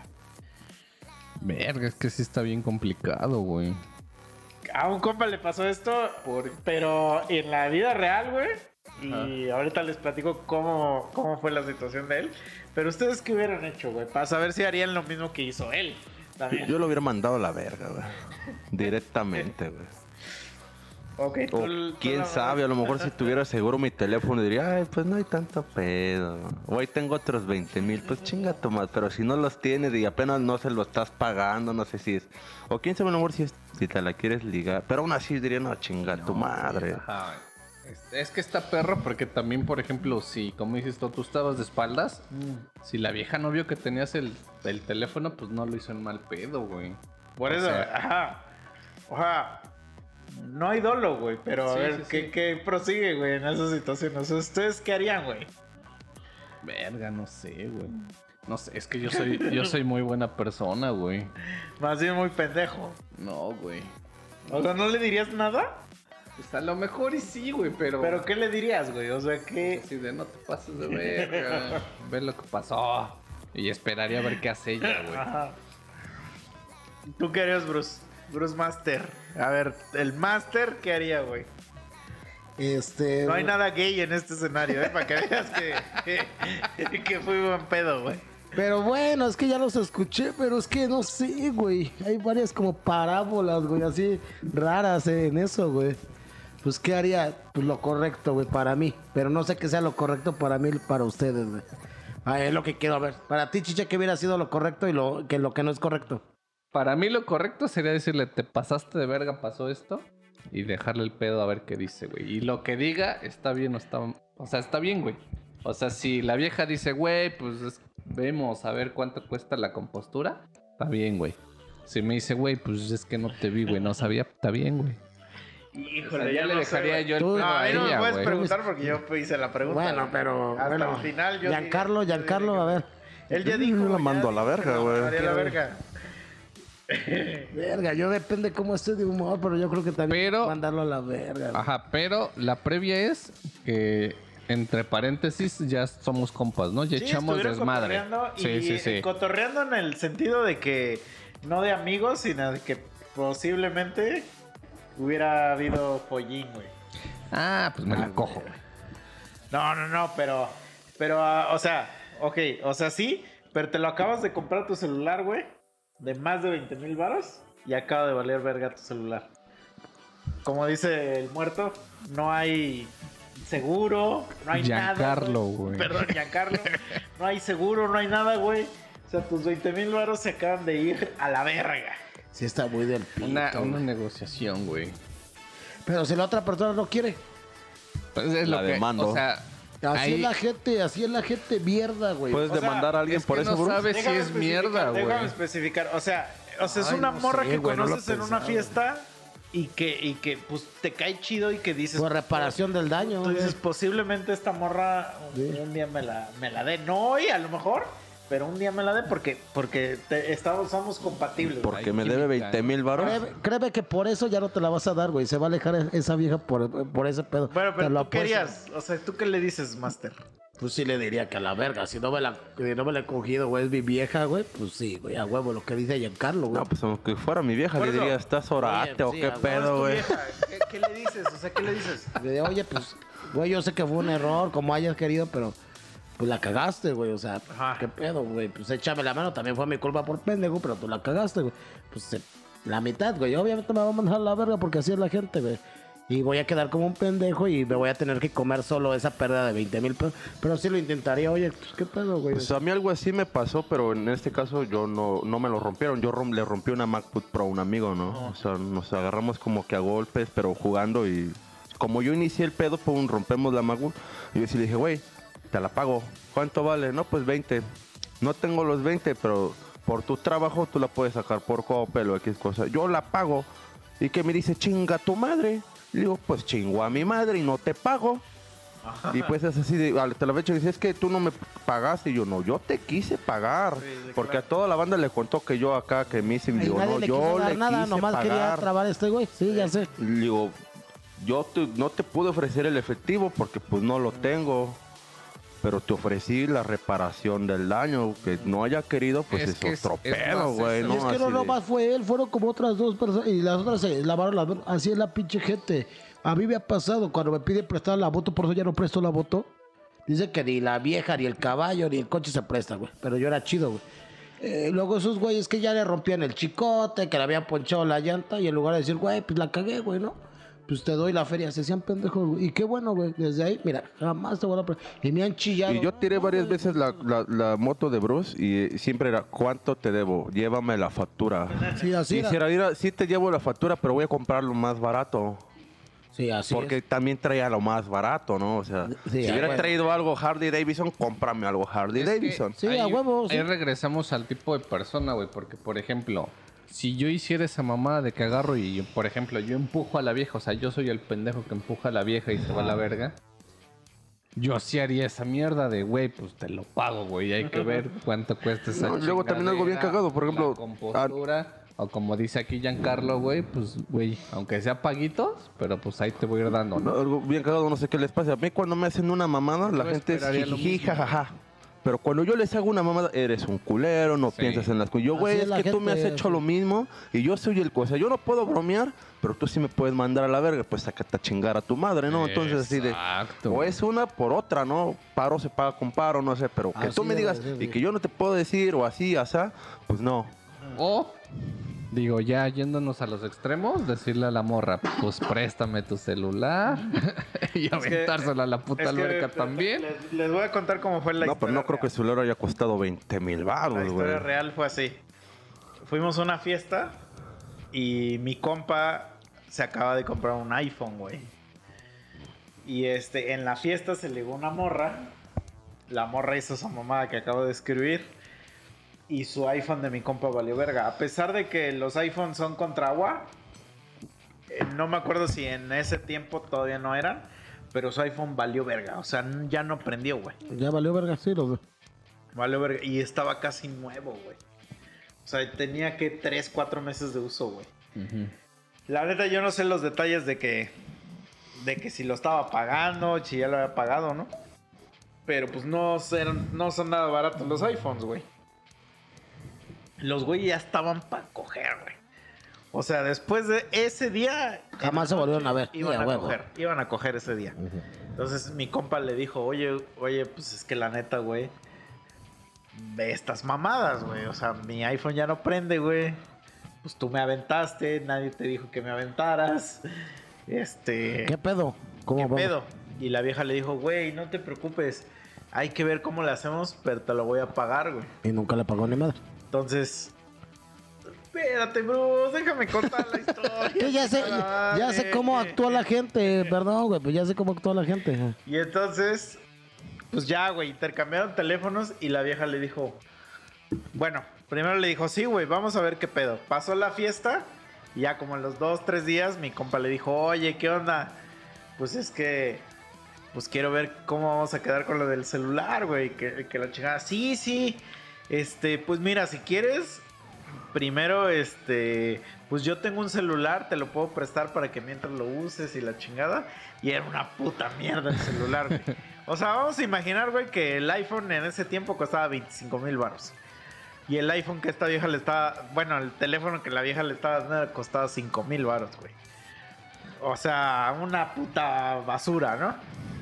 Verga, es que sí está bien complicado, güey. A un compa le pasó esto, pero en la vida real, güey. Y ahorita les platico cómo, cómo fue la situación de él. Pero ustedes qué hubieran hecho, güey, para saber si harían lo mismo que hizo él. También. Yo lo hubiera mandado a la verga, güey. Directamente, güey. Ok, O tú- tú quién la- sabe, a lo mejor si tuviera seguro mi teléfono diría, ay, pues no hay tanto pedo. O ahí tengo otros veinte mil, pues chinga tu madre. Pero si no los tienes y apenas no se lo estás pagando, no sé si es. O quién sabe, a lo mejor si, es- si te la quieres ligar. Pero aún así diría, no, chinga tu madre. Ajá. Es, es que está perro porque también, por ejemplo, si, como dices tú, tú estabas de espaldas, si la vieja no vio que tenías el, el teléfono, pues no lo hizo en mal pedo, güey. Por O eso, sea- ajá. O sea, no hay dolo, güey. Pero a Sí, ver, sí, ¿qué, sí. qué prosigue, güey, en esa situación? O sea, ¿ustedes qué harían, güey? Verga, no sé, güey. No sé, es que yo soy, yo soy muy buena persona, güey. Más bien muy pendejo. No, güey. O sea, ¿no le dirías nada? Pues a lo mejor y sí, güey, pero... ¿Pero qué le dirías, güey? O sea, ¿qué...? Así de, no te pases de verga. Ve lo que pasó. Y esperaría a ver qué hace ella, güey. Ajá. ¿Tú qué harías, Bruce? Bruce Master. A ver, el Master, ¿qué haría, güey? Este. No hay nada gay en este escenario, ¿eh? Para que veas que, que, que fui buen pedo, güey. Pero bueno, es que ya los escuché, pero es que no sé, güey. Hay varias como parábolas, güey, así raras eh, en eso, güey. Pues, ¿qué haría? Pues lo correcto, güey, para mí. Pero no sé qué sea lo correcto para mí y para ustedes, güey. Ah, es lo que quiero ver. Para ti, Chicha, ¿qué hubiera sido lo correcto y lo que, lo que no es correcto? Para mí lo correcto sería decirle, te pasaste de verga, pasó esto. Y dejarle el pedo a ver qué dice, güey. Y lo que diga está bien o está... O sea, está bien, güey. O sea, si la vieja dice, güey, pues es- vemos a ver cuánto cuesta la compostura. Está bien, güey. Si me dice, güey, pues es que no te vi, güey, no sabía, está bien, güey. Híjole, O sea, ya yo le no sé, dejaría güey. yo el Tú- pedo No, a a mí no me ella, puedes güey. preguntar porque yo hice la pregunta. Bueno, güey. pero Hasta bueno, el final yo Giancarlo, diría- yo Giancarlo, diría a que- ver. Él ya dijo. Yo la ya mando a la dijo que verga, la güey. mandaría a la verga. Verga, yo depende cómo esté de humor, pero yo creo que también Pero- mandarlo a la verga. güey. Ajá, pero la previa es que, entre paréntesis, ya somos compas, ¿no? Ya Sí, echamos estuvieron desmadre. cotorreando Sí, y, sí, sí. eh, cotorreando en el sentido de que no de amigos, sino de que posiblemente hubiera habido follín, güey. Ah, pues me la cojo, güey. No, no, no, pero, pero, ah, o sea, ok, o sea, sí, pero te lo acabas de comprar tu celular, güey, de más de veinte mil varos y acaba de valer verga tu celular. Como dice el muerto, no hay seguro, no hay nada. Giancarlo, güey. Perdón, Giancarlo. No hay seguro, no hay nada, güey. O sea, tus veinte mil varos se acaban de ir a la verga. Sí está muy del pito. Una, güey. una negociación, güey. Pero si la otra persona no quiere. Pues es La lo que, demando. o sea, Así ahí- es la gente, así es la gente mierda, güey. ¿Puedes O sea, demandar a alguien es por que eso, no bro? sabes si Déjame es especificar, mierda, Déjame güey. especificar. O sea, o sea es Ay, una no morra sé, que güey, no lo conoces en una pensaba. fiesta y que, y que pues te cae chido y que dices. Por reparación del daño. Tú dices, güey. posiblemente esta morra un, Sí. un día me la, me la dé. No hoy, a lo mejor, pero un día me la dé porque, porque te- estamos, somos compatibles. güey. Porque Hay me química, debe veinte mil varos. Créeme, créeme que por eso ya no te la vas a dar, güey. Se va a alejar esa vieja por, por ese pedo. Bueno, Te pero lo tú apuesto. querías. O sea, ¿tú qué le dices, Master? Pues sí le diría que a la verga. Si no me la, si no me la he cogido, güey, es mi vieja, güey. Pues sí, güey, a huevo, lo que dice Giancarlo, güey. No, pues aunque fuera mi vieja, Por le eso. diría, ¿estás orate Oye, o sí, qué a huevo, pedo, ¿Es tu güey? vieja? ¿Qué, qué le dices? O sea, ¿qué le dices? Le digo, oye, pues, güey, yo sé que fue un error, como hayas querido, pero pues la cagaste, güey. O sea, Ajá. qué pedo, güey. Pues échame la mano, también fue mi culpa por pendejo, pero tú la cagaste, güey. Pues se- la mitad, güey. Obviamente me va a mandar a la verga porque así es la gente, güey. Y voy a quedar como un pendejo y me voy a tener que comer solo esa pérdida de veinte mil pesos. Pero sí lo intentaría, oye, pues qué pedo, güey. Pues a mí algo así me pasó, pero en este caso yo no, no me lo rompieron. Yo rom- le rompí una MacBook Pro a un amigo, ¿no? O sea, nos agarramos como que a golpes, pero jugando y... Como yo inicié el pedo, fue un rompemos la MacBook. Y yo sí le dije, güey, te la pago. ¿Cuánto vale? No, pues veinte. No tengo los veinte, pero por tu trabajo tú la puedes sacar por Coppel o X cosa. Yo la pago. Y que me dice, chinga tu madre. Le digo, pues chingo a mi madre y no te pago. Y pues es así, de, al- te la fecha dice, es que tú no me pagaste. Y yo, no, yo te quise pagar. Sí, porque claro. a toda la banda le contó que yo acá, que me hice, y Y digo, nadie no, le yo quiso le dar nada, quise nomás quería pagar. trabar a este güey. Sí, ya sé. Le digo, yo te- no te pude ofrecer el efectivo porque pues no lo tengo. Pero te ofrecí la reparación del daño. Que no haya querido, pues Es es, que es- otro es pedo, más güey. eso. Y ¿no? es que no Así de- nomás fue él, fueron como otras dos personas y las otras se lavaron las manos. Así es la pinche gente. A mí me ha pasado cuando me pide prestar la moto, por eso ya no presto la moto. Dice que ni la vieja, ni el caballo, ni el coche se presta, güey. Pero yo era chido, güey. Eh, luego esos güeyes que ya le rompían el chicote, que le habían ponchado la llanta y en lugar de decir, güey, pues la cagué, güey, ¿no? Pues te doy la feria, se hacían pendejos, güey. Y qué bueno, güey. Desde ahí, mira, jamás te voy a... pre- Y me han chillado. Y yo tiré varias veces la, la- la moto de Bruce y siempre era, ¿cuánto te debo? Llévame la factura. Sí, así Y era. si era, mira, sí te llevo la factura, pero voy a comprarlo más barato. Sí, así Porque es. también traía lo más barato, ¿no? O sea, Sí, si a hubiera huevo. traído algo Harley Davidson, cómprame algo Harley Es que Davidson. Sí, ahí- a huevo, sí. Ahí regresamos al tipo de persona, güey. Porque, por ejemplo, si yo hiciera esa mamada de que agarro y, por ejemplo, yo empujo a la vieja, o sea, yo soy el pendejo que empuja a la vieja y se va a la verga. Yo sí haría esa mierda de, güey, pues te lo pago, güey. Hay que ver cuánto cuesta esa No, luego también algo bien chingadera, cagado, por ejemplo, la compostura, o como dice aquí Giancarlo, güey, pues, güey, aunque sea paguitos, pero pues ahí te voy a ir dando, No, ¿no? algo bien cagado, no sé qué les pasa. A mí cuando me hacen una mamada, la Yo gente es esperaría lo jijiji, mismo. jajaja. Pero cuando yo les hago una mamada, eres un culero, no Sí. piensas en las cosas. Yo, Así güey, es es la que tú me has gente, hecho sí. lo mismo y yo soy el cosa. Yo no puedo bromear, pero tú sí me puedes mandar a la verga. Pues sácate a chingar a tu madre, ¿no? Entonces así de... Exacto. O es una por otra, ¿no? Paro se paga con paro, no sé. Pero que Así tú me es, digas así es, y sí. que yo no te puedo decir o así, asá, pues no. O, digo, ya yéndonos a los extremos, decirle a la morra, pues préstame tu celular y Es que- aventársela a la puta es que alberca te- también. Les, les voy a contar cómo fue la No, pero historia no creo que real. el celular haya costado veinte mil La baros, historia güey. real fue así. fuimos a una fiesta y mi compa se acaba de comprar un iPhone, güey. Y este, en la fiesta se ligó una morra. La morra hizo esa mamada que acabo de escribir. Y su iPhone de mi compa valió verga. A pesar de que los iPhones son contra agua. Eh, no me acuerdo si en ese tiempo todavía no eran. Pero su iPhone valió verga. O sea, ya no prendió, güey. Ya valió verga, sí, los Valió verga. Y estaba casi nuevo, güey. O sea, tenía que tres, cuatro meses de uso, güey. Uh-huh. La neta, yo no sé los detalles de que... De que si lo estaba pagando, si ya lo había pagado, ¿no? Pero pues no son, no son nada baratos los iPhones, güey. Los güey ya estaban para coger, güey. O sea, después de ese día... Jamás se volvieron a ver. Iban yeah, a huevo. coger, iban a coger ese día. Uh-huh. Entonces mi compa le dijo, oye, oye, pues es que la neta, güey... Ve estas mamadas, güey. O sea, mi iPhone ya no prende, güey. Pues tú me aventaste, nadie te dijo que me aventaras. Este... ¿Qué pedo? ¿Cómo ¿Qué vamos? pedo? Y la vieja le dijo, güey, no te preocupes. Hay que ver cómo le hacemos, pero te lo voy a pagar, güey. Y nunca le pagó ni madre. Entonces... Espérate, bro, déjame contar la historia. Que ya sé, ya, ya sé cómo actúa la gente, perdón, güey, pues ya sé cómo actúa la gente. Y entonces... Pues ya, güey, intercambiaron teléfonos y la vieja le dijo... Bueno, primero le dijo, sí, güey, vamos a ver qué pedo. Pasó la fiesta y ya como en los dos, tres días mi compa le dijo, oye, ¿qué onda? Pues es que... Pues quiero ver cómo vamos a quedar con lo del celular, güey. Que, que la chingada... Sí, sí. Este, pues mira, si quieres... Primero, este... Pues yo tengo un celular, te lo puedo prestar para que mientras lo uses y la chingada. Y era una puta mierda el celular, güey. O sea, vamos a imaginar, güey, que el iPhone en ese tiempo costaba veinticinco mil baros. Y el iPhone que esta vieja le estaba... Bueno, el teléfono que la vieja le estaba dando costaba cinco mil baros, güey. O sea, una puta basura, ¿no?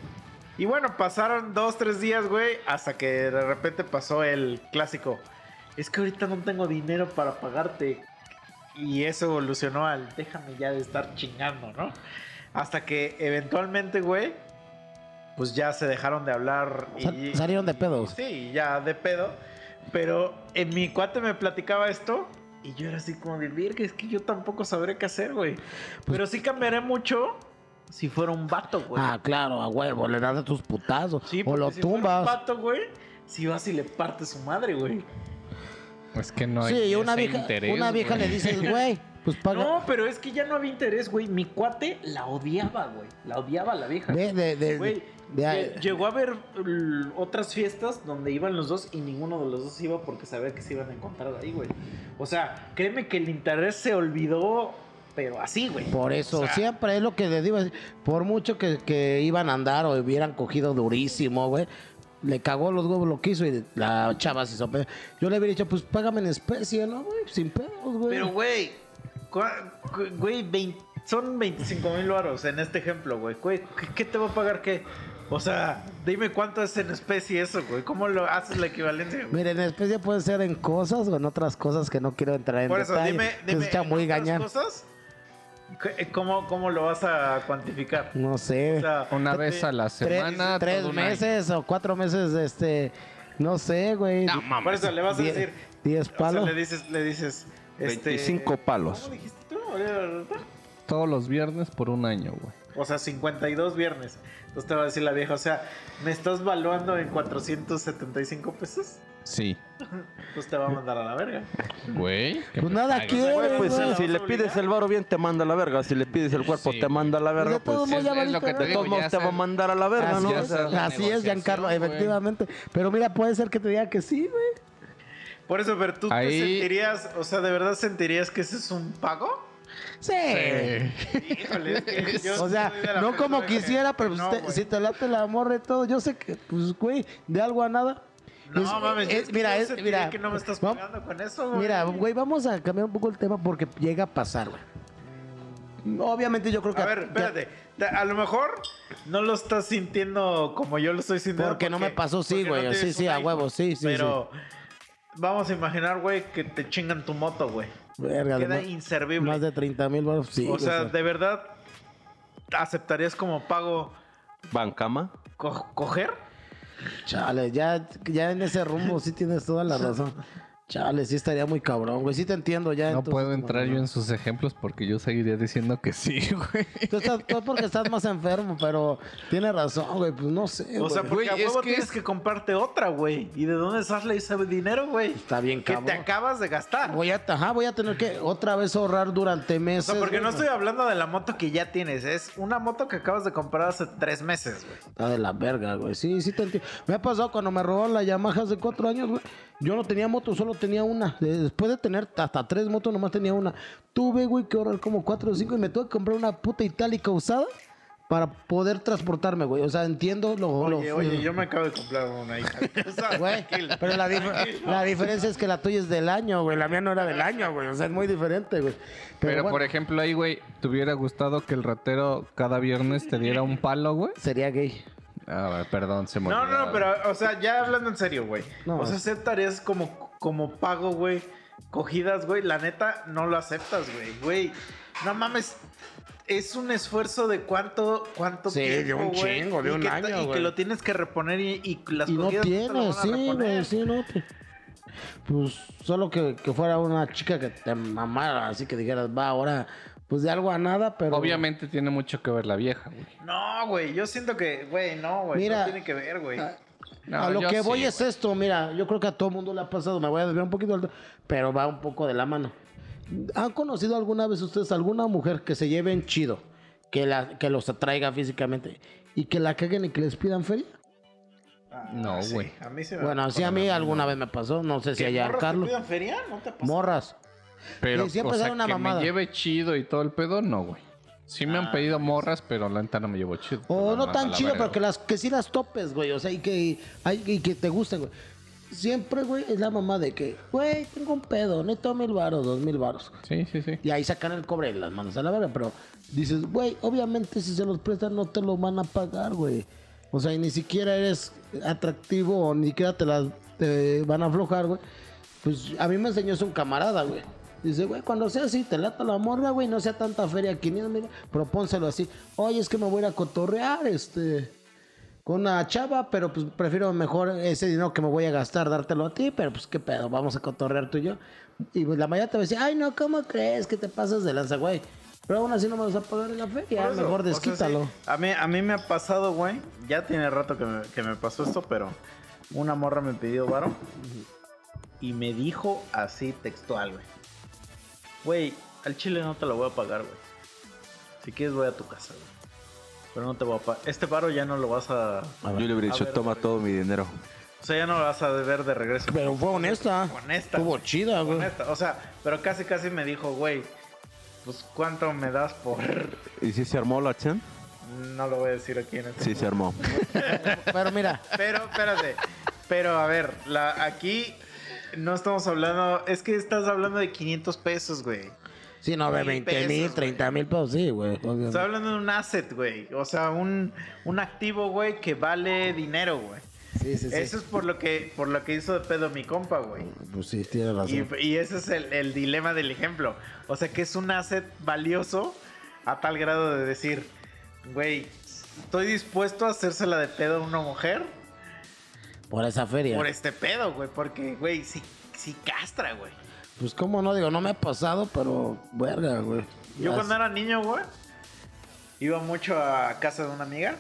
Y bueno, pasaron dos, tres días, güey, hasta que de repente pasó el clásico. Es que ahorita no tengo dinero para pagarte. Y eso evolucionó al déjame ya de estar chingando, ¿no? Hasta que eventualmente, güey, pues ya se dejaron de hablar. Y, salieron de pedos. Sí, ya de pedo. Pero en mi cuate me platicaba esto y yo era así como de virga, es que yo tampoco sabré qué hacer, güey. Pues, pero sí cambiaré mucho si fuera un vato, güey. Ah, claro, a huevo, le das a tus putazos. Sí, o lo si tumbas. Fuera un vato, güey, si vas y le partes su madre, güey. Es que no hay sí, una ese vieja, interés, una vieja le dices, güey, pues paga. No, pero es que ya no había interés, güey. Mi cuate la odiaba, güey. La odiaba la vieja. De, de, de, güey, de, de, llegó a ver uh, otras fiestas donde iban los dos y ninguno de los dos iba porque sabía que se iban a encontrar ahí, güey. O sea, créeme que el interés se olvidó, pero así, güey. Por eso, o sea, siempre es lo que les digo. Por mucho que, que iban a andar o hubieran cogido durísimo, güey. Le cagó los huevos lo que hizo y la chava se hizo pedo. Yo le hubiera dicho, pues págame en especie, ¿no, güey? Sin pedos, güey. Pero, güey, güey, veinte, son veinticinco mil baros en este ejemplo, güey. ¿Qué, ¿Qué te va a pagar qué? O sea, dime cuánto es en especie eso, güey. ¿Cómo lo haces la equivalencia, güey? Mira, en especie puede ser en cosas o en otras cosas que no quiero entrar en Por eso, detalle. dime, dime, está muy ¿en otras gañán. cosas? ¿Cómo, ¿Cómo lo vas a cuantificar? No sé. O sea, Una vez a la semana. Tres, tres todo un meses o cuatro meses, este... No sé, güey. No, mames. por eso le vas a Die- decir... diez palos. O sea, le dices, le dices... Este, veinticinco palos. ¿Cómo dijiste tú? año. Todos los viernes por un año, güey. O sea, cincuenta y dos viernes. Entonces te va a decir la vieja, o sea, ¿me estás valuando en cuatrocientos setenta y cinco pesos? Sí. Pues te va a mandar a la verga. Güey. que Pues me nada pagues. quiere, Güey, pues güey. si le pides el varo bien, te manda a la verga. Si le pides el cuerpo, Sí, te manda a la Pues verga, de todos pues... modos, Es, ya es lo que valiste, te De digo, todos modos ya te va a sea- mandar a la verga, Así ¿no? es, O sea, la así es, Giancarlo, negociación, efectivamente. Pero mira, puede ser que te diga que sí, güey. Por eso, pero tú Ahí- te sentirías, o sea, ¿de verdad sentirías que ese es un pago? Sí. Híjole, es que yo O sea, soy de la no como persona que- quisiera, pero que pues no, te- güey. si te late la morra y todo, yo sé que, pues, güey, de algo a nada. No, Es- mames, es- es que mira, yo es- sentiría mira, que no me estás va- pagando con eso, güey. Mira, güey, vamos a cambiar un poco el tema porque llega a pasar, güey. Obviamente yo creo que... A ver, ya- espérate. Te- A lo mejor no lo estás sintiendo como yo lo estoy sintiendo. Porque no me pasó, sí, porque güey, no sí, tienes sí, un a iPhone. huevo, sí, sí, Pero vamos a imaginar, güey, que te chingan tu moto, güey. Verga, Queda más- inservible. Más de treinta mil baros, sí. o sea, güey. de verdad, ¿aceptarías como pago Bancama. co- coger? Chale, ya, ya en ese rumbo sí tienes toda la razón. Chale, sí estaría muy cabrón, güey. Sí te entiendo ya. No entonces, puedo entrar bueno, yo en sus ejemplos porque yo seguiría diciendo que sí, güey. Tú estás, tú porque estás más enfermo, pero tienes razón, güey. Pues no sé, O sea, güey. porque Güey, a es huevo que tienes es- que comprarte otra, güey. ¿Y de dónde sale ese dinero, güey? Está bien, Que cabrón. te acabas de gastar. Voy a, ajá, voy a tener que otra vez ahorrar durante O meses. sea, porque güey. no estoy hablando de la moto que ya tienes. Es una moto que acabas de comprar hace tres meses, güey. Está de la verga, güey. Sí, sí te entiendo. Me ha pasado cuando me robaron la Yamaha hace cuatro años, güey. Yo no tenía moto, solo tenía una. Después de tener hasta tres motos, nomás tenía una. Tuve, güey, que ahorrar como cuatro o cinco y me tuve que comprar una puta itálica usada para poder transportarme, güey. O sea, entiendo lo... Oye, lo- oye, yo me acabo de comprar una hija. Güey, pero la, dif- la diferencia es que la tuya es del año, güey. La mía no era del año, güey. O sea, es muy diferente, güey. Pero, bueno, por ejemplo, ahí, güey, ¿te hubiera gustado que el ratero cada viernes te diera un palo, güey? sería gay. A ver, perdón, se me No, olvidaba. no, pero, o sea, ya hablando en serio, güey. No, o sea, es- aceptarías como, como pago, güey. Cogidas, güey. La neta, no lo aceptas, güey. Güey, no mames. Es un esfuerzo de cuánto, cuánto Sí, tiempo, de un güey, chingo, de y un que, año, Y que güey. lo tienes que reponer y, y las Y no cogidas no te lo tienes, van a sí, reponer. güey, sí, no. te- Pues solo que, que fuera una chica que te mamara, así que dijeras, va, ahora, pues de algo a nada, pero... Obviamente tiene mucho que ver la vieja, güey. No, güey, yo siento que, güey, no, güey, Mira, no tiene que ver, güey. a- No, a lo yo que voy sí, es güey. esto, mira, yo creo que a todo mundo le ha pasado, me voy a desviar un poquito, del- pero va un poco de la mano. ¿Han conocido alguna vez ustedes alguna mujer que se lleven chido, que, la, que los atraiga físicamente y que la caguen y que les pidan feria? Ah, No, sí, güey. A mí se me Bueno, sí a mí alguna vez me pasó, no sé si ¿Qué, allá morros te Carlos. pidan feria? ¿No te pasó? Morras. Pero, Y siempre o sea, sale una que mamada. me lleve chido y todo el pedo, no, güey. Sí me han Ah, pedido morras, pero la neta no me llevo chido. O Me no mandan tan a la chido, verga, pero que, güey. las, que sí las topes, güey. O sea, y que, ay, y que te gusten, güey. Siempre, güey, es la mamá de que, güey, tengo un pedo, neto mil varos, dos mil varos. Sí, sí, sí. Y ahí sacan el cobre y las mandas a la verga. Pero dices, güey, obviamente si se los prestan no te lo van a pagar, güey. O sea, y ni siquiera eres atractivo o ni siquiera te las te van a aflojar, güey. Pues a mí me enseñó eso un camarada, güey. Dice, güey, cuando sea así, te lata la morra, güey, no sea tanta feria, quinientos mil, propónselo así. Oye, es que me voy a ir a cotorrear, este, con una chava, pero pues prefiero mejor ese dinero que me voy a gastar, dártelo a ti, pero pues qué pedo, vamos a cotorrear tú y yo. Y pues la mayoría te va a decir, ay, no, ¿cómo crees que te pasas de lanza, güey? Pero aún así no me vas a pagar en la feria, Por eso, mejor o sea, desquítalo. sí, a, mí, a mí me ha pasado, güey. Ya tiene rato que me, que me pasó esto, pero una morra me pidió varo y me dijo así textual, güey. Güey, al chile no te lo voy a pagar, güey. Si quieres voy a tu casa, güey. Pero no te voy a pagar. Este varo ya no lo vas a... Yo le hubiera A dicho, ver, toma a ver. todo mi dinero. O sea, ya no lo vas a deber de regreso. Pero fue honesta. Honesta. Estuvo chida, güey. Honesta. O sea, pero casi casi me dijo, güey, pues ¿cuánto me das por...? ¿Y si se armó la acción? No lo voy a decir aquí en este Sí, se armó. Pero mira, Pero, espérate. Pero, a ver, la, aquí no estamos hablando... Es que estás hablando de quinientos pesos, güey. sí, no, de Mil veinte pesos, mil, güey. treinta mil pesos, sí, güey. obviamente. Estás hablando de un asset, güey. O sea, un, un activo, güey, que vale dinero, güey. Sí, sí, sí. Eso es por lo que por lo que hizo de pedo mi compa, güey. Pues sí, tiene razón. Y, y ese es el, el dilema del ejemplo. O sea, que es un asset valioso a tal grado de decir, güey, estoy dispuesto a hacérsela de pedo a una mujer Por esa feria. por este pedo, güey. Porque, güey, sí, sí castra, güey. Pues cómo no, digo, no me ha pasado, pero verga, güey. Yo Las- cuando era niño, güey, iba mucho a casa de una amiga.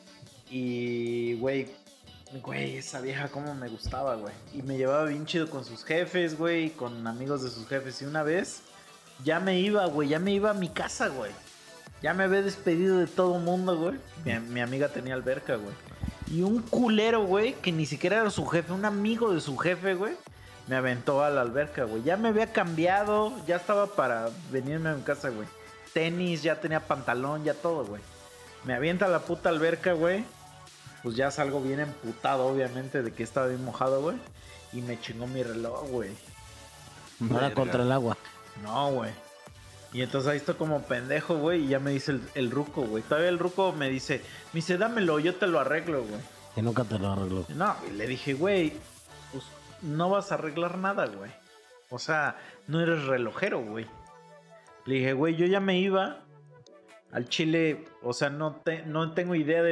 Y, güey, güey, esa vieja cómo me gustaba, güey. Y me llevaba bien chido con sus jefes, güey, con amigos de sus jefes. Y una vez ya me iba, güey, ya me iba a mi casa, güey. Ya me había despedido de todo mundo, güey. Mi, mi amiga tenía alberca, güey. Y un culero, güey, que ni siquiera era su jefe, un amigo de su jefe, güey, me aventó a la alberca, güey. Ya me había cambiado, ya estaba para venirme a mi casa, güey. Tenis, ya tenía pantalón, ya todo, güey. Me avienta a la puta alberca, güey. Pues ya salgo bien emputado, obviamente, de que estaba bien mojado, güey. Y me chingó mi reloj, güey. Ahora contra el agua. No, güey. Y entonces ahí estoy como pendejo, güey. Y ya me dice el, el ruco, güey. Todavía el ruco me dice, me dice, dámelo, yo te lo arreglo, güey. Que nunca te lo arregló. No, y le dije, güey, pues no vas a arreglar nada, güey. O sea, no eres relojero, güey. Le dije, güey, yo ya me iba al Chile. O sea, no, te, no tengo idea de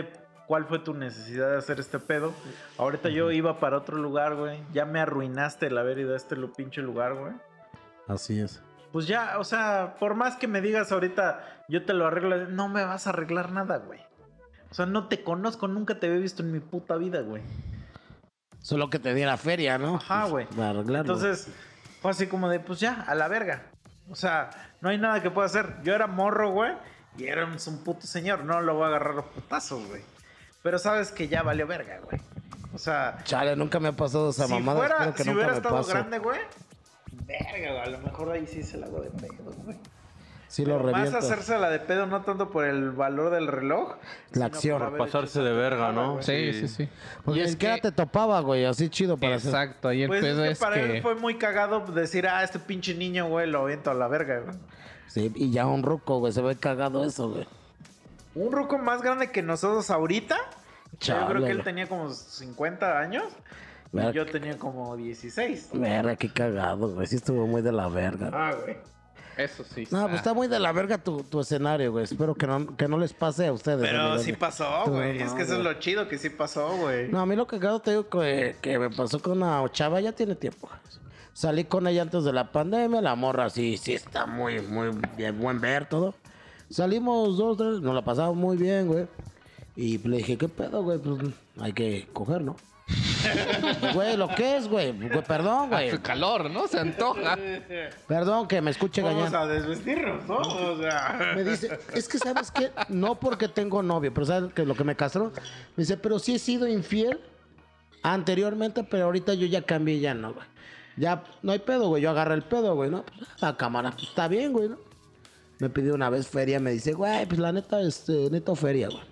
¿cuál fue tu necesidad de hacer este pedo? Ahorita yo iba para otro lugar, güey. Ya me arruinaste el haber ido a este lo pinche lugar, güey. Así es. Pues ya, o sea, por más que me digas ahorita, yo te lo arreglo, no me vas a arreglar nada, güey. O sea, no te conozco, nunca te había visto en mi puta vida, güey. Solo que te diera feria, ¿no? Ajá, güey. Para arreglarlo. Entonces, fue así como de, pues ya, a la verga. O sea, no hay nada que pueda hacer. Yo era morro, güey, y era un, un puto señor. No lo voy a agarrar los putazos, güey. Pero sabes que ya valió verga, güey. O sea... Chale, nunca me ha pasado esa si mamada. Fuera, espero que si nunca hubiera me estado pase. grande, güey, verga, güey. A lo mejor ahí sí se la hago de pedo, güey. Sí lo Pero más reviento. hacerse la de pedo no tanto por el valor del reloj, La sino acción. por haber Pasarse hecho de esa verga, pendejada, ¿no? güey. Sí, sí, sí. Porque Y ni es siquiera que- te topaba, güey. Así chido para hacer. Exacto, ahí el Pues pedo es que es para que... él fue muy cagado decir, ah, este pinche niño, güey, lo aviento a la verga, güey. Sí, y ya un ruco, güey. Se ve cagado eso, güey. Un ruco más grande que nosotros ahorita. Chale, Yo creo que él güey. tenía como cincuenta años. Y Verga. yo tenía como dieciséis. Verga, qué cagado, güey. Sí estuvo muy de la verga. Ah, güey. Eso sí. No, pues está muy de la verga tu, tu escenario, güey. Espero que no, que no les pase a ustedes. Pero amigos. sí pasó, güey. No, Es que eso es güey. lo chido, que sí pasó, güey. No, a mí lo cagado te digo que, que me pasó con una chava, ya tiene tiempo. Salí con ella antes de la pandemia, la morra sí, sí está muy, muy bien, buen ver todo. Salimos dos, tres, nos la pasamos muy bien, güey. Y le dije, ¿qué pedo, güey? Pues hay que coger, ¿no? Güey, lo que es, güey. Güey, Perdón, güey. Hace calor, ¿no? Se antoja. Perdón que me escuche Vamos gañar. a desvestirnos, ¿no? O sea... Me dice, es que sabes qué, no porque tengo novio, pero sabes que lo que me castró, me dice, pero sí he sido infiel anteriormente, pero ahorita yo ya cambié, ya no, güey. Ya no hay pedo, güey, yo agarré el pedo, güey, ¿no? Pues, la cámara, pues, está bien, güey, ¿no? Me pidió una vez feria, me dice, güey, pues la neta, este, neta feria, güey.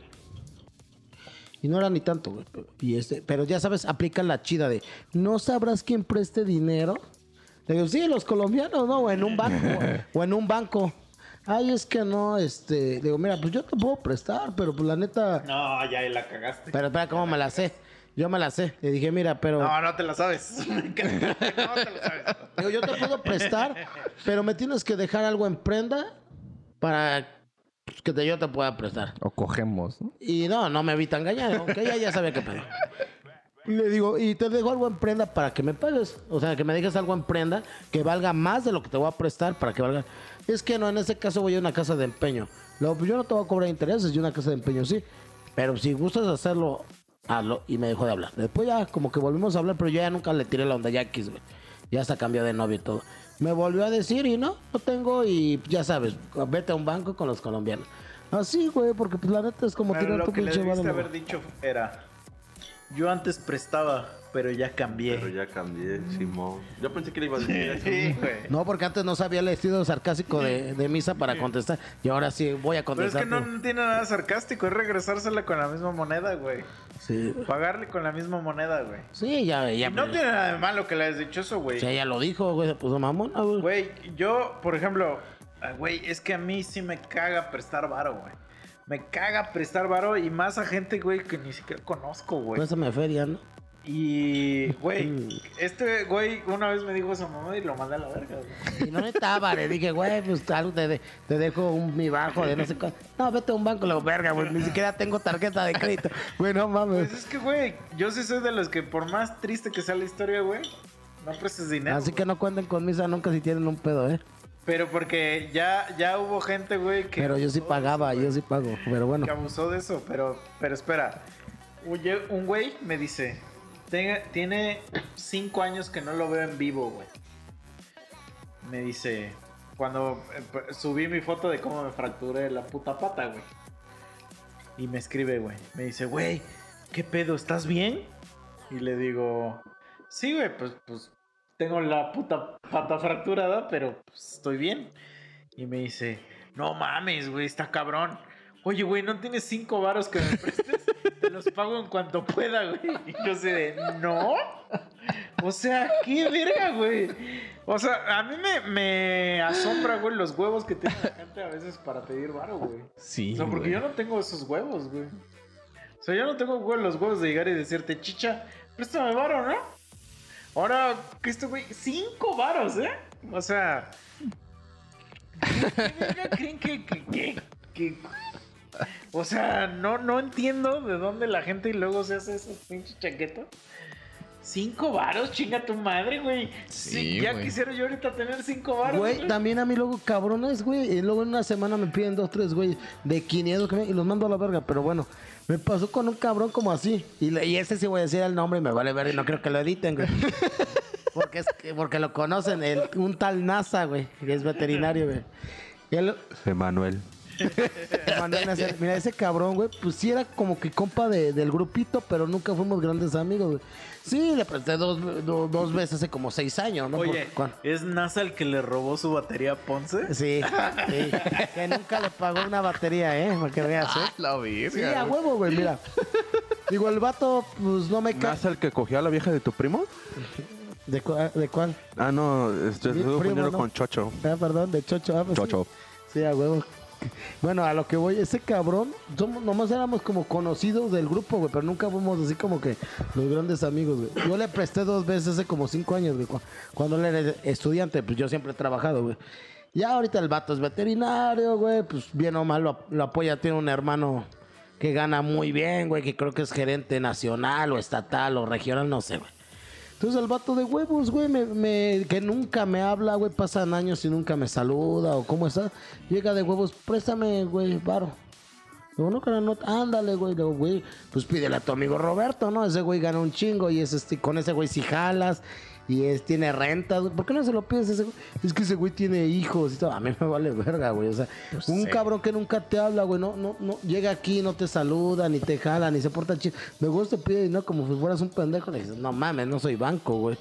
Y no era ni tanto, güey. Y este, pero ya sabes, aplican la chida de, ¿no sabrás quién preste dinero? Le digo, sí, los colombianos, ¿no? O en un banco. o en un banco. Ay, es que no, este... Digo, mira, pues yo te puedo prestar, pero pues la neta... No, ya la cagaste. Pero espera, ¿cómo me la sé? Yo me la sé. Le dije, mira, pero... No, no te la sabes. No te la sabes. Digo, yo te puedo prestar, pero me tienes que dejar algo en prenda para pues, que te, yo te pueda prestar. O cogemos, ¿no? Y no, no me evita engañar, aunque ella ya sabía qué pedo. Y le digo, y te dejo algo en prenda para que me pagues. O sea, que me dejes algo en prenda que valga más de lo que te voy a prestar para que valga. Es que no, en ese caso voy a una casa de empeño. Luego, pues yo no te voy a cobrar intereses, yo una casa de empeño sí. Pero si gustas hacerlo, hazlo. Y me dejó de hablar. Después ya como que volvimos a hablar, pero yo ya nunca le tiré la onda ya X, güey. Ya se cambió de novio y todo. Me volvió a decir y no, no tengo y ya sabes, vete a un banco con los colombianos. Así, güey, porque pues la neta es como Pero tirar lo tu que le pinche debiste varo, haber dicho era... Yo antes prestaba, pero ya cambié. Pero ya cambié, Simón. Yo pensé que le iba a decir eso. Sí, güey. No, porque antes no sabía el estilo sarcástico de, de misa para contestar. Y ahora sí voy a Pero es contestar. que no, todo. no tiene nada sarcástico, es regresársela con la misma moneda, güey. Sí, Pagarle con la misma moneda, güey. sí, ya, ya. Y no tiene nada de malo que le hayas dicho eso, güey. O sea, ella lo dijo, güey, se puso mamona, güey. Güey, yo, por ejemplo, ah, güey, es que a mí sí me caga prestar varo, güey. Me caga prestar varo y más a gente, güey, que ni siquiera conozco, güey. Préstame feria, ¿no? Y, güey, Mm. este güey una vez me dijo esa mamá y lo mandé a la verga, güey. Y no estaba, le dije, güey, pues algo te, de- te dejo un mi bajo de no sé cuál. No, vete a un banco, le digo, verga, güey, ni siquiera tengo tarjeta de crédito. Güey, no mames. Pues es que, güey, yo sí soy de los que por más triste que sea la historia, güey, no prestes dinero. Así que güey. no cuenten con misa nunca si tienen un pedo, ¿eh? Pero porque ya, ya hubo gente, güey, que... Pero yo sí abusó de pagaba, eso, yo güey. sí pago. Pero bueno. Que abusó de eso, pero, pero espera. Oye, un güey me dice, "Tenga- tiene cinco años que no lo veo en vivo, güey. Me dice, cuando eh, subí mi foto de cómo me fracturé la puta pata, güey. Y me escribe, güey. Me dice, güey, ¿qué pedo? ¿Estás bien? Y le digo, sí, güey, pues, pues tengo la puta pata fracturada, pero pues, estoy bien. Y me dice, no mames, güey, está cabrón. Oye, güey, ¿no tienes cinco varos que me prestes? Te los pago en cuanto pueda, güey. Y yo sé de, ¿no? O sea, qué verga, güey. O sea, a mí me, me asombra, güey, los huevos que tiene la gente a veces para pedir varo, güey. Sí, O sea, porque güey. yo no tengo esos huevos, güey. O sea, yo no tengo, güey, los huevos de llegar y decirte, chicha, préstame varo, ¿no? Ahora, ¿qué esto, güey? Cinco varos, ¿eh? O sea... ¿Qué verga creen que... que, que, que O sea, no, no entiendo de dónde la gente y luego se hace esos pinches chaquetos. Cinco varos, chinga tu madre, güey. Sí, Sí, ya güey. quisiera yo ahorita tener cinco varos. Güey, también a mí luego cabrones, güey. Y luego en una semana me piden dos, tres, güey, de quinientos que me- y los mando a la verga. Pero bueno, me pasó con un cabrón como así. Y, le- y ese sí voy a decir el nombre y me vale ver y no creo que lo editen, güey. Porque, es, que- porque lo conocen, el, un tal NASA, güey, que es veterinario, güey. Y él, Emanuel. Manuel Nacer, mira, ese cabrón, güey, pues sí era como que compa de- del grupito, pero nunca fuimos grandes amigos, güey. Sí, le presté dos, do- dos veces hace como seis años, ¿no? Oye, Porque cuando- ¿es NASA el que le robó su batería a Ponce? Sí, sí, que nunca le pagó una batería, ¿eh? Para que veas, ¿eh? La verga. Sí, a huevo, güey, mira. Digo, el vato, pues no me cae. ¿Más el que cogió a la vieja de tu primo? ¿De, cu- ¿De cuál? Ah, no, estoy Mi estoy primo, confundiendo ¿no? con Chocho. Ah, perdón, de Chocho. Ah, pues sí. Chocho. Sí, a huevo. Bueno, a lo que voy, ese cabrón, somos, nomás éramos como conocidos del grupo, güey, pero nunca fuimos así como que los grandes amigos, güey. Yo le presté dos veces hace como cinco años, güey, cu- cuando él era estudiante, pues yo siempre he trabajado, güey. Ya ahorita el vato es veterinario, güey, pues bien o mal lo, lo apoya, tiene un hermano que gana muy bien, güey, que creo que es gerente nacional o estatal o regional, no sé, güey. Entonces el vato de huevos, güey, me, me- que nunca me habla, güey, pasan años y nunca me saluda o cómo está. Llega de huevos, préstame, güey, varo. Digo, no, cara, no, ándale, güey. Digo, güey, pues pídele a tu amigo Roberto, ¿no? Ese güey gana un chingo y es este, con ese güey sí jalas y es, tiene renta, güey. ¿Por qué no se lo pides a ese güey? Es que ese güey tiene hijos y todo. A mí me vale verga, güey. O sea, un sí. cabrón que nunca te habla, güey, no, no, no, llega aquí, no te saluda, ni te jala, ni se porta chido. Luego te pide dinero como si fueras un pendejo. Le dices, no mames, no soy banco, güey.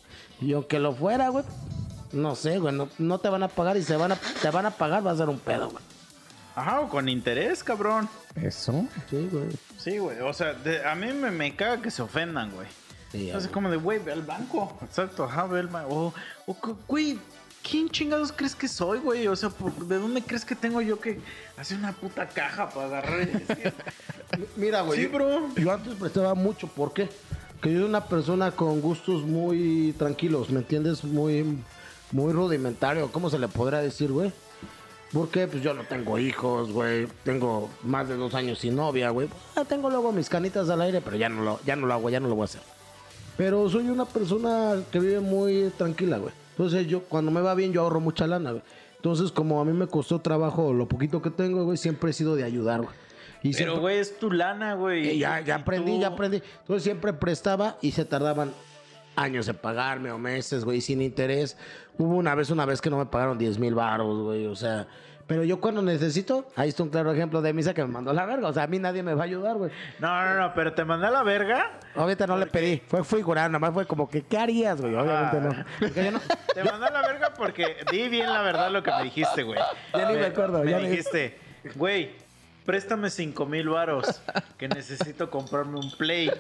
Y aunque lo fuera, güey, no sé, güey, no, no te van a pagar y se van a, te van a pagar, va a ser un pedo, güey. Ajá, o con interés, cabrón. Eso. Sí, güey. Sí, güey. O sea, de- a mí me, me caga que se ofendan, güey. Sí, Entonces, güey. como de, güey, ve al banco. Exacto, ajá, ve al banco. O, o, cu- güey, ¿quién chingados crees que soy, güey? O sea, ¿por- ¿de dónde crees que tengo yo que hacer una puta caja para agarrar? y decir, Mira, güey. Sí, yo- bro. Yo antes prestaba mucho, ¿por qué? Que yo soy una persona con gustos muy tranquilos, ¿me entiendes? Muy, muy rudimentario, ¿cómo se le podrá decir, güey? Porque pues yo no tengo hijos, güey. Tengo más de dos años sin novia, güey. Ah, tengo luego mis canitas al aire, pero ya no lo, ya no lo hago, ya no lo voy a hacer. Pero soy una persona que vive muy tranquila, güey. Entonces yo, cuando me va bien, yo ahorro mucha lana, güey. Entonces, como a mí me costó trabajo lo poquito que tengo, güey, siempre he sido de ayudar, güey. Y Pero, siempre- güey, es tu lana, güey. y ya, ya Y aprendí, tú- ya aprendí. Entonces siempre prestaba y se tardaban años en pagarme o meses, güey, sin interés. Hubo una vez, una vez que no me pagaron diez mil baros, güey, o sea. Pero yo cuando necesito, ahí está un claro ejemplo de misa que me mandó a la verga. O sea, a mí nadie me va a ayudar, güey. No, no, no, pero te mandé a la verga. Obviamente no le pedí, fue figurar, nomás fue como que, ¿qué harías, güey? Obviamente Ah. no. Porque yo no. Te mandé a la verga porque di bien la verdad lo que me dijiste, güey. Ya ni me acuerdo, Me ya ni- dijiste, güey, préstame cinco mil varos que necesito comprarme un Play.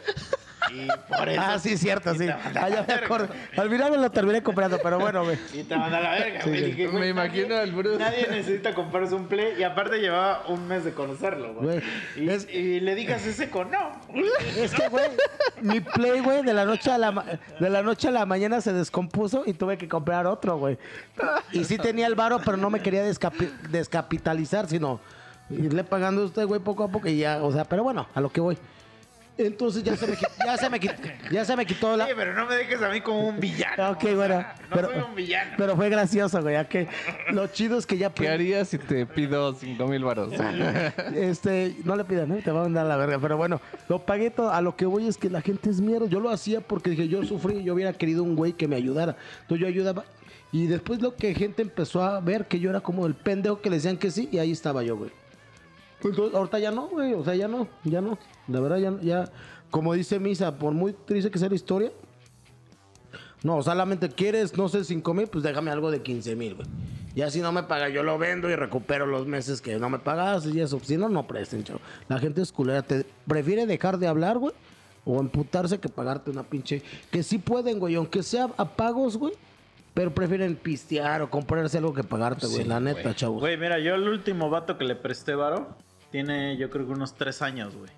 Y por eso... Ah, sí, cierto, y sí. te mandé a Ah, la ya me verga. acuerdo. Al final me lo terminé comprando, pero bueno, güey. Y te mandé a la verga, güey. Sí, Dije, güey, Me imagino nadie- al Bruce. Nadie necesita comprarse un Play. Y aparte llevaba un mes de conocerlo, güey. Güey, Y, es- y le dije así seco, no. Es que, güey, mi Play, güey, de la noche a la ma- de la noche a la mañana se descompuso y tuve que comprar otro, güey. Y sí tenía el varo, pero no me quería descapi- descapitalizar, sino irle pagando a usted, güey, poco a poco y ya, o sea, pero bueno, a lo que voy. Entonces ya se me quitó, ya se me quitó, ya se me quitó la... Oye, pero no me dejes a mí como un villano. Ok, o sea, bueno, no pero, soy un villano. pero fue gracioso, güey, ya que lo chido es que ya... ¿Qué harías si te pido cinco mil baros? Este, no le pidan, ¿eh? Te va a mandar a la verga. Pero bueno, lo pagué todo. A lo que voy es que la gente es mierda. Yo lo hacía porque dije, yo sufrí, yo hubiera querido un güey que me ayudara. Entonces yo ayudaba. Y después lo que gente empezó a ver que yo era como el pendejo que le decían que sí, y ahí estaba yo, güey. Entonces, ahorita ya no, güey. O sea, ya no, ya no. La verdad, ya, ya, como dice Misa, por muy triste que sea la historia, no, solamente quieres, no sé, cinco mil, pues déjame algo de quince mil, güey. Ya si no me paga, yo lo vendo y recupero los meses que no me pagas y eso. Si no, no presten, chavo. La gente es culera. Te prefiere dejar de hablar, güey, o emputarse que pagarte una pinche... Que sí pueden, güey, aunque sea a pagos, güey, pero prefieren pistear o comprarse algo que pagarte, güey. Sí, la neta, güey. chavos. Güey, mira, yo el último vato que le presté varo tiene yo creo que unos tres años, güey.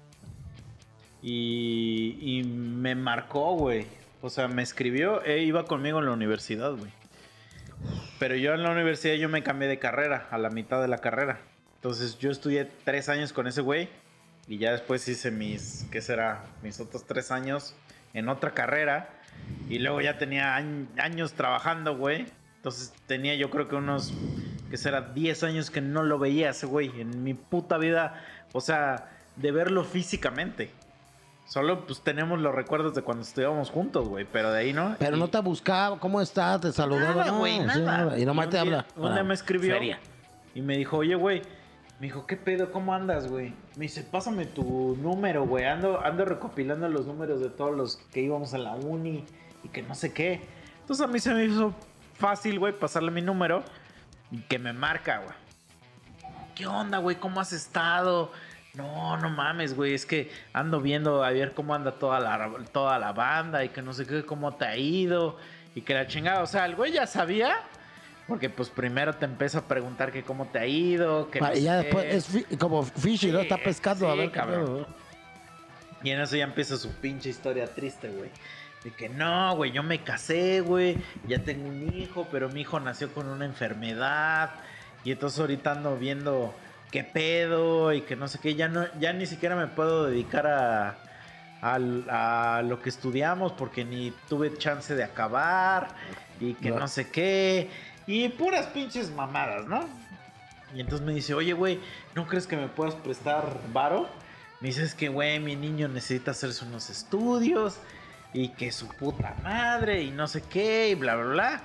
Y, y me marcó, güey. O sea, me escribió e iba conmigo en la universidad, güey. Pero yo en la universidad yo me cambié de carrera, a la mitad de la carrera. Entonces yo estudié tres años con ese güey y ya después hice mis, ¿qué será? Mis otros tres años en otra carrera y luego ya tenía añ- años trabajando, güey. Entonces tenía yo creo que unos, ¿qué será? diez años que no lo veía ese güey en mi puta vida. O sea, de verlo físicamente. Solo pues tenemos los recuerdos de cuando estudiábamos juntos, güey, pero de ahí no. Pero y... no te buscaba, ¿cómo estás? Te saludaba. Nada, güey, no, nada. sí, nada. Y nomás un te día- habla. Un día Ah, me escribió feria. y me dijo, oye, güey, me dijo, ¿qué pedo? ¿Cómo andas, güey? Me dice, pásame tu número, güey. Ando, ando recopilando los números de todos los que íbamos a la uni y que no sé qué. Entonces a mí se me hizo fácil, güey, pasarle mi número y que me marca, güey. ¿Qué onda, güey? ¿Cómo has estado? No, no mames, güey. Es que ando viendo a ver cómo anda toda la, toda la banda y que no sé qué, cómo te ha ido y que la chingada. O sea, el güey ya sabía. Porque pues primero te empieza a preguntar que cómo te ha ido, que Pa- no y sé ya qué. después es fi- como fishy, ¿no? Sí, Está pescando a sí, ver qué cabrón. pedo, ¿no? Y en eso ya empieza su pinche historia triste, güey. De que no, güey, yo me casé, güey, ya tengo un hijo, pero mi hijo nació con una enfermedad. Y entonces ahorita ando viendo qué pedo y que no sé qué. Ya, no, ya ni siquiera me puedo dedicar a, a, a lo que estudiamos porque ni tuve chance de acabar y que No. no sé qué. Y puras pinches mamadas, ¿no? Y entonces me dice, oye, güey, ¿no crees que me puedas prestar varo? Me dice, es que, güey, mi niño necesita hacerse unos estudios y que su puta madre y no sé qué y bla, bla, bla.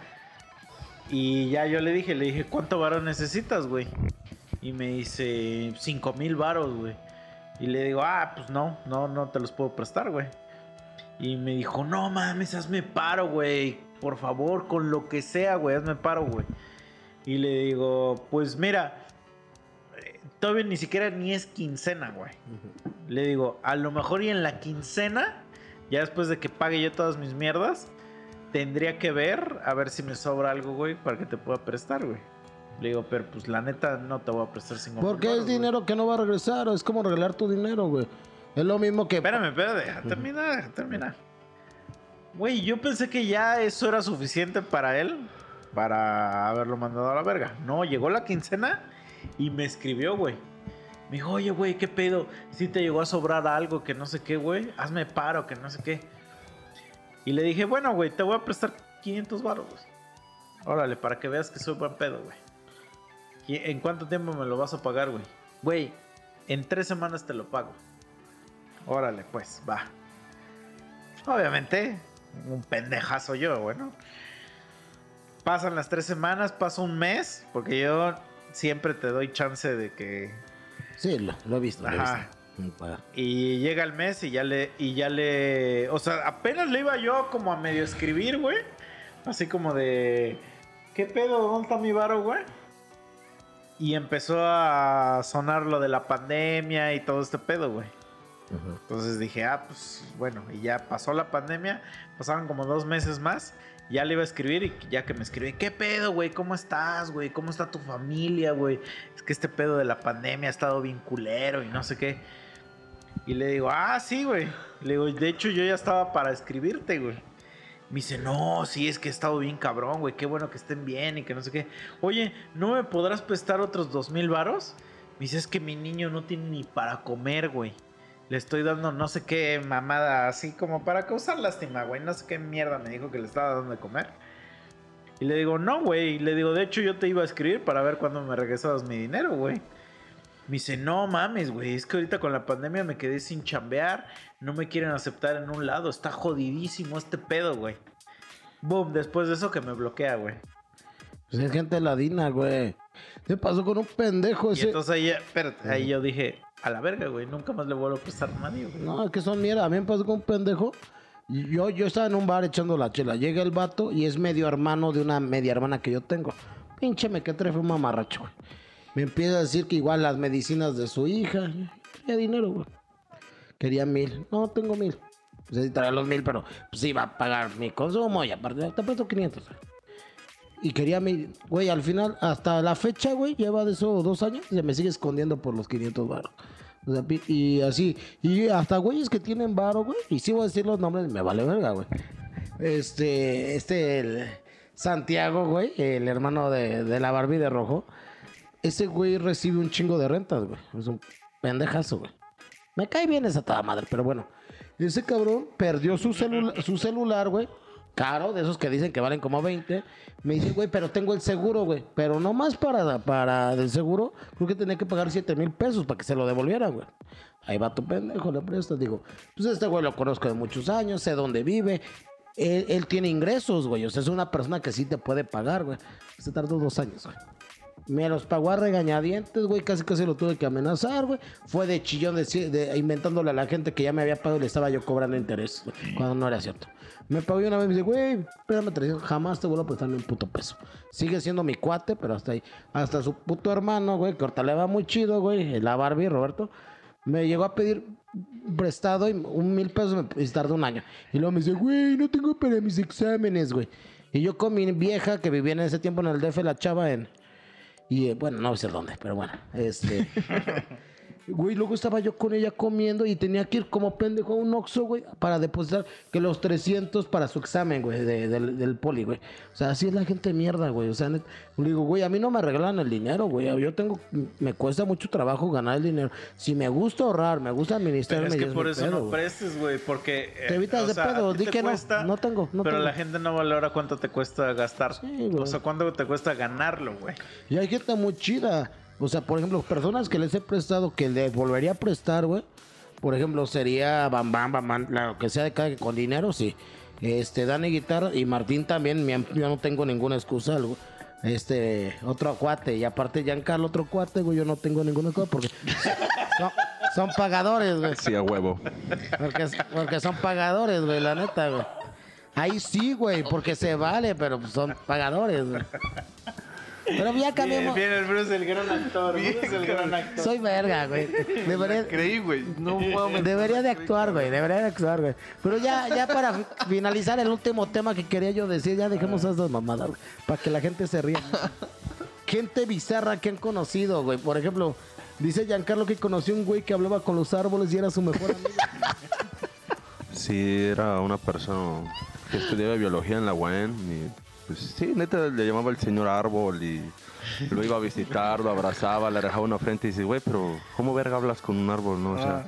Y ya yo le dije, le dije, ¿cuánto varo necesitas, güey? Y me dice, cinco mil varos, güey. Y le digo, ah, pues no, no, no te los puedo prestar, güey. Y me dijo, no mames, hazme paro, güey. Por favor, con lo que sea, güey, hazme paro, güey. Y le digo, pues mira, eh, todavía ni siquiera ni es quincena, güey. Le digo, a lo mejor y en la quincena, ya después de que pague yo todas mis mierdas, tendría que ver a ver si me sobra algo, güey, para que te pueda prestar, güey. Le digo, pero pues la neta no te voy a prestar cinco mil Porque varos, es güey. dinero que no va a regresar, es como regalar tu dinero, güey. Es lo mismo que... Espérame, espérame, deja terminar, deja terminar. Güey, yo pensé que ya eso era suficiente para él, para haberlo mandado a la verga. No, llegó la quincena y me escribió, güey. Me dijo, oye, güey, ¿qué pedo? Si te llegó a sobrar algo, que no sé qué, güey. Hazme paro, que no sé qué. Y le dije, bueno, güey, te voy a prestar quinientos baros, güey. Órale, para que veas que soy buen pedo, güey. ¿Y en cuánto tiempo me lo vas a pagar, güey? Güey, en tres semanas te lo pago. Órale, pues, va. Obviamente, un pendejazo yo, bueno. Pasan las tres semanas, pasa un mes, porque yo siempre te doy chance de que... Sí, lo, lo he visto, lo he Ajá. visto. Mm, para- Y llega el mes y ya le... Y ya le... O sea, apenas le iba yo como a medio escribir, güey. Así como de... ¿Qué pedo? ¿Dónde está mi varo, güey? Y empezó a sonar lo de la pandemia y todo este pedo, güey. Ujú. Entonces dije, ah, pues bueno, y ya pasó la pandemia, pasaron como dos meses más, ya le iba a escribir y ya que me escribí, ¿qué pedo, güey? ¿Cómo estás, güey? ¿Cómo está tu familia, güey? Es que este pedo de la pandemia ha estado bien culero y no sé qué. Y le digo, ah, sí, güey. Le digo, de hecho yo ya estaba para escribirte, güey. Me dice, no, sí, es que he estado bien cabrón, güey, qué bueno que estén bien y que no sé qué. Oye, ¿no me podrás prestar otros dos mil varos? Me dice, es que mi niño no tiene ni para comer, güey. Le estoy dando no sé qué mamada así como para causar lástima, güey. No sé qué mierda me dijo que le estaba dando de comer. Y le digo, no, güey. Y le digo, de hecho yo te iba a escribir para ver cuándo me regresabas mi dinero, güey. Me dice, no mames, güey. Es que ahorita con la pandemia me quedé sin chambear. No me quieren aceptar en un lado. Está jodidísimo este pedo, güey. Boom, después de eso que me bloquea, güey. Pues es gente ladina, güey. ¿Qué pasó con un pendejo Y ese? entonces ahí, espérate, ahí yo dije, a la verga, güey. Nunca más le vuelvo a prestar a nadie, güey. No, es que son mierda. A mí me pasó con un pendejo. Yo, yo estaba en un bar echando la chela. Llega el vato y es medio hermano de una media hermana que yo tengo. Pinche me que trae fue un mamarracho, güey. Me empieza a decir que igual las medicinas de su hija. Quería dinero, güey. Quería mil. No, tengo mil. Pues sí, traía los mil, pero pues iba a pagar mi consumo y aparte te presto quinientos. Y quería mil. Güey, al final, hasta la fecha, güey, lleva de eso dos años y se me sigue escondiendo por los quinientos baros. O sea, pi- y así. Y hasta güeyes que tienen varo, güey. Y sí voy a decir los nombres, me vale verga, güey. Este, este, el Santiago, güey, el hermano de, de la Barbie de rojo. ese güey recibe un chingo de rentas, güey. Es un pendejazo, güey. Me cae bien esa toda madre, pero bueno. Ese cabrón perdió su, celula, su celular, güey. Caro, de esos que dicen que valen como veinte. Me dice, güey, pero tengo el seguro, güey. Pero no más para, para del seguro. Creo que tenía que pagar siete mil pesos para que se lo devolviera, güey. Ahí va tu pendejo, le prestas. Digo, pues este güey lo conozco de muchos años, sé dónde vive. Él, él tiene ingresos, güey. O sea, es una persona que sí te puede pagar, güey. Se tardó dos años, güey. Me los pagó a regañadientes, güey. Casi casi lo tuve que amenazar, güey. Fue de chillón, de, de, inventándole a la gente que ya me había pagado y le estaba yo cobrando interés, güey, cuando no era cierto. Me pagó una vez y me dice, güey, espérame, traición, jamás te vuelvo a prestar ni un puto peso. Sigue siendo mi cuate, pero hasta ahí. Hasta su puto hermano, güey, que ahorita le va muy chido, güey. La Barbie, Roberto. Me llegó a pedir prestado y un mil pesos y tardó un año. Y luego me dice, güey, no tengo para mis exámenes, güey. Y yo con mi vieja, que vivía en ese tiempo en el D F, la chava en... Y eh, bueno, no sé dónde, pero bueno, este... Güey, luego estaba yo con ella comiendo y tenía que ir como pendejo a un Oxxo, güey, para depositar que los trescientos para su examen, güey, de, del, del poli, güey. O sea, así es la gente de mierda, güey. O sea, net, le digo, güey, a mí no me regalan el dinero, güey. Yo tengo, me cuesta mucho trabajo ganar el dinero. Si me gusta ahorrar, me gusta administrarme. Pero es que es por eso pedo, no güey. prestes, güey, porque... Te evitas eh, de sea, pedo, di que cuesta, no, no tengo, no pero tengo. la gente no valora cuánto te cuesta gastar. Sí, güey. O sea, cuánto te cuesta ganarlo, güey. Y hay gente muy chida. O sea, por ejemplo, personas que les he prestado, que les volvería a prestar, güey. Por ejemplo, sería Bam Bam, Bam Bam, lo que sea de cada con dinero, sí. Este, Dani Guitarra y Martín también, mi, yo no tengo ninguna excusa, algo. Este, otro cuate, y aparte Giancarlo, otro cuate, güey, yo no tengo ninguna excusa porque son, son pagadores, güey. Sí, a huevo. Porque, porque son pagadores, güey, la neta, güey. Ahí sí, güey, porque se vale, pero son pagadores, güey. Pero ya cambiamos. Bien, bien, el Bruce, el gran actor. Bruce es el gran actor. Soy verga, güey. Debería, Creí, güey. no mames. Debería de actuar, güey. Debería de actuar, güey. Pero ya, ya para finalizar el último tema que quería yo decir, ya dejemos esas dos mamadas, güey. Para que la gente se ría. Gente bizarra que han conocido, güey. Por ejemplo, dice Giancarlo que conoció un güey que hablaba con los árboles y era su mejor amigo. Sí, era una persona que estudiaba biología en la U A N y... Pues sí, neta, le llamaba el señor árbol y lo iba a visitar, lo abrazaba, le dejaba una frente y dice, güey, pero ¿cómo verga hablas con un árbol, no? O sea,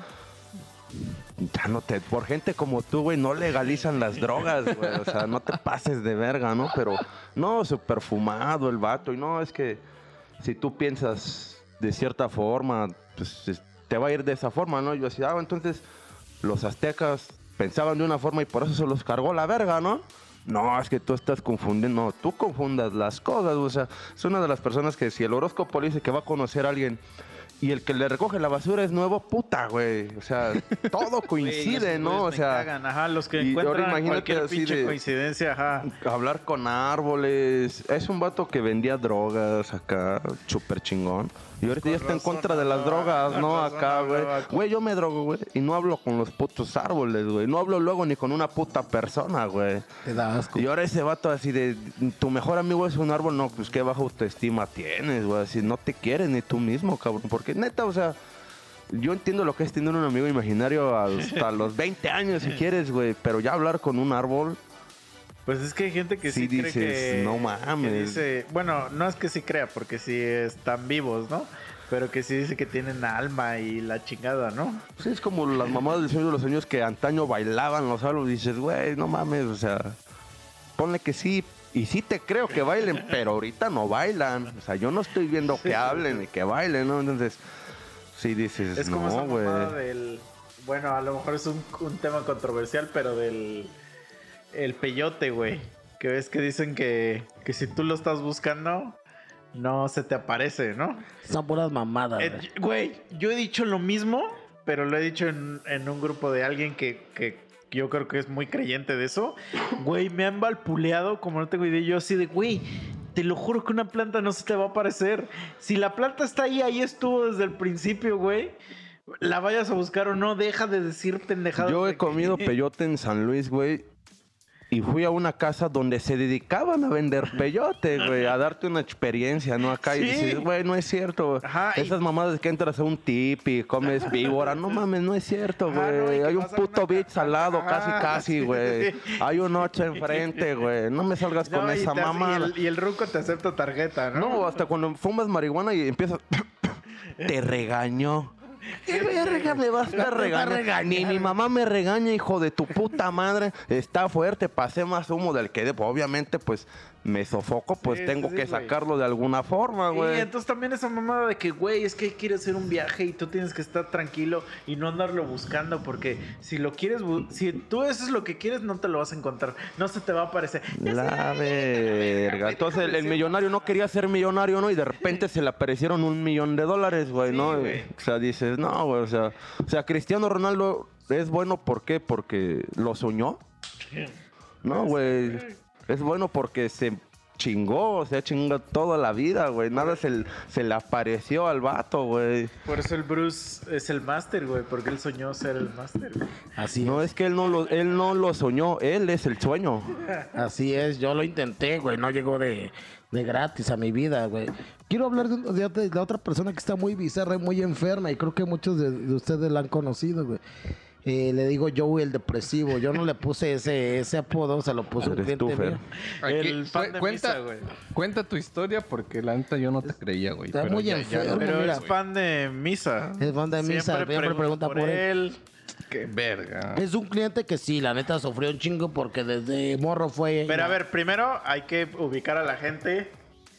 ya no te... Por gente como tú, güey, no legalizan las drogas, güey. O sea, no te pases de verga, ¿no? Pero, no, súper fumado el vato. Y no, es que si tú piensas de cierta forma, pues te va a ir de esa forma, ¿no? Yo decía, ah, entonces los aztecas pensaban de una forma y por eso se los cargó la verga, ¿no? No, es que tú estás confundiendo. No, tú confundas las cosas. O sea, es una de las personas que si el horóscopo dice que va a conocer a alguien y el que le recoge la basura es nuevo, puta, güey. O sea, todo coincide, Güey, ¿no? O sea, cagan, ajá, los que y ahora encuentran imagínate cualquier así pinche de- coincidencia, ajá. hablar con árboles. Es un vato que vendía drogas acá, súper chingón. Y ahorita ya está en razón, contra de las hablaba- drogas, con ¿no? razón Acá, güey. hablaba con- Güey, yo me drogo, güey. Y no hablo con los putos árboles, güey. No hablo luego ni con una puta persona, güey. Te da asco. Y ahora ese vato así de, tu mejor amigo es un árbol, no, pues qué baja autoestima tienes, güey. Así no te quieres ni tú mismo, cabrón. Porque neta, o sea, yo entiendo lo que es tener un amigo imaginario hasta los veinte años si quieres, güey. Pero ya hablar con un árbol, Pues es que hay gente que sí, Sí cree dices, que... "No que mames". dice, bueno, no es que sí crea, porque sí están vivos, ¿no? Pero que sí dice que tienen alma y la chingada, ¿no? pues es como las mamadas del Señor de los Sueños que antaño bailaban los árboles. Y dices, güey, no mames, o sea, ponle que sí. Y sí te creo que bailen, pero ahorita no bailan. O sea, yo no estoy viendo que hablen y que bailen, ¿no? Entonces, sí dices, Es como no, esa güey. mamada del... Bueno, a lo mejor es un, un tema controversial, pero del... El peyote, güey. Que ves que dicen que, que si tú lo estás buscando, no se te aparece, ¿no? Son puras mamadas, Eh, güey. Güey, yo he dicho lo mismo, pero lo he dicho en, en un grupo de alguien que, que yo creo que es muy creyente de eso. Güey, me han valpuleado como no tengo idea. Yo así de, güey, te lo juro que una planta no se te va a aparecer. Si la planta está ahí, ahí estuvo desde el principio, güey. La vayas a buscar o no, deja de decir pendejadas. Yo de he que- comido peyote en San Luis, güey. Y fui a una casa donde se dedicaban a vender peyote, güey, a darte una experiencia, ¿no? Acá y Sí. dices, güey, no es cierto. Ajá, y- Esas mamadas que entras a un tip y comes víbora, no mames, no es cierto, Ajá, güey. no, y que Hay un vas a puto una beach ca- al lado, Ajá, casi, casi, sí, güey. sí. Hay un ocho enfrente, güey. No me salgas No, con y esa te hace- mamada. Y el, y el ruco te acepta tarjeta, ¿no? No, hasta cuando fumas marihuana y empiezas... Te regañó. ¿Qué verga me vas a regañar? Ni mi mamá me regaña, hijo de tu puta madre. Está fuerte, pasé más humo del que debo. Obviamente, pues, me sofoco, pues Sí, tengo sí, que sí, güey. sacarlo de alguna forma, Y güey. entonces también esa mamada de que, güey, es que quiere hacer un viaje y tú tienes que estar tranquilo y no andarlo buscando, porque si lo quieres, bu- si tú eso es lo que quieres, no te lo vas a encontrar, no se te va a aparecer. Ya La sé, verga. Entonces el, el Sí. millonario no quería ser millonario, ¿no? Y de repente se le aparecieron un millón de dólares, güey, Sí, ¿no? güey. O sea, dices, no, güey, o sea, o sea, Cristiano Ronaldo es bueno, ¿por qué? Porque lo soñó. No, güey. Es bueno porque se chingó, se ha chingado toda la vida, güey. Nada se, l- se le apareció al vato, güey. Por eso el Bruce es el máster, güey, porque él soñó ser el máster, güey. Así No es. es que él no lo, él no lo soñó, él es el sueño. Así es, yo lo intenté, güey, no llegó de, de gratis a mi vida, güey. Quiero hablar de, de otra- de otra persona que está muy bizarra y muy enferma y creo que muchos de, de ustedes la han conocido, güey. Eh, le digo Joey el depresivo. Yo no le puse ese, ese apodo, se lo puso un Eres cliente tú, Fer. mío. Aquí, El fan cu- de cuenta, misa, güey. cuenta tu historia porque la neta yo no te creía, güey. Está pero muy ya- ya- enfermo. Pero mira. es fan de misa. Es fan de misa, siempre pregunta por él. Qué verga. Es un cliente que sí, la neta sufrió un chingo porque desde morro fue... Pero a ver, primero hay que ubicar a la gente.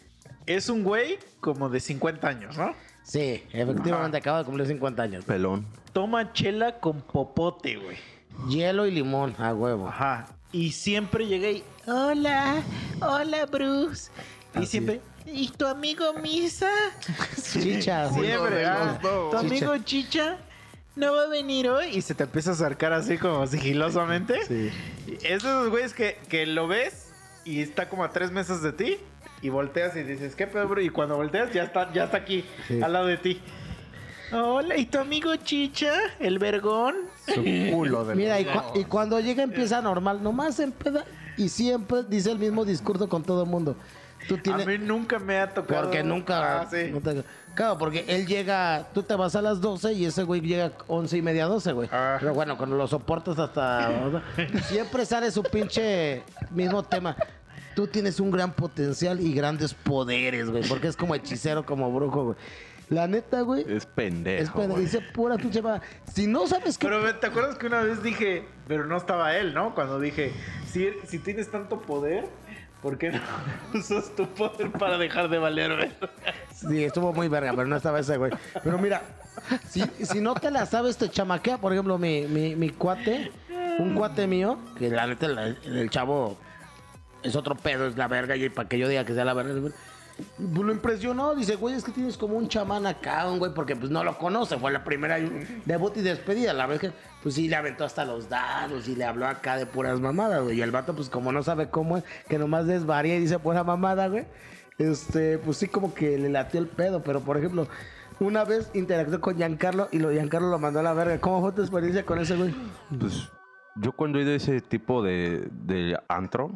Es un güey como de cincuenta años, ¿no? Sí, efectivamente acaba de cumplir cincuenta años. Pelón. Toma chela con popote, güey. Hielo y limón, a huevo. Ajá. Y siempre llegué y... Hola, hola, Bruce. Y Así siempre... ¿Y tu amigo Misa? Chicha. Siempre, ah, dos. ¿tu amigo Chicha no va a venir hoy? Y se te empieza a acercar así como sigilosamente. Sí. Es de esos güeyes que, que lo ves y está como a tres meses de ti y volteas y dices, ¿qué pedo, bro? Y cuando volteas ya está, ya está aquí, Sí. al lado de ti. Hola, ¿y tu amigo Chicha? ¿El vergón? Su culo de Mira, y, cua- y cuando llega empieza normal, nomás empeda y siempre dice el mismo discurso con todo el mundo. Tú tienes... A mí nunca me ha tocado. Porque nunca... Ah, sí. no te- Claro, porque él llega... Tú te vas a las doce y ese güey llega once y media, doce, güey. Ah. Pero bueno, cuando lo soportas hasta... siempre sale su pinche mismo tema. Tú tienes un gran potencial y grandes poderes, güey. Porque es como hechicero, como brujo, güey. La neta, güey... Es pendejo. Es pena- güey. dice pura pinche... va- Si no sabes qué... Pero ¿te acuerdas que una vez dije, pero no estaba él, ¿no? Cuando dije, si, si tienes tanto poder, ¿por qué no usas tu poder para dejar de valerme? Sí, estuvo muy verga, pero no estaba ese güey. Pero mira, si, si no te la sabes, te chamaquea. Por ejemplo, mi, mi, mi cuate, un cuate mío, que la neta, la- el chavo es otro pedo, es la verga. Y para que yo diga que sea la verga, pues lo impresionó. Dice, güey, es que tienes como un chamán acá, un güey, porque pues no lo conoce. Fue la primera debut y despedida. La vez que, pues sí, le aventó hasta los dados y le habló acá de puras mamadas, güey. Y el vato, pues como no sabe cómo es, que nomás desvaría y dice pura mamada, güey. Este, pues sí, como que le latió el pedo. Pero, por ejemplo, una vez interactuó con Giancarlo y lo Giancarlo lo mandó a la verga. ¿Cómo fue tu experiencia con ese güey? Pues yo cuando he ido a ese tipo de, de antro,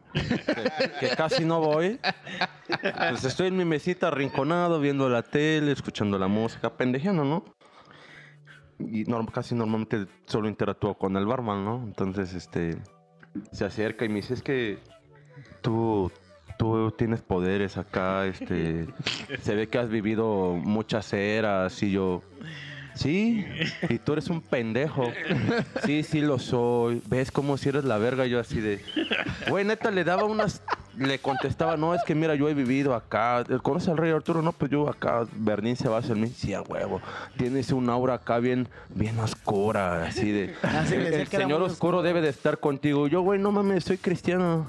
que, que casi no voy, pues estoy en mi mesita arrinconado, viendo la tele, escuchando la música, pendejeando, ¿no? Y norm- casi normalmente solo interactúo con el barman, ¿no? Entonces, este, se acerca y me dice, es que tú, tú tienes poderes acá, este, se ve que has vivido muchas eras y yo... Sí, y tú eres un pendejo. Sí, sí lo soy. ¿Ves cómo si eres la verga? Yo así de... Güey, neta, le daba unas... Le contestaba, no, es que mira, yo he vivido acá. ¿Conoces al rey Arturo? No, pues yo acá, Bernín se va a hacer mí. Sí, a huevo. Tienes un aura acá bien, bien oscura, así de... Ah, sí, le el decía el que era señor muy oscuro debe de estar contigo. Yo, güey, no mames, soy cristiano.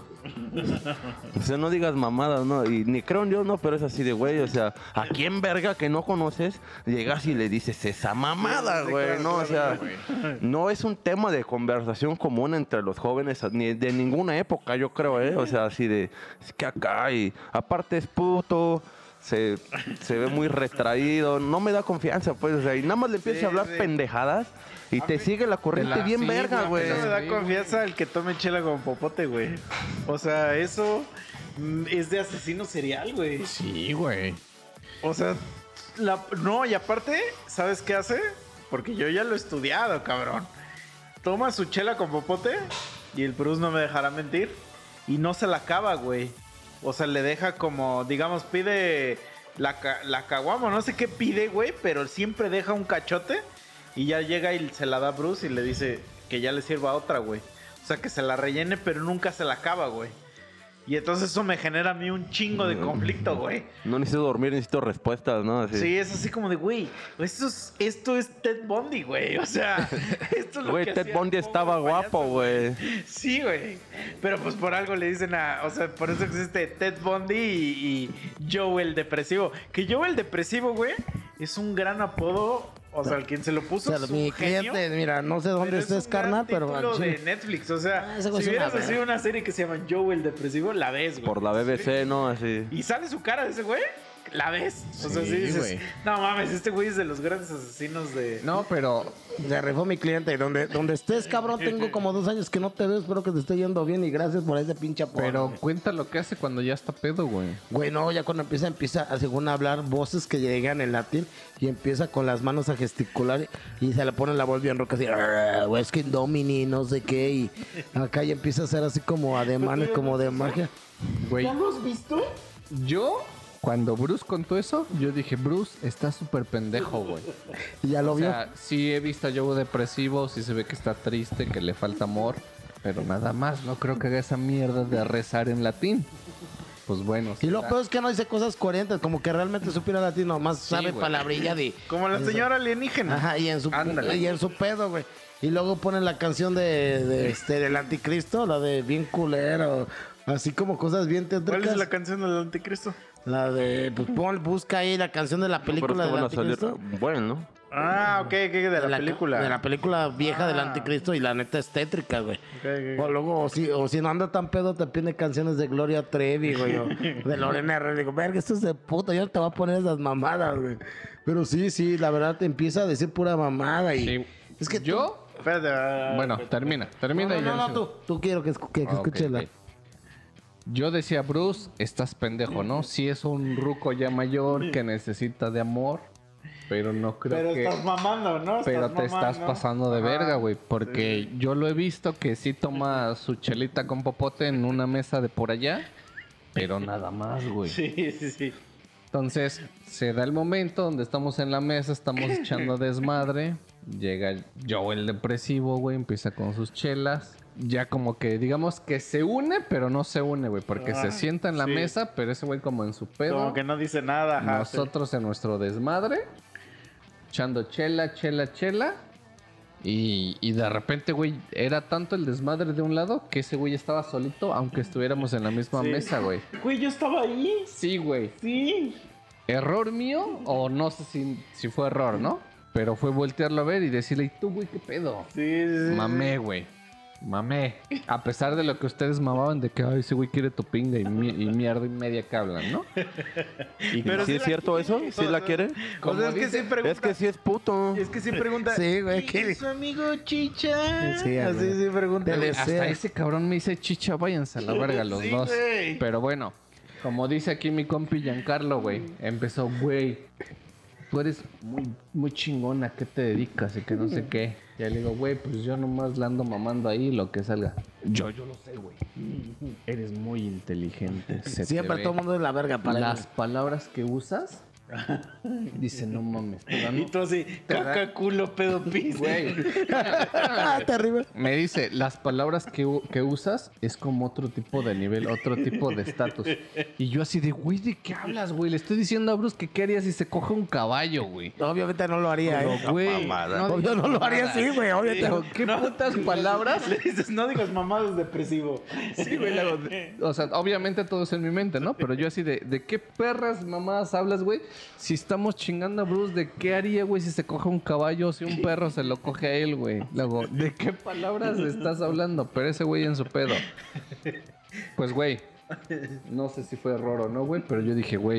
O sea, no digas mamadas, ¿no? Y ni creo en Dios, no, pero es así de, güey, o sea, ¿a quién verga que no conoces llegas y le dices esa mamada, Sí, güey? claro, No, o claro, sea, no es un tema de conversación común entre los jóvenes, ni de ninguna época, yo creo, ¿eh? O sea, así de, es que acá y aparte es puto, se, se ve muy retraído, no me da confianza, pues, o sea, y nada más le empiezas Sí, a hablar sí. pendejadas y A te mí- sigue la corriente la- bien sí, verga, güey, güey. No me da Sí, confianza el que tome chela con popote, güey. O sea, eso mm, es de asesino serial, güey. Sí, güey. O sea, la- no, y aparte, ¿sabes qué hace? Porque yo ya lo he estudiado, cabrón. Toma su chela con popote y el Bruce no me dejará mentir y no se la acaba, güey. O sea, le deja como, digamos, pide la, ca- la caguama, no sé qué pide, güey, pero siempre deja un cachote y ya llega y se la da a Bruce y le dice que ya le sirva otra, güey. O sea, que se la rellene, pero nunca se la acaba, güey. Y entonces eso me genera a mí un chingo de conflicto, güey. No necesito dormir, necesito respuestas, ¿no? Así. Sí, es así como de, güey, esto es, esto es Ted Bundy, güey. O sea, esto es lo Güey, que Ted hacía Bundy el pobre estaba payaso, guapo, güey. Sí, güey. Pero pues por algo le dicen a, o sea, por eso existe Ted Bundy y, y Joe el Depresivo. Que Joe el Depresivo, güey, es un gran apodo. O sea, el quien se lo puso O sea, es mi un genio. cliente, mira, no sé dónde Pero es estés, un gran carnal, pero al título chile- de Netflix, o sea, Ah, si ese güey es hubieras una así verga. una serie que se llama Joe el Depresivo, la ves, güey. Por la B B C, ¿no? Así. Y sale su cara de ese güey, la ves. O sea, sí Sí, dices, güey. no mames, este güey es de los grandes asesinos de... No, pero Se rifó mi cliente. Donde, donde estés, cabrón, tengo como dos años que no te veo. Espero que te esté yendo bien y gracias por ese pinche apoyo. pero cuenta lo que hace cuando ya está pedo, güey. Güey, no, ya cuando empieza, empieza a según hablar voces que llegan en latín y empieza con las manos a gesticular y se le pone la voz bien roca así, "Arr, güey, es que Domini, no sé qué", y acá ya empieza a hacer así como ademanes, como de magia. Güey, ¿Ya lo has visto? yo, cuando Bruce contó eso, yo dije, Bruce está súper pendejo, güey. Y ya lo O vio. sea, sí he visto a Joe depresivo, sí se ve que está triste, que le falta amor, pero nada más, no creo que haga esa mierda de rezar en latín. Pues bueno. Y lo será. peor es que no dice cosas coherentes, como que realmente supiera latín, nomás sabe güey. palabrilla de... Como la señora alienígena. Ajá, y en su, Ándale. y en su pedo, güey. Y luego ponen la canción de, de, este, del anticristo, la de bien culero, así como cosas bien ¿Cuál tétricas. es la canción del anticristo? La de, pues pon, busca ahí la canción de la Pero película es que del van a salir. anticristo. Bueno, ¿no? Ah, ok, ok, de la, De película. De la película vieja del Ah. anticristo y la neta es tétrica, güey. Ok, ok, O ok. luego, o si, o si no anda tan pedo, te pide canciones de Gloria Trevi, güey, o de Lorena Herrera. Digo, verga, esto es de puta, yo no te voy a poner esas mamadas, güey. Pero sí, sí, la verdad te empieza a decir pura mamada y... Sí. Es que Yo, Espérate, ah, bueno, espérate. termina, No, termina no, y no, ya no, sé. tú, tú quiero que, escu- que, que Ah, ok, escuches la... ok. Yo decía, Bruce, estás pendejo, ¿no? Sí es un ruco ya mayor que necesita de amor, pero no creo Pero que... estás mamando, ¿no? Pero Estás te estás mamando. pasando de Ajá. verga, güey. Porque yo lo he visto que sí toma su chelita con popote en una mesa de por allá. Pero nada más, güey. Sí, sí, sí. Entonces, se da el momento donde estamos en la mesa, estamos echando desmadre. Llega Joe el depresivo, güey, empieza con sus chelas. Ya como que, digamos que se une, pero no se une, güey. Porque Ah, se sienta en la sí. mesa, pero ese güey como en su pedo. Como que no dice nada, ajá. Nosotros en nuestro desmadre, echando chela, chela, chela. Y, y de repente, güey, era tanto el desmadre de un lado que ese güey estaba solito, aunque estuviéramos en la misma Sí. mesa, güey. Güey, yo estaba ahí. Sí, güey. Sí. ¿Error mío? O no sé si, si fue error, ¿no? Pero fue voltearlo a ver y decirle, ¿y tú, güey, qué pedo? Sí, sí, sí. Mamé, güey. Mamé. A pesar de lo que ustedes mamaban de que, ay, ese güey quiere tu pinga y, mi- y mierda y media que hablan, ¿no? Y Pero ¿Sí sí es la cierto quiere, eso? ¿Sí o la sea, quiere? O sea, Como es que dice- sí pregunta. Es que sí es puto. Es que sí pregunta. Sí, güey, ¿Y- ¿qué? y su amigo Chicha? Sí, Así güey. sí pregunta. Te hasta desea. ese cabrón me dice, chicha, váyanse a la verga los Sí, dos. güey. Pero bueno, como dice aquí mi compi Giancarlo, güey, empezó, güey, tú eres muy, muy chingona, ¿a qué te dedicas? Y que no sé qué. Y le digo, güey, pues yo nomás la ando mamando ahí, lo que salga. Yo, yo lo sé, güey. Eres muy inteligente. se te Siempre ve. todo el mundo es la verga para Las él. palabras que usas, dice, no mames, te dan- Y tú así, caca, culo, pedo, pis. Güey. Ah, terrible. Me dice, las palabras que, u- que usas es como otro tipo de nivel, otro tipo de estatus. Y yo así de, güey, ¿de qué hablas, güey? Le estoy diciendo a Bruce que qué haría si se coge un caballo, güey. Obviamente no lo haría, ¿eh? Pero, güey, mamada. Obvio no lo haría así, güey. Obviamente. Pero, ¿qué putas palabras? Le dices, no digas mamadas depresivo. Sí, güey, luego, de- o sea, obviamente todo es en mi mente, ¿no? Pero yo así de, ¿de qué perras mamadas hablas, güey? Si estamos chingando a Bruce, ¿de qué haría, güey, si se coge un caballo o si un perro se lo coge a él, güey? Luego, ¿de qué palabras estás hablando? Pero ese güey en su pedo. Pues, güey, no sé si fue error o no, güey, pero yo dije, güey,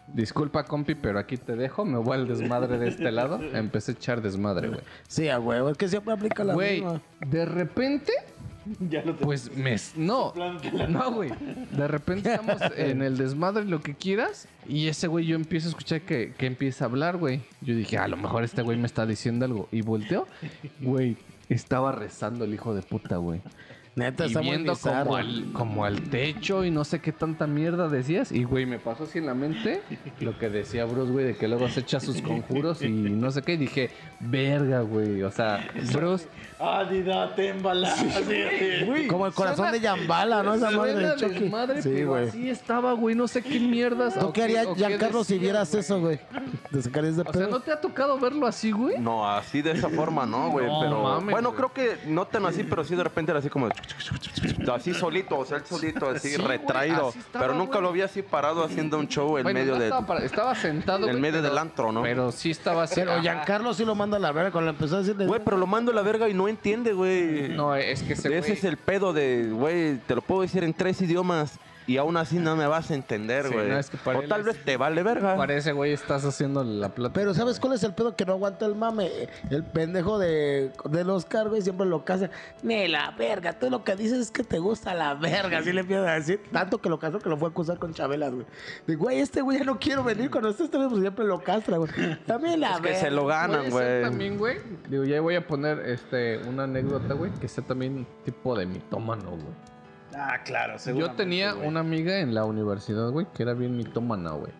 disculpa, compi, pero aquí te dejo. Me voy al desmadre de este lado. Empecé a echar desmadre, güey. Sí, a huevo, es que siempre aplica la Güey, misma. de repente... Ya lo tengo. Pues me... No, no, güey. De repente estamos en el desmadre, lo que quieras. Y ese güey yo empiezo a escuchar que, que empieza a hablar, güey. Yo dije, a lo mejor este güey me está diciendo algo. Y volteo. Güey, estaba rezando el hijo de puta, güey. Neta, Y está muy viendo bizarro. como al, como al techo y no sé qué tanta mierda decías. Y, güey, me pasó así en la mente lo que decía Bruce, güey, de que luego se echa sus conjuros y no sé qué. Y dije, verga, güey. O sea, Bruce... Ah, Dida, témbala. Güey, Como el corazón suena- de Yambala, ¿no? Esa madre suena de Chucky. desmadre, Sí, pero güey. así estaba, güey. No sé qué mierdas. ¿Tú o qué harías, o Giancarlo, si decía, vieras güey? eso, güey? ¿Te sacarías de O sea, pedo? ¿no te ha tocado verlo así, güey? No, así de esa forma, no, güey. No pero mames, bueno, güey. creo que no tan así, pero sí de repente era así como así solito, o sea, él solito, así Sí, güey, retraído. así estaba, pero nunca güey. lo vi así parado haciendo un show en Bueno, medio no de estaba, para- estaba sentado, en güey, medio pero- del antro, ¿no? Pero sí estaba así. Pero Ajá. Giancarlo sí lo manda a la verga cuando empezó a decirle... Güey, pero lo mando a la verga y no entiende, güey. No, es que ese Ese güey... es el pedo de, güey, te lo puedo decir en tres idiomas y aún así no me vas a entender, Sí, güey. no, es que para o él tal es- vez te vale verga. Para ese güey estás haciendo la plata. Pero ¿sabes cuál es el pedo? Que no aguanta el mame. El pendejo de, del Oscar, güey, siempre lo casa. Ni la verga, tú lo que dices es que te gusta la verga. Así le empieza a decir. Tanto que lo casó que lo fue a acusar con Chabela, güey. De, güey, este güey ya no quiero venir cuando estés pues siempre lo castra, güey. También la Es que verga. se lo ganan, Puede ser güey. también, güey. Digo, ya voy a poner este una anécdota, güey, que sea también un tipo de mitómano, güey. Ah, claro, Yo seguramente, tenía güey. una amiga en la universidad, güey, que era bien mitómana, güey.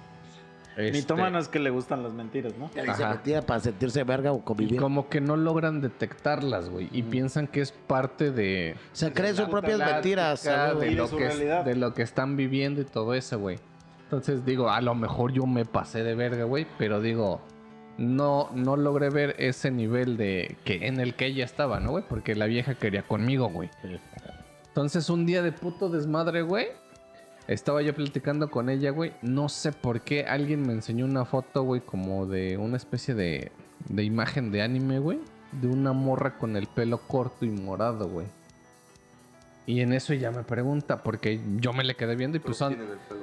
Este, Mitómano es que le gustan las mentiras, ¿no? Que dice Ajá. mentira para sentirse verga o Y convivir. como que no logran detectarlas, güey. Y piensan que es parte de... Se creen sus propias plática, mentiras. a huevo. de Y lo, de su que, realidad. de lo que están viviendo y todo eso, güey. Entonces digo, a lo mejor yo me pasé de verga, güey, pero digo, no, no logré ver ese nivel de que en el que ella estaba, ¿no, güey? Porque la vieja quería conmigo, güey. Entonces un día de puto desmadre, güey, estaba yo platicando con ella, güey. No sé por qué alguien me enseñó una foto, güey, como de una especie de, de imagen de anime, güey. De una morra con el pelo corto y morado, güey. Y en eso ella me pregunta, porque yo me le quedé viendo y pues son,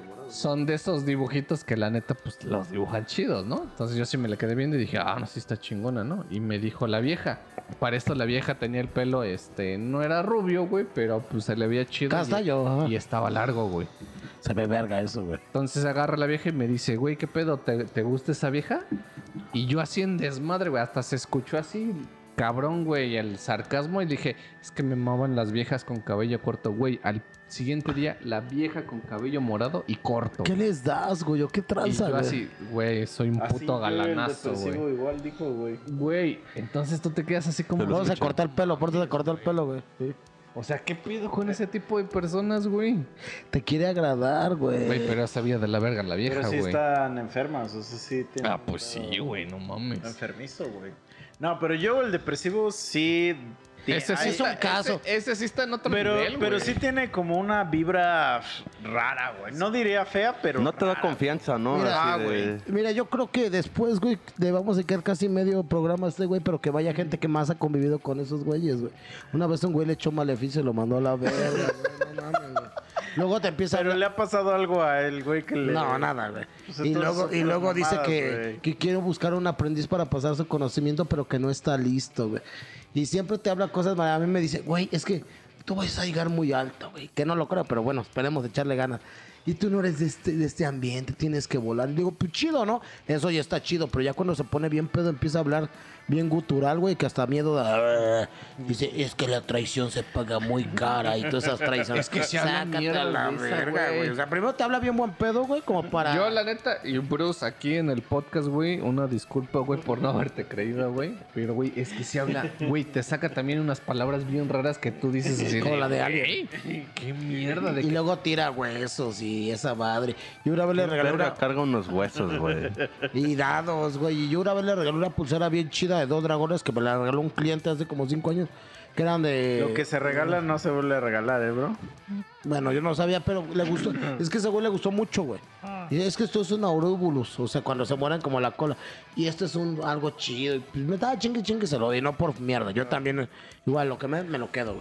son de esos dibujitos que la neta pues los dibujan chidos, ¿no? Entonces yo sí me le quedé viendo y dije, ah, no, sí está chingona, ¿no? Y me dijo la vieja. Para esto la vieja tenía el pelo, este, no era rubio, güey, pero pues se le veía chido. Castaño, y, ajá. y estaba largo, güey. Se ve verga eso, güey. Entonces agarra la vieja y me dice, güey, ¿qué pedo? ¿Te, te gusta esa vieja? Y yo así en desmadre, güey, hasta se escuchó así, cabrón, güey, el sarcasmo. Y dije, es que me maman las viejas con cabello corto, güey. Al siguiente día, la vieja con cabello morado y corto. ¿Qué les das, güey? ¿O ¿Qué Y tranza, yo güey? así, güey, soy un Así puto yo, el galanazo, depresivo güey. igual dijo, güey. Güey, entonces tú te quedas así como... Vamos a cortar el pelo, por a cortar el pelo, güey. Sí. O sea, ¿qué pido con ese tipo de personas, güey? Te quiere agradar, güey. Güey, pero sabía de la verga la vieja, Pero sí güey. están enfermas, o sea, sí tienen Ah, pues un sí, pedo güey, no mames. Enfermizo, güey. No, pero yo el depresivo sí... tiene- Ese sí hay- es un está- caso. Ese, ese sí está en otro Pero, nivel, pero güey. sí tiene como una vibra rara, güey. No diría fea, pero No te da rara. confianza, ¿no? Mira, Así ah, de- Mira, yo creo que después, güey, le vamos a quedar casi medio programa a este güey, pero que vaya gente que más ha convivido con esos güeyes, güey. Una vez un güey le echó maleficio y lo mandó a la verga, güey. No mames, güey. Luego te empieza Pero a... le ha pasado algo a él, güey, que le... No, nada, güey. Pues y entonces luego, son y puras luego dice mamadas, que, güey. que quiere buscar un aprendiz para pasar su conocimiento, pero que no está listo, güey. Y siempre te habla cosas, a mí me dice, güey, es que tú vas a llegar muy alto, güey. Que no lo creo, pero bueno, esperemos echarle ganas. Y tú no eres de este, de este ambiente, tienes que volar. Y digo, pues chido, ¿no? Eso ya está chido, pero ya cuando se pone bien pedo empieza a hablar bien gutural, güey, que hasta miedo da. Dice, es que la traición se paga muy cara y todas esas traiciones. Es que se habla Sácate mierda a la de esa, verga, güey. güey. O sea, primero te habla bien buen pedo, güey, como para... Yo, la neta, y Bruce, aquí en el podcast, güey, una disculpa, güey, por no haberte creído, güey. Pero, güey, es que se habla, güey, te saca también unas palabras bien raras que tú dices así. Como la de "Güey, qué mierda de Y que-". luego tira huesos y esa madre. Yo una vez le regalé Verga, una... carga unos huesos, güey. Y dados, güey. Y yo una vez le regalé una pulsera bien chida de dos dragones que me la regaló un cliente hace como cinco años. Que eran de... Lo que se regala no se vuelve a regalar, ¿eh, bro? Bueno, yo no sabía, pero le gustó. Es que ese güey le gustó mucho, güey. Y es que esto es un aurubulus, o sea, cuando se mueren como la cola. Y este es un algo chido. Y pues me estaba chingue chingue se lo di, no por mierda. Yo también, igual, lo que me, me lo quedo, güey.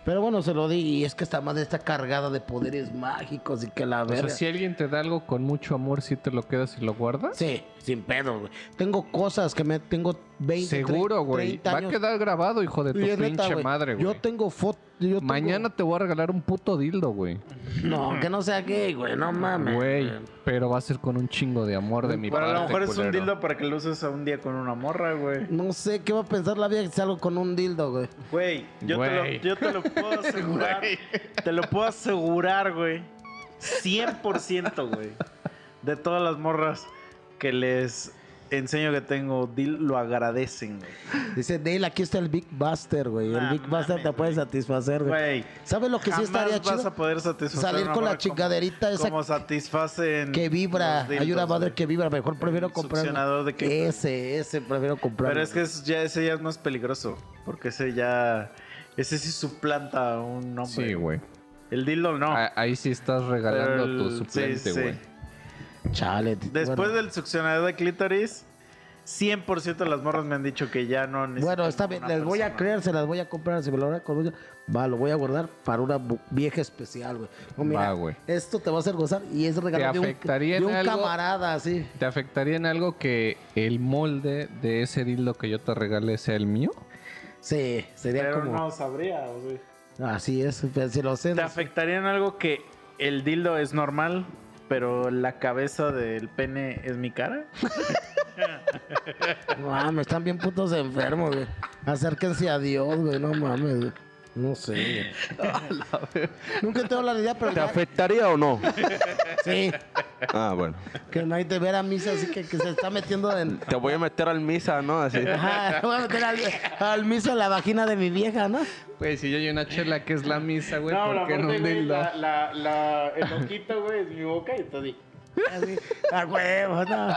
Pero bueno, se lo di y es que esta madre está cargada de poderes mágicos y que la O verga. sea, si alguien te da algo con mucho amor, ¿sí te lo quedas y lo guardas? Sí, sin pedo, güey. Tengo cosas que me tengo veinte, Seguro, güey. treinta Va años. a quedar grabado, hijo de tu Y es neta, pinche güey, madre, güey. Yo tengo fotos. Mañana te voy a regalar un puto dildo, güey. No, que no sea gay, güey. No mames. Güey, pero va a ser con un chingo de amor de mi Pero parte, a lo mejor es un culero. dildo para que lo uses a un día con una morra, güey. No sé qué va a pensar la vieja si salgo con un dildo, güey. Güey, yo, te lo- Güey. yo te lo puedo asegurar. Te lo puedo asegurar, güey. cien por ciento, güey. De todas las morras que les enseño que tengo, dil, lo agradecen, güey. Dice Dale, aquí está el Big Buster, güey. El Nah, Big Buster mames, te puede güey. satisfacer, güey. Güey, ¿Sabes lo que sí jamás estaría vas chido? a poder satisfacer Salir una con la morra como- chingaderita esa como satisfacen que vibra. los dildos, Hay una madre güey. que vibra. Mejor prefiero El comprar. succionador de clítoris. Ese, ese prefiero comprar. Pero es que es- ya, ese ya es más peligroso. Porque ese ya... Ese sí suplanta a un hombre. Sí, güey. El dildo no. Ah, Ahí sí estás regalando Pero tu el- suplente, sí, sí. güey. Chale. Después bueno. del succionador de clítoris, cien por ciento de las morras me han dicho que ya no necesitan Bueno, está bien, una les voy a persona. creer, se las voy a comprar, si me lo van a comprar, va, lo voy a guardar para una bu- vieja especial, güey. No, mira, Va, güey. esto te va a hacer gozar y es regalo ¿Te de un, afectaría de en un algo? camarada, así. ¿Te afectaría en algo que el molde de ese dildo que yo te regale sea el mío? Sí, sería Pero como... no sabría, güey. Así es, pero si lo sé. ¿Te no sé. afectaría en algo que el dildo es normal, pero la cabeza del pene es mi cara? No mames, están bien putos enfermos, güey. Acérquense a Dios, güey, no mames, güey. No sé, güey. Nunca tengo la idea, pero ¿Te ya- afectaría o no? sí, Ah, bueno. que no hay de ver a misa, así que, que se está metiendo en... Te voy a meter al misa, ¿no? Así. Ajá, voy a meter al, al miso en la vagina de mi vieja, ¿no? Güey, si yo hay una chela que es la misa, güey, No, ¿por la qué no parte, un güey, dildo? la, la, la, el ojito, güey, es mi boca y todo. Así, a huevo, no.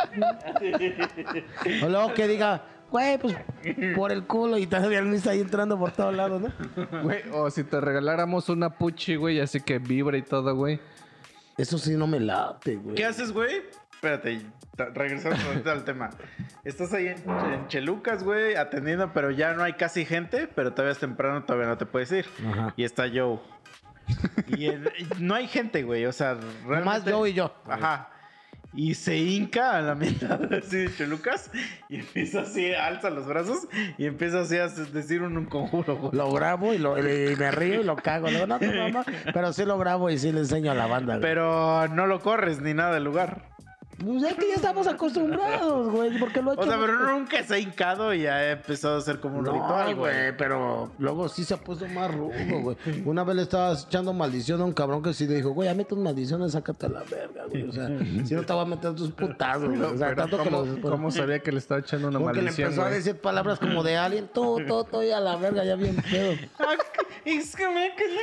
O luego que diga, güey, pues por el culo y todavía el miso ahí entrando por todos lados, ¿no? Güey, o si te regaláramos una puchi, güey, así que vibra y todo, güey. Eso sí no me late, güey. ¿Qué haces, güey? Espérate, ta- regresamos ahorita al tema. Estás ahí en, en Chelucas, güey, atendiendo, pero ya no hay casi gente, pero todavía es temprano, todavía no te puedes ir. Ajá. Y está Joe. Y en- y no hay gente, güey, o sea, realmente... Más yo y yo. Ajá. Y se hinca a la mitad así de Chelucas y empieza así, alza los brazos y empieza así a decir un, un conjuro, güey. Lo grabo y, lo, y me río y lo cago. Le digo, no, tu mamá. Pero sí lo grabo y sí le enseño a la banda, güey. Pero no lo corres ni nada del lugar. Pues es que ya estamos acostumbrados, güey. Porque lo he hecho. O sea, pero mucho. nunca se ha hincado y ya ha empezado a ser como un No, ritual, güey. güey, pero luego sí se ha puesto más rudo, güey. Una vez le estaba echando maldición a un cabrón que sí le dijo, güey, ya metes maldiciones, sácate a la verga, güey. O sea, si no te voy a meter tus putazos, güey. O sea, Pero tanto que ¿cómo, los... cómo sabía que le estaba echando una Porque le maldición, empezó a güey? decir palabras como de alien, todo, todo, todo, y a la verga, ya bien pedo. Es que me que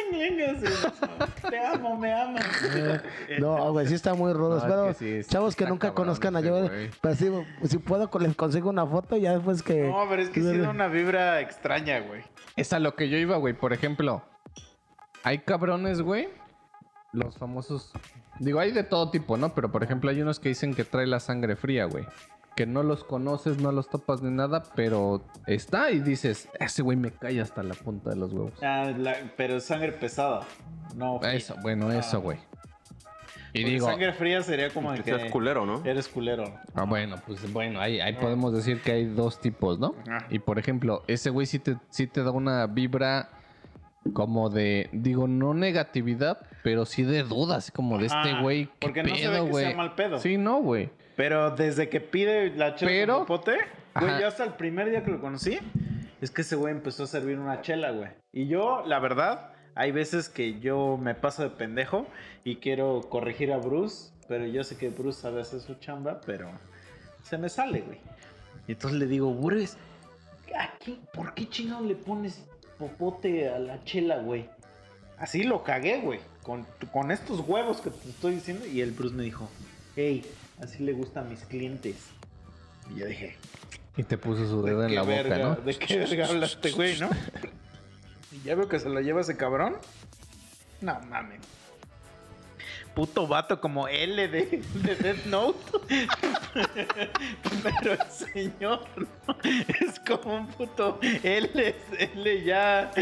Te amo, me amas. No, güey, sí está muy rudo. No, es Espero, que sí, está chavos que nunca cabrón conozcan a ese yo, güey. pero sí, si puedo, les consigo una foto y ya después que... No, pero es que sí da una vibra extraña, güey. Es a lo que yo iba, güey. Por ejemplo, hay cabrones, güey. Los famosos. Digo, hay de todo tipo, ¿no? Pero por ejemplo, hay unos que dicen que trae la sangre fría, güey. Que no los conoces, no los topas ni nada, pero está y dices, ese güey me cae hasta la punta de los huevos. Ah, la- pero es sangre pesada. No. fría. Eso, bueno, eso, güey. Y Porque digo, sangre fría sería como de Que seas que culero, ¿no? eres culero. ah, bueno, pues bueno, ahí, ahí podemos decir que hay dos tipos, ¿no? Ajá. Y por ejemplo, ese güey sí te, sí te da una vibra como de, digo, no negatividad, pero sí de duda, así como de Ajá, este güey, qué porque no se ve pedo, que güey. sea mal pedo. Sí, no, güey. Pero desde que pide la chela Pero- con popote, güey, Ajá. yo hasta el primer día que lo conocí, es que ese güey empezó a servir una chela, güey. Y yo, la verdad, hay veces que yo me paso de pendejo y quiero corregir a Bruce, pero yo sé que Bruce sabe hacer su chamba, pero se me sale, güey. Y entonces le digo, Bruce, ¿a qué- ¿por qué chingado le pones popote a la chela, güey? Así lo cagué, güey, con, con estos huevos que te estoy diciendo. Y el Bruce me dijo, hey, así le gusta a mis clientes. Y yo dije, Y te puso su dedo ¿de en qué la boca, verga, ¿no? ¿de qué verga habla este güey, no? Y ya veo que se lo lleva ese cabrón. No mames. puto vato como L de, de Death Note. Pero el señor, ¿no? Es como un puto L, L ya,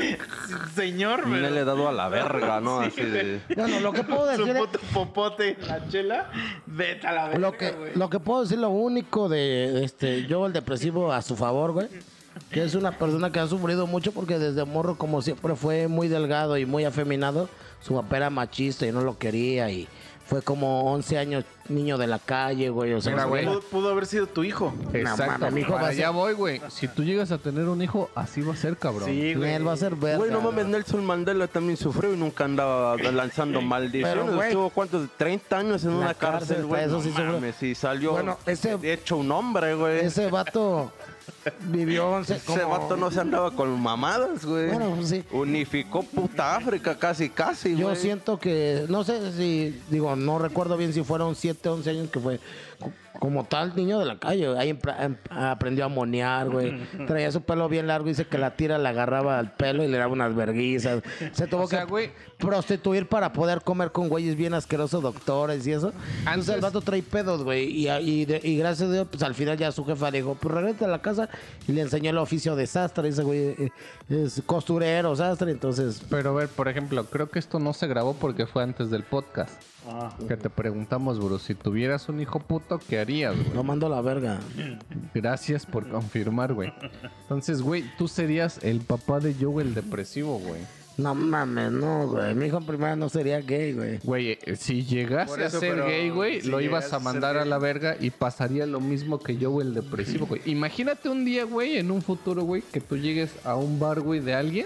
señor. Me pero- le he dado a la verga, ¿no? Sí, Así de... Bueno, lo que puedo Su decir es... puto popote en la chela, vete a la verga, Lo que, güey. lo que puedo decir, lo único de este yo, el depresivo, a su favor, güey, que es una persona que ha sufrido mucho porque desde morro, como siempre, fue muy delgado y muy afeminado. Su papá era machista y no lo quería. Y fue como once años niño de la calle, güey. O sea, Mira, su güey. vida- Pudo, pudo haber sido tu hijo. Exacto, mames, mi hijo va para a ser- allá voy, güey. Si tú llegas a tener un hijo, así va a ser, cabrón. Sí, güey. él va a ser verga. Güey, no mames, Nelson Mandela también sufrió y nunca andaba lanzando maldiciones. Pero, güey, Estuvo, ¿cuántos? treinta años en la una cárcel, cárcel, güey. eso No sí sufrió. mames, y salió Bueno, ese- de hecho un hombre, güey. Ese, Ese vato vivió once... como- vato no se andaba con mamadas, güey. Bueno, pues sí. Unificó puta África casi, casi, güey. Yo siento que, no sé si, digo, no recuerdo bien si fueron siete, once años que fue co- como tal niño de la calle. Ahí empra- em- aprendió a monear, güey. Traía su pelo bien largo, dice que la tira le agarraba al pelo y le daba unas verguizas. Se tuvo O sea, que güey. prostituir para poder comer con güeyes bien asquerosos, doctores y eso. Entonces Antes- el vato trae pedos, güey. Y, y, de- y gracias a Dios, pues al final ya su jefa le dijo, pues regresa a la casa y le enseñó el oficio de sastre. Ese güey eh, es costurero, sastre, entonces... Pero a ver, por ejemplo, creo que esto no se grabó porque fue antes del podcast. Ah. Que te preguntamos, bro, si tuvieras un hijo puto, ¿qué harías, Lo güey? mando a la verga. Gracias por confirmar, güey. Entonces, güey, tú serías el papá de Joe el depresivo, güey. No mames, no, güey. Mi hijo en primera no sería gay, güey. Güey, eh, si llegase Por a eso, ser pero gay, güey, si lo ibas llegas a a ser mandar a gay. la verga y pasaría lo mismo que Joe el depresivo, güey. Imagínate un día, güey, en un futuro, güey, que tú llegues a un bar, güey, de alguien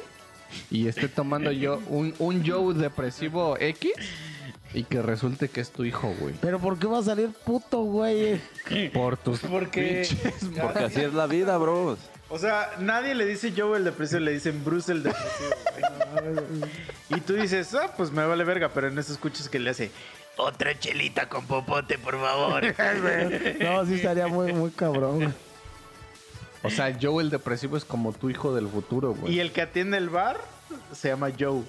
y esté tomando yo un, un Joe depresivo X y que resulte que es tu hijo, güey. Pero ¿por qué va a salir puto, güey? Por tus Porque, Porque así es la vida, bros. o sea, nadie le dice Joe el depresivo, le dicen Bruce el depresivo, güey. Y tú dices, ah, pues me vale verga, pero en eso escuchas que le hace otra chelita con popote, por favor. No, sí estaría muy, muy cabrón, güey. O sea, Joe el depresivo es como tu hijo del futuro, güey. Y el que atiende el bar se llama Joe.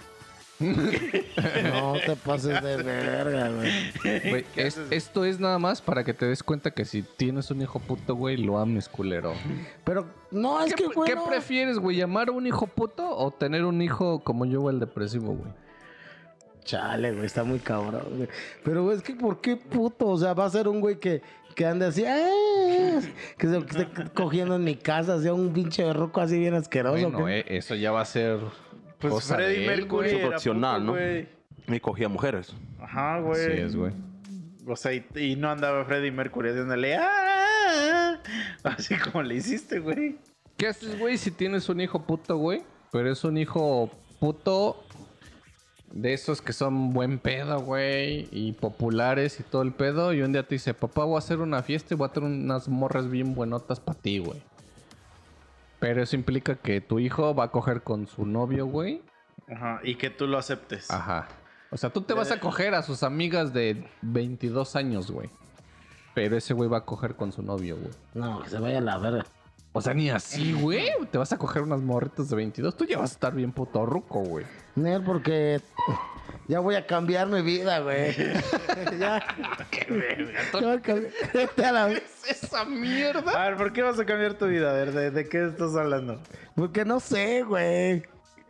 No te pases de verga, güey. Güey, es- esto es nada más para que te des cuenta que si tienes un hijo puto, güey, lo ames, culero. Pero, no, es ¿Qué, que, güey, ¿qué no. prefieres, güey? ¿Llamar a un hijo puto o tener un hijo como yo, el depresivo, güey? Chale, güey, está muy cabrón, güey. Pero, güey, es que, ¿por qué puto? O sea, va a ser un güey que, que ande así, ¡ah! que se que esté cogiendo en mi casa, sea un pinche roco así bien asqueroso. Bueno, ¿qué? eh, eso ya va a ser Pues cosa Freddie de él, Mercury güey. era Opcional, puto, ¿no? güey. Y cogía mujeres. Ajá, güey. Así es, güey. O sea, y, y no andaba Freddie Mercury haciéndole ¡ah! Así como le hiciste, güey. ¿Qué haces, güey, si tienes un hijo puto, güey? Pero es un hijo puto de esos que son buen pedo, güey, y populares y todo el pedo. Y un día te dice, papá, voy a hacer una fiesta y voy a tener unas morras bien buenotas para ti, güey. Pero eso implica que tu hijo va a coger con su novio, güey. Ajá, y que tú lo aceptes. Ajá. O sea, tú te vas a coger a sus amigas de veintidós años, güey. Pero ese güey va a coger con su novio, güey. No, que se vaya a la verga. O sea, ni así, güey. Te vas a coger unas morritas de veintidós. Tú ya vas a estar bien puto ruco, güey. Nel, porque ya voy a cambiar mi vida, güey. ya. Ya voy a cambiar. Vete a la verga. ¡Esa mierda! A ver, ¿por qué vas a cambiar tu vida? A ver, ¿de, de qué estás hablando? Porque no sé, güey.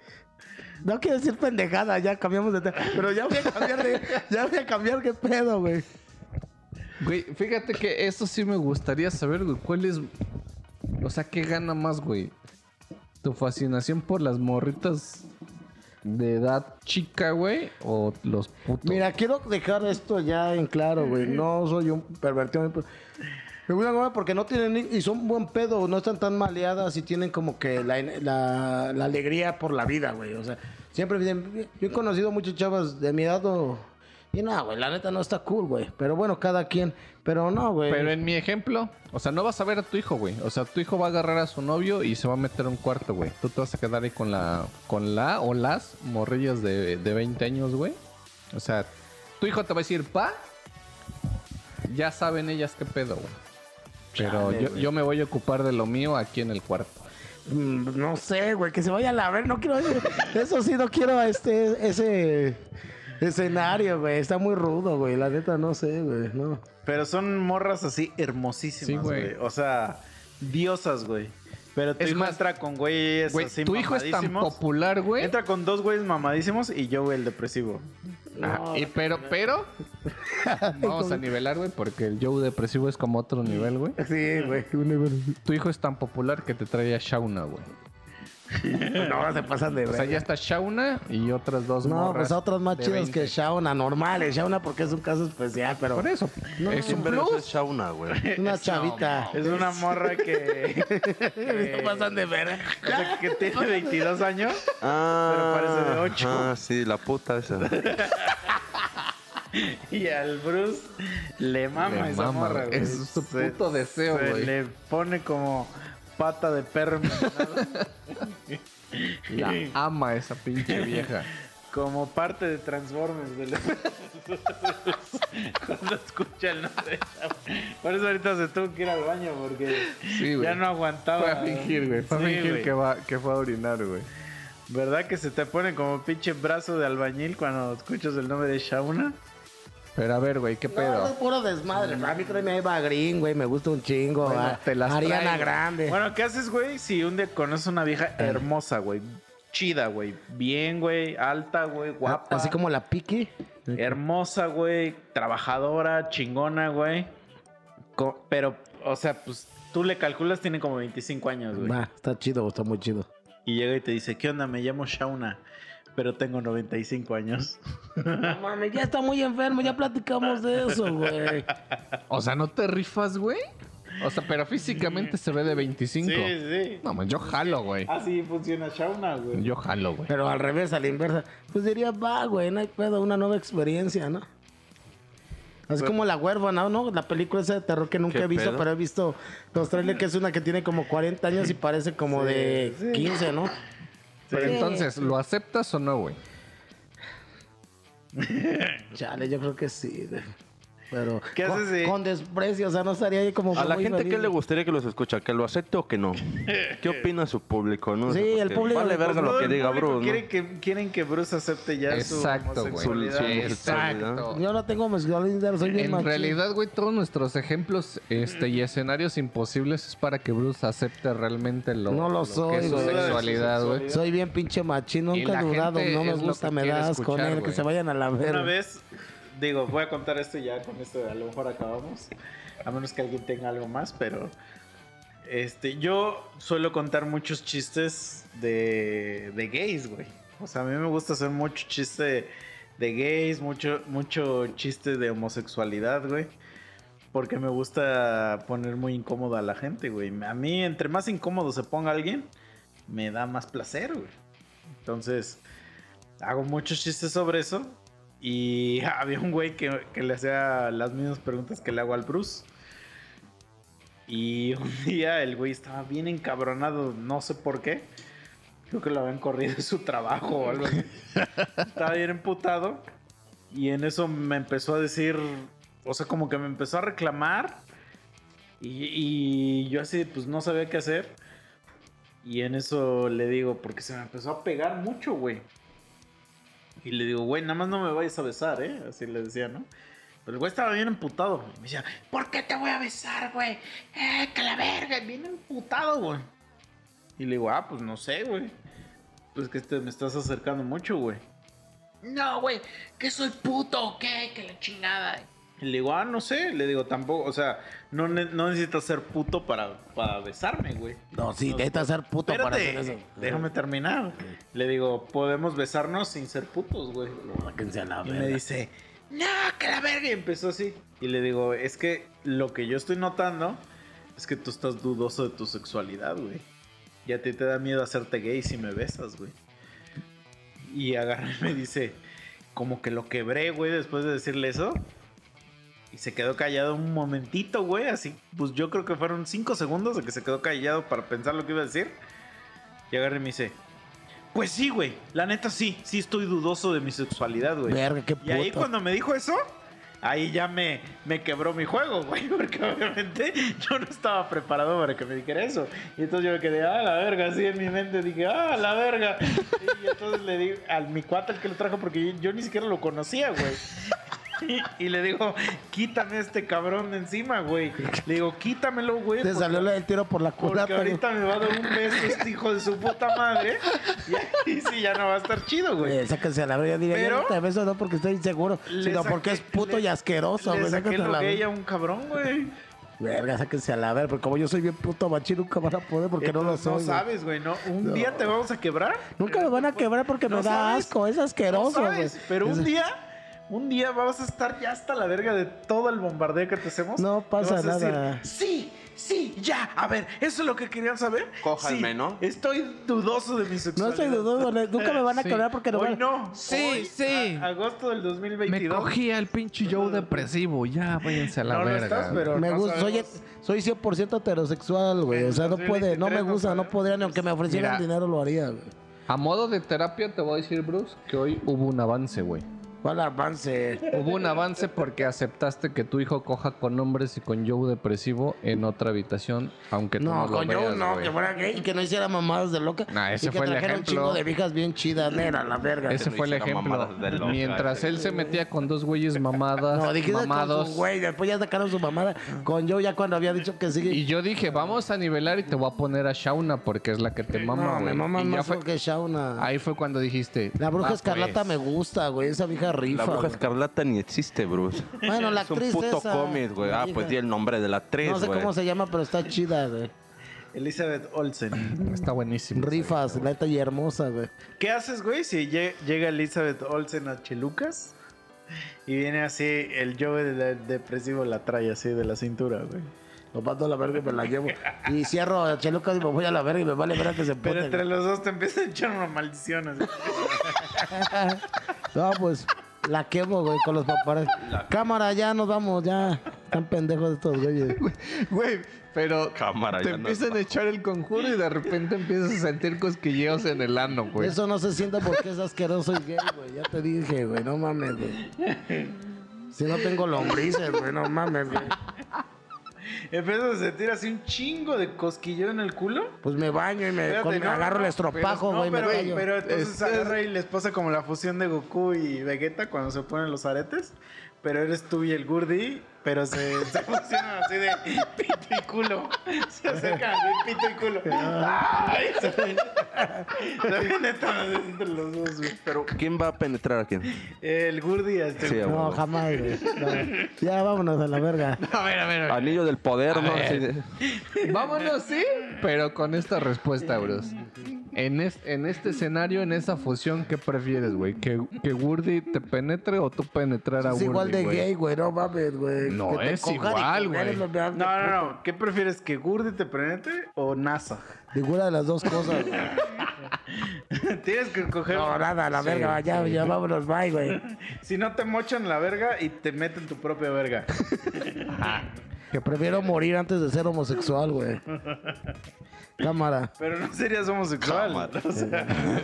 No quiero decir pendejada, ya cambiamos de tema. Pero ya voy a cambiar de. Ya voy a cambiar qué pedo, güey. Güey, fíjate que eso sí me gustaría saber, güey. ¿Cuál es...? O sea, ¿qué gana más, güey? ¿Tu fascinación por las morritas de edad chica, güey? ¿O los putos? Mira, quiero dejar esto ya en claro, güey. No soy un pervertido. Me gusta, güey, porque no tienen... ni- Y son buen pedo, no están tan maleadas y tienen como que la, la, la alegría por la vida, güey. O sea, siempre... dicen, yo he conocido muchas chavas de mi edad o- y no, güey, la neta no está cool, güey. Pero bueno, cada quien. Pero no, güey. Pero en mi ejemplo, o sea, no vas a ver a tu hijo, güey. O sea, tu hijo va a agarrar a su novio y se va a meter a un cuarto, güey. Tú te vas a quedar ahí con la, con la o las morrillas de, de veinte años, güey. O sea, tu hijo te va a decir, pa, ya saben ellas qué pedo, güey. Pero Chale, yo, güey. yo me voy a ocupar de lo mío aquí en el cuarto. Mm, No sé, güey, que se vaya a la ver, no quiero... Eso sí, no quiero este, ese... escenario, güey. Está muy rudo, güey. La neta, no sé, güey. No. Pero son morras así hermosísimas, Sí, güey. güey. O sea, diosas, güey. Pero tu Es hijo más, entra con güeyes Güey, así tu hijo es tan mamadísimos. popular, güey. Entra con dos güeyes mamadísimos y yo, güey, el depresivo. Ah, y pero, pero... Vamos a nivelar, güey, porque el Joe depresivo es como otro nivel, güey. Sí, güey. un- Tu hijo es tan popular que te trae a Shauna, güey. No, se pasan de O sea, verdad. ya está Shauna y otras dos No, morras pues otros más de chidos veinte. que Shauna, normales. Shauna porque es un caso especial, pero Por eso. No, es un Pero eso plus. es Shauna, güey. una chavita. Es una morra que... Se pasan de ver. o sea, que tiene veintidós años. Ah, Pero parece de ocho. Ah, sí, la puta esa. Y al Bruce le mama Le esa mama, morra, güey. es su puto deseo, se güey. le pone como pata de perro envenenado. La ama esa pinche vieja. Como parte de Transformers. del- Cuando escucha el nombre de esa- Por eso ahorita se tuvo que ir al baño porque Sí, güey. ya no aguantaba. Fue a fingir, güey. Fue a Sí, fingir güey. que, va, que fue a orinar, güey. ¿Verdad que se te pone como pinche brazo de albañil cuando escuchas el nombre de Shauna? Pero a ver, güey, ¿qué No, pedo? es puro desmadre. A mí tráeme a Eva Green, güey. Me gusta un chingo. Bueno, a- te las Ariana traigo. Grande. Bueno, ¿qué haces, güey? Si un día conoces una vieja hermosa, güey. Chida, güey. Bien, güey. Alta, güey. Guapa. Así como la Piki. Hermosa, güey. Trabajadora, chingona, güey. Co- Pero, o sea, pues tú le calculas, tiene como veinticinco años, güey. Va, está chido, está muy chido. Y llega y te dice, ¿qué onda? Me llamo Shauna, pero tengo noventa y cinco años. No mames, ya está muy enfermo. Ya platicamos de eso, güey. O sea, ¿no te rifas, güey? O sea, pero físicamente se ve de veinticinco. sí. No, man, yo jalo, güey. Así funciona Shauna, güey. Yo jalo, güey. Pero al revés, a la inversa. Pues diría, va, güey, no hay pedo. Una nueva experiencia, ¿no? Así como La Huérfana, ¿no? La película esa de terror que nunca ¿Qué he visto, pedo? pero he visto los trailers, que es una que tiene como cuarenta años y parece como de quince, ¿no? Pero entonces, ¿lo aceptas o no, güey? Chale, yo creo que sí. güey. Pero ¿Qué con, haces, eh? con desprecio, o sea, no estaría ahí como A la muy gente, feliz. ¿qué le gustaría que los escucha? ¿Que lo acepte o que no? ¿Qué opina su público? No Sí, sé, el porque público- Vale verga Todo lo que el diga público Bruce, ¿no? quiere que, quieren que Bruce acepte ya Exacto, su güey. homosexualidad. Su- su- Exacto. Yo no tengo homosexualidad, soy bien En machín. realidad, güey, todos nuestros ejemplos este, y escenarios imposibles es para que Bruce acepte realmente lo, No lo que soy, es su güey. sexualidad, güey. Soy bien pinche machín, Y nunca la he dudado, gente no me es lo gusta, que me quiere das con escuchar, él, que güey. se vayan a la verga. Una vez, digo, voy a contar esto y ya con esto a lo mejor acabamos. A menos que alguien tenga algo más, pero... Este, yo suelo contar muchos chistes de, de gays, güey. O sea, a mí me gusta hacer mucho chiste de gays, mucho, mucho chiste de homosexualidad, güey. Porque me gusta poner muy incómoda a la gente, güey. A mí, entre más incómodo se ponga alguien, me da más placer, güey. Entonces, hago muchos chistes sobre eso. Y había un güey que, que le hacía las mismas preguntas que le hago al Bruce. Y un día el güey estaba bien encabronado, no sé por qué. Creo que lo habían corrido de su trabajo o algo así. Estaba bien emputado. Y en eso me empezó a decir, o sea, como que me empezó a reclamar. Y, y yo así, pues no sabía qué hacer. Y en eso le digo, porque se me empezó a pegar mucho, güey. Y le digo, güey, nada más no me vayas a besar, ¿eh? Así le decía, ¿no? Pero el güey estaba bien emputado. Y me decía, ¿por qué te voy a besar, güey? ¡Eh, que la verga! Bien emputado, güey. Y le digo, ah, pues no sé, güey. Pues que te me estás acercando mucho, güey. No, güey, que soy puto o qué, que la chingada. Y le digo, ah, no sé. Le digo, tampoco, o sea, no, ne- no necesitas ser puto para, para besarme, güey. No, sí, No, necesitas ser puto para Espérate, hacer eso. déjame terminar. Le digo, podemos besarnos sin ser putos, güey. Sáquense a la Y verga. me dice, no, que la verga. Y empezó así. Y le digo, es que lo que yo estoy notando es que tú estás dudoso de tu sexualidad, güey. Y a ti te da miedo hacerte gay si me besas, güey. Y agarra y me dice, como que lo quebré, güey, después de decirle eso. Y se quedó callado un momentito, güey. Así, pues yo creo que fueron cinco segundos de que se quedó callado para pensar lo que iba a decir. Y agarra y me dice, pues sí, güey. La neta sí, sí estoy dudoso de mi sexualidad, güey. Verga, qué Y ahí puto. cuando me dijo eso, ahí ya me, me quebró mi juego, güey, porque obviamente yo no estaba preparado para que me dijera eso. Y entonces yo me quedé, ah, la verga, así en mi mente dije, ah, la verga. Y entonces le digo al mi cuate el que lo trajo, porque yo, yo ni siquiera lo conocía, güey. Y, y le digo, quítame este cabrón de encima, güey. Le digo, quítamelo, güey. Te salió el tiro por la culata. Porque ahorita me va a dar un beso este hijo de su puta madre. Y ahí sí ya no va a estar chido, güey. Eh, sáquense a la verga. Diga, Pero- yo no te beso no porque estoy inseguro, Le sino saqué- porque es puto le- y asqueroso, Le güey. saqué Sáquense a lo la gay verga. a un cabrón, güey. Verga, sáquense a la verga, porque como yo soy bien puto machín, nunca van a poder porque no lo Entonces, soy. No güey. sabes, güey, ¿no? Un No. día te vamos a quebrar. Nunca me van a quebrar porque No me da sabes. asco, es No asqueroso, güey. sabes, pero un Es- día, un día vas a estar ya hasta la verga de todo el bombardeo que te hacemos. No pasa Y vas a decir, nada. sí, sí, ya. A ver, ¿eso es lo que querían saber? Cójanme, Sí, ¿no? Estoy dudoso de mi No sexualidad. soy dudoso, ne- nunca me van a Sí. quebrar porque no Hoy van no. Sí, Hoy, sí. a- agosto del dos mil Me veintidós. cogí al pinche Joe depresivo. Ya, váyanse a la No lo verga. estás, pero Me no gusta, soy, sabemos. soy cien por ciento heterosexual, güey. O sea, no puede, no me dos mil veintitrés, gusta, no no sabemos. podría, ni aunque me ofrecieran Mira. dinero lo haría, güey. A modo de terapia te voy a decir, Bruce, que hoy hubo un avance, güey. ¿Cuál avance? Hubo un avance porque aceptaste que tu hijo coja con hombres y con Joe depresivo en otra habitación, aunque tú no, No, lo con yo veas, no, güey. que fuera gay y que no hiciera mamadas de loca. Nah, ese y que fue el trajera un ejemplo. chingo de viejas bien chidas, nera, la verga. Ese no fue el hiciera ejemplo. mamadas de loca, Mientras él se metía con dos güeyes mamadas, No, dijiste mamados. con su güey, después ya sacaron su mamada con yo ya cuando había dicho que sigue. Y yo dije, vamos a nivelar y te voy a poner a Shauna porque es la que te mama, no, güey. me mama Y ya más fue- que Shauna. Ahí fue cuando dijiste. La bruja "Va, escarlata pues". me gusta, güey. Esa vieja rifa. La bruja güey. escarlata ni existe, Bruce. Bueno, la Es un actriz puto esa, cómic, güey. la Ah, vieja. pues di el nombre de la actriz, No sé güey. cómo se llama, pero está chida, güey. Elizabeth Olsen. Está buenísimo. Rifas, neta y hermosa, güey. ¿Qué haces, güey, si lle- llega Elizabeth Olsen a Chelucas y viene así el Joe de- de- depresivo la trae así de la cintura, güey? Lo mando a la verga y me la llevo. Y cierro a Chelucas y me voy a la verga y me vale ver a que se Pero pone. entre los dos te empieza a echar una maldición así. No, pues la quemo, güey, con los paparazzi. Cámara, ya nos vamos, ya. Están pendejos estos güeyes. Güey, pero Cámara, te ya no empiezan a echar el conjuro y de repente empiezas a sentir cosquilleos en el ano, güey. Eso no se siente porque es asqueroso y gay, güey. Ya te dije, güey, no mames, güey. Si no tengo lombrices, güey, no mames, güey. Empiezas a sentir así un chingo de cosquilleo en el culo. Pues me baño y me, Espérate, con- me no, agarro no, el estropajo, pero- güey, no, me pero, callo. pero entonces Es- agarra y les pasa como la fusión de Goku y Vegeta cuando se ponen los aretes. Pero eres tú y el Gurdi, pero se, se fusionan así de pito y culo. Se acercan así, pito y culo. ¡Ay! Se, se penetran entre los dos, güey. Pero, ¿quién va a penetrar a quién? El Gurdi a este. Sí, a No, huevo. jamás, güey. No. Ya vámonos a la verga. A ver, a ver, Anillo del poder, ¿no? ver. Así de- Vámonos, sí, pero con esta respuesta, Bruce. En, es- en este escenario, en esa fusión, ¿qué prefieres, güey? ¿Que, ¿Que Gurdy te penetre o tú penetrar a Es Gurdy, igual de güey? gay, güey, no mames, güey. No, Que te es cojan y igual, que güey. eres lo peor de No, no, puto. no. ¿Qué prefieres? ¿Que Gurdi te penetre o NASA? Ninguna de las dos cosas, güey. Tienes que coger. No, nada, a la verga, ya, ya vámonos, bye, güey. Si no te mochan la verga y te meten tu propia verga. Que prefiero morir antes de ser homosexual, güey. Cámara. Pero no serías homosexual. Cámara. O sea,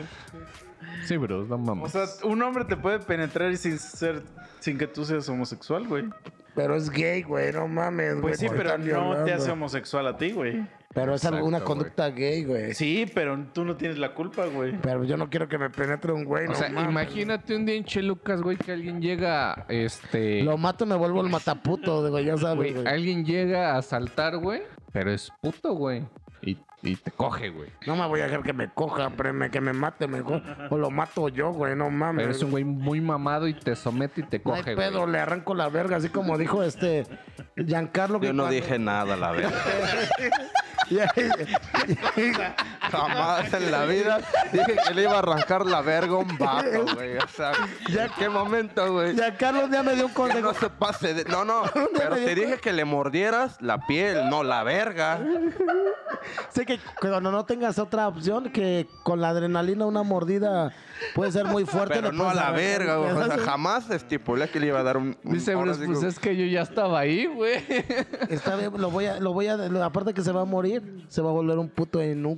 Sí, Bruce, no o mames. sea, un hombre te puede penetrar y sin ser, sin que tú seas homosexual, güey. Pero es gay, güey, no mames, güey. Pues sí, te pero están no violando. te hace homosexual a ti, güey. Pero es alguna Exacto, conducta gay, güey. Sí, pero tú no tienes la culpa, güey. Pero yo no quiero que me penetre un güey, O no sea, mames. imagínate un día en Chelucas, güey, que alguien llega, este... Lo mato y me vuelvo el mataputo, güey, ya sabes, güey, güey. alguien llega a asaltar, güey, pero es puto, güey. Y, y te coge, güey. No me voy a dejar que me coja, pero me- que me mate mejor. O lo mato yo, güey, no mames. Pero es un güey muy mamado y te somete y te No hay coge, pedo, güey. le arranco la verga, así como dijo este Giancarlo. que Yo no cuando- dije nada, la verdad. Ya- Jamás en la vida dije que le iba a arrancar la verga a un vato, güey. O sea, ¿ya qué momento, güey? Giancarlo ya me dio un Que consejo. no se pase de... No, no, pero te dije que le mordieras la piel, no la verga. Sé que cuando no tengas otra opción, que con la adrenalina una mordida puede ser muy fuerte. Pero le no a puedes la arrancar verga, un güey. O sea, pedazo. jamás estipulé que le iba a dar un... un- Dice ahora Bruce, sí pues que- es que yo ya estaba ahí, güey. Está bien, lo voy a, lo voy a, lo- aparte que se va a morir, se va a volver un puto enuco, güey.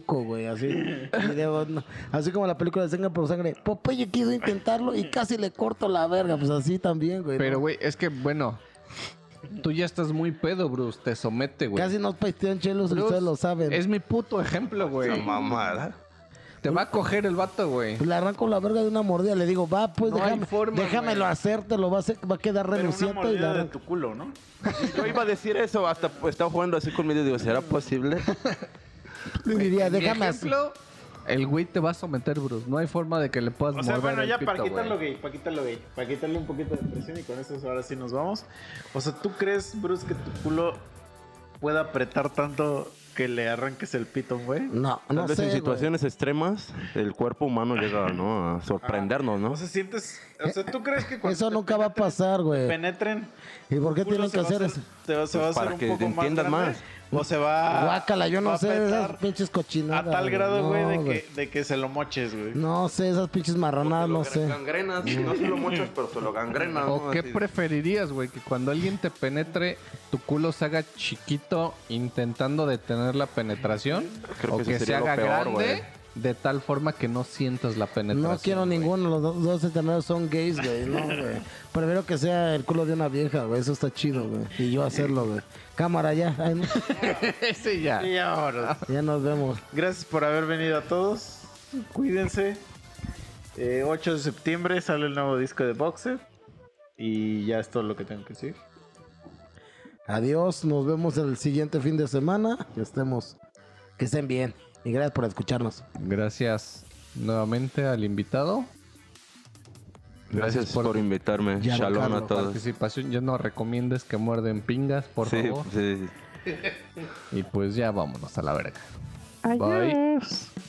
güey, así. Y digo, no, así como la película de Sangre por Sangre. Popeye quiso intentarlo y casi le corto la verga. Pues así también, güey. Pero, ¿no? güey, es que, bueno, tú ya estás muy pedo, Bruce. Te somete, güey. Casi nos pastean chelos, Bruce, ustedes lo saben. Es mi puto ejemplo, güey. Esa mamada. Te va a coger el vato, güey. Pues le arranco la verga de una mordida. Le digo, va, pues No hay déjame, forma, déjamelo güey. hacerte, lo va a, hacer, va a quedar Pero una reluciente y mordida la de arranco. tu culo, ¿no? Yo iba a decir eso, hasta pues, estaba jugando así conmigo y digo, ¿será posible? Le diría, En mi déjame hacer. ejemplo, el güey te va a someter, Bruce. No hay forma de que le puedas O sea, morder bueno, el ya pito, para quitarlo güey. gay, para quitarlo gay, para quitarle un poquito de presión y con eso ahora sí nos vamos. O sea, ¿tú crees, Bruce, que tu culo pueda apretar tanto que le arranques el pito, güey? No, Tal no vez sé, en güey. situaciones extremas, el cuerpo humano llega, ¿no? A sorprendernos, ¿no? O sea, sientes, o sea, ¿tú crees que cuando Eso te nunca va a penetren- pasar, güey. penetren, ¿Y por qué tu culo tienen se que va a hacer hacer- eso? te va- se va a Pues para hacer un que poco más entiendan grande? más. O se va Guácala, yo va no a sé de esas apretar pinches cochinadas. a tal grado, no, güey, de, güey. que, de que se lo moches, güey. No sé, esas pinches marranadas, no sé. Gangrenas, no solo muchos, pero se lo gangrenas. ¿O ¿no? qué Así. preferirías, güey? Que cuando alguien te penetre, tu culo se haga chiquito intentando detener la penetración. Creo o que que, eso se sería lo haga peor, grande güey. de tal forma que no sientas la penetración. No quiero güey. ninguno, los do- dos entrenadores son gays, güey. No, güey. Prefiero que sea el culo de una vieja, güey. Eso está chido, güey. Y yo hacerlo, güey. Cámara ya. Ay, no. Ese ya. Y ahora. Ya nos vemos. Gracias por haber venido a todos. Cuídense. Eh, ocho de septiembre sale el nuevo disco de Boxer. Y ya es todo lo que tengo que decir. Adiós. Nos vemos el siguiente fin de semana. Que estemos, que estén bien. Y gracias por escucharnos. Gracias nuevamente al invitado. Gracias por, invitarme. Ya, Shalom Carlos, a todos. Participación. Ya no recomiendes que muerden pingas, por Sí, favor. sí, sí. Y pues ya vámonos a la verga. Adiós. Bye.